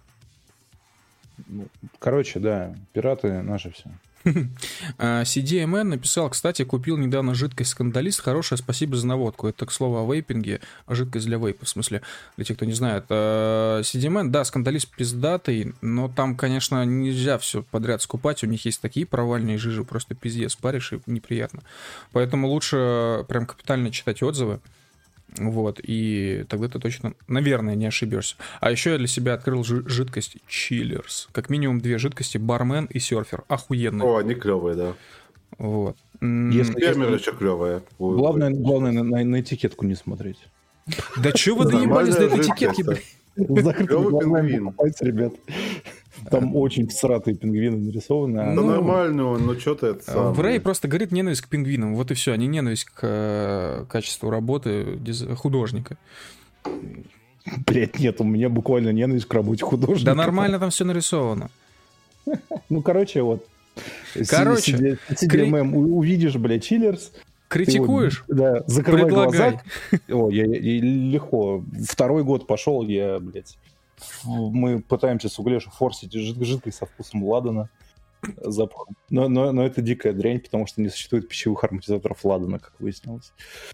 Короче, да, пираты наши все.
CDMN написал, кстати, купил недавно жидкость «Скандалист». Хорошее, спасибо за наводку. Это, к слову, о вейпинге, жидкость для вейпа, в смысле, для тех, кто не знает. CDMN, да, «Скандалист» пиздатый, но там, конечно, нельзя все подряд скупать. У них есть такие провальные жижи, просто пиздец, паришь и неприятно. Поэтому лучше прям капитально читать отзывы. Вот, и тогда ты точно, наверное, не ошибешься. А еще я для себя открыл жидкость Chillers. Как минимум 2 жидкости, бармен и серфер. Охуенные.
О, они клевые, да.
Вот.
Фермеры еще клевые.
Главное на этикетку не смотреть.
Да че вы доебались до этой этикетки, блядь?
Закрытыми глазами покупайте, ребят. Там очень всратые пингвины нарисованы.
Да нормально, но что-то это самое.
В Рэй просто горит ненависть к пингвинам. Вот и все. А не ненависть к качеству работы художника.
Блять, нет, у меня буквально ненависть к работе художника.
Да нормально там все нарисовано.
Ну, короче, вот.
Короче.
CDMM увидишь, блядь, Chillers.
Критикуешь?
Да, закрывай
Предлагай.
глаза. О, я легко. 2-й год пошел, я, блядь. Мы пытаемся с Углешем форсить жидкость со вкусом ладана, запахом. Но это дикая дрянь, потому что не существует пищевых ароматизаторов ладана, как выяснилось.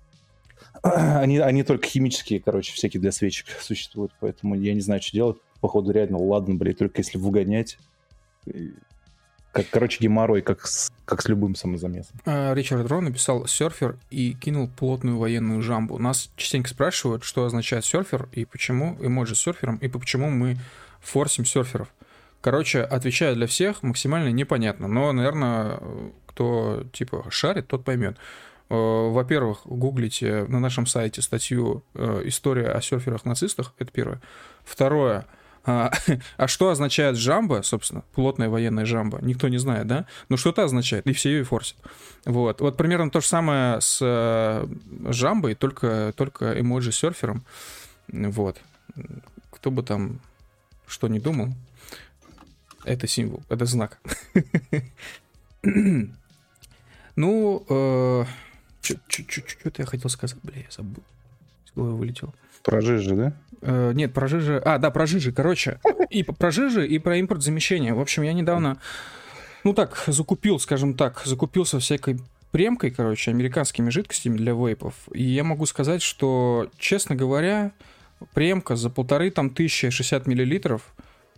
Они только химические, короче, всякие для свечек существуют, поэтому я не знаю, что делать. Походу, реально ладан, блядь, только если выгонять. Короче, геморрой, как с любым самозамесом.
Ричард Рон написал серфер и кинул плотную военную жамбу. Нас частенько спрашивают, что означает серфер и почему эмоджи с серфером, и почему мы форсим серферов. Короче, отвечаю для всех, максимально непонятно, но, наверное, кто типа шарит, тот поймет. Во-первых, гуглите на нашем сайте статью «История о серферах-нацистах», это первое. Второе, А что означает жамба, собственно, плотная военная жамба? Никто не знает, да? Но что-то означает, и все ее форсят. Вот примерно то же самое с жамбой, только эмоджи-серфером. Вот. Кто бы там что ни думал, это символ, это знак. Ну, что-то я хотел сказать, я забыл. С головы вылетел.
Про жижи, да?
Нет, про жижи. Про жижи, короче. И про жижи, и про импортзамещение. В общем, я недавно, закупился всякой премкой, короче, американскими жидкостями для вейпов. И я могу сказать, что, честно говоря, премка за 1560 миллилитров,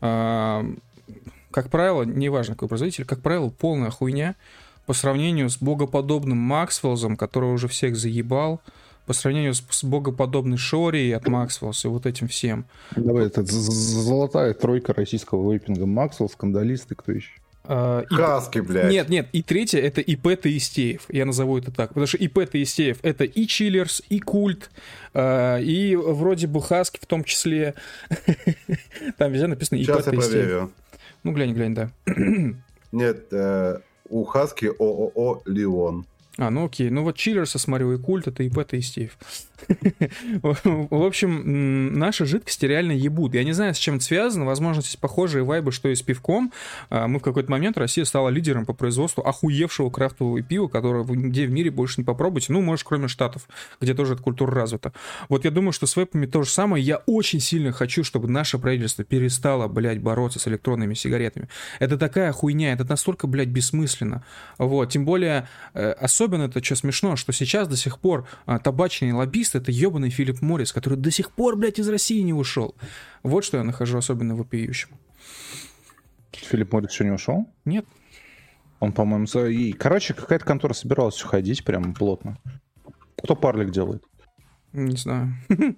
как правило, неважно какой производитель, как правило, полная хуйня по сравнению с богоподобным Максвеллзом, который уже всех заебал, по сравнению с богоподобной Шори от Максвеллс и вот этим всем.
Давай, это золотая тройка российского вейпинга. Максвелл, скандалисты, кто еще?
Хаски, блядь.
Нет, и третье — это ИП Таистеев. Я назову это так. Потому что ИП Таистеев — это и Чиллерс, и Культ, и вроде бы Хаски в том числе. Там везде написано ИП Таистеев.
Сейчас я проверю.
Ну, глянь, да.
Нет, у Хаски ООО «Леон».
Ну окей. Ну вот Чиллерса, смотрю, и Культ — это ИП Таистеев. В общем, наши жидкости реально ебут. Я не знаю, с чем это связано. Возможно, здесь похожие вайбы, что и с пивком. Мы в какой-то момент, Россия стала лидером по производству охуевшего крафтового пива, которое нигде в мире больше не попробуйте. Ну, может, кроме Штатов, где тоже эта культура развита. Вот я думаю, что с вейпами то же самое. Я очень сильно хочу, чтобы наше правительство перестало, блядь, бороться с электронными сигаретами. Это такая хуйня, это настолько, блядь, бессмысленно. Вот. Тем более, особенно это что смешно, что сейчас до сих пор табачные лоббисты — это ебаный Филипп Моррис, который до сих пор, блядь, из России не ушел. Вот что я нахожу особенно вопиющим.
Филипп Моррис еще не ушел?
Нет.
Он, по-моему... Короче, какая-то контора собиралась уходить прям плотно. Кто парлик делает?
Не знаю.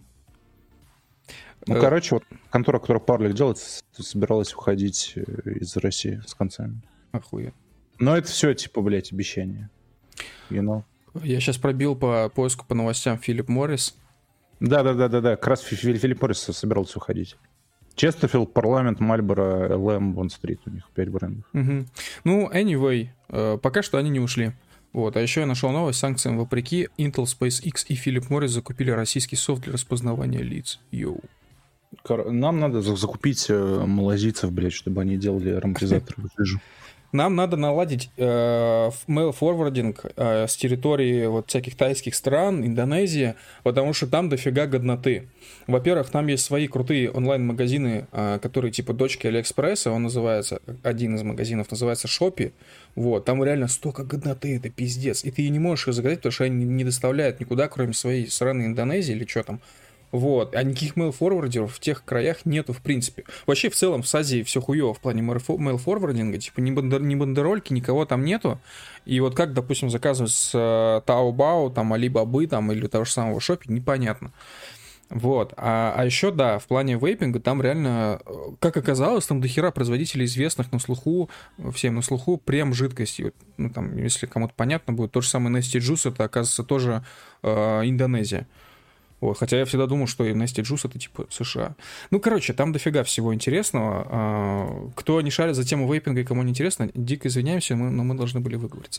Ну, короче, вот контора, которая парлик делает, собиралась уходить из России с концами.
Охуенно.
Но это все, типа, блядь, обещание. You know?
Я сейчас пробил по поиску по новостям Филипп Моррис.
Да. Как раз Филипп Моррис собирался уходить. Честерфилд, Парламент, Мальборо, ЛМ, Бонн-стрит. У них 5 брендов.
Угу. Ну, anyway, пока что они не ушли. Вот. А еще я нашел новость: санкциям вопреки, Intel, SpaceX и Филипп Моррис закупили российский софт для распознавания лиц. Йоу.
Нам надо закупить малазийцев, блядь, чтобы они делали ароматизаторы.
Нам надо наладить mail-форвардинг с территории вот всяких тайских стран, Индонезии, потому что там дофига годноты. Во-первых, там есть свои крутые онлайн-магазины, которые типа дочки Алиэкспресса, он называется, один из магазинов называется Шопи. Вот, там реально столько годноты, это пиздец. И ты не можешь ее заказать, потому что они не доставляют никуда, кроме своей сраной Индонезии или что там. Вот, а никаких mail-форвардеров в тех краях нету в принципе. Вообще, в целом, в Азии все хуёво в плане mail-форвардинга, типа ни бандерольки, никого там нету. И вот как, допустим, заказывать с Taobao, там, Alibaba, там, или того же самого Shopee, непонятно. Вот, а еще, да, в плане вейпинга там реально, как оказалось, там дохера производителей известных на слуху, всем на слуху, прям жидкости. Ну, там, если кому-то понятно будет, то же самое Nasty Juice, это, оказывается, тоже Индонезия. Вот, хотя я всегда думал, что Nasty Juice — это типа США. Ну, короче, там дофига всего интересного. Кто не шарит за тему вейпинга и кому не интересно, дико извиняемся, но мы должны были выговориться.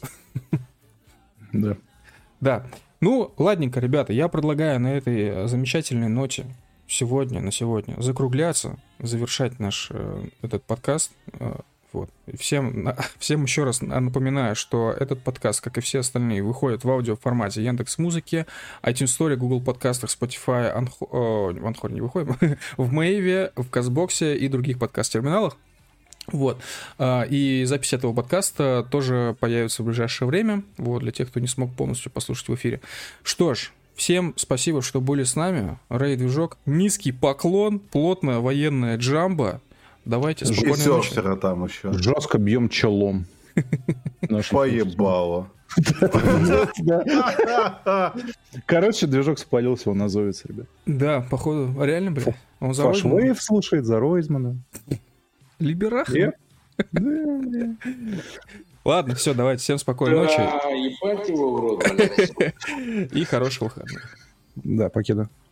Да.
Да. Ну, ладненько, ребята, я предлагаю на этой замечательной ноте на сегодня закругляться, завершать наш этот подкаст. Вот. Всем еще раз напоминаю, что этот подкаст, как и все остальные, выходит в аудиоформате Яндекс.Музыки, iTunes Store, Google подкастах, Spotify, в Анхоре не выходим, в Мэйве, в Казбоксе и других подкаст-терминалах. Вот. И запись этого подкаста тоже появится в ближайшее время, вот, для тех, кто не смог полностью послушать в эфире. Что ж, всем спасибо, что были с нами. Рэй-движок, низкий поклон, плотная военная джамба. Давайте спокойной ночи.
Там еще.
Жестко бьем челом.
Поебало.
Короче, движок спалился, он назовется, ребят.
Да, походу, реально, бля. Он за
Фаш Вейв слушает, за Ройзмана.
Либерах? Ладно, все, давайте, всем спокойной ночи.
Ебать его в рот, блядь.
И хороших выходных.
Да, покеда.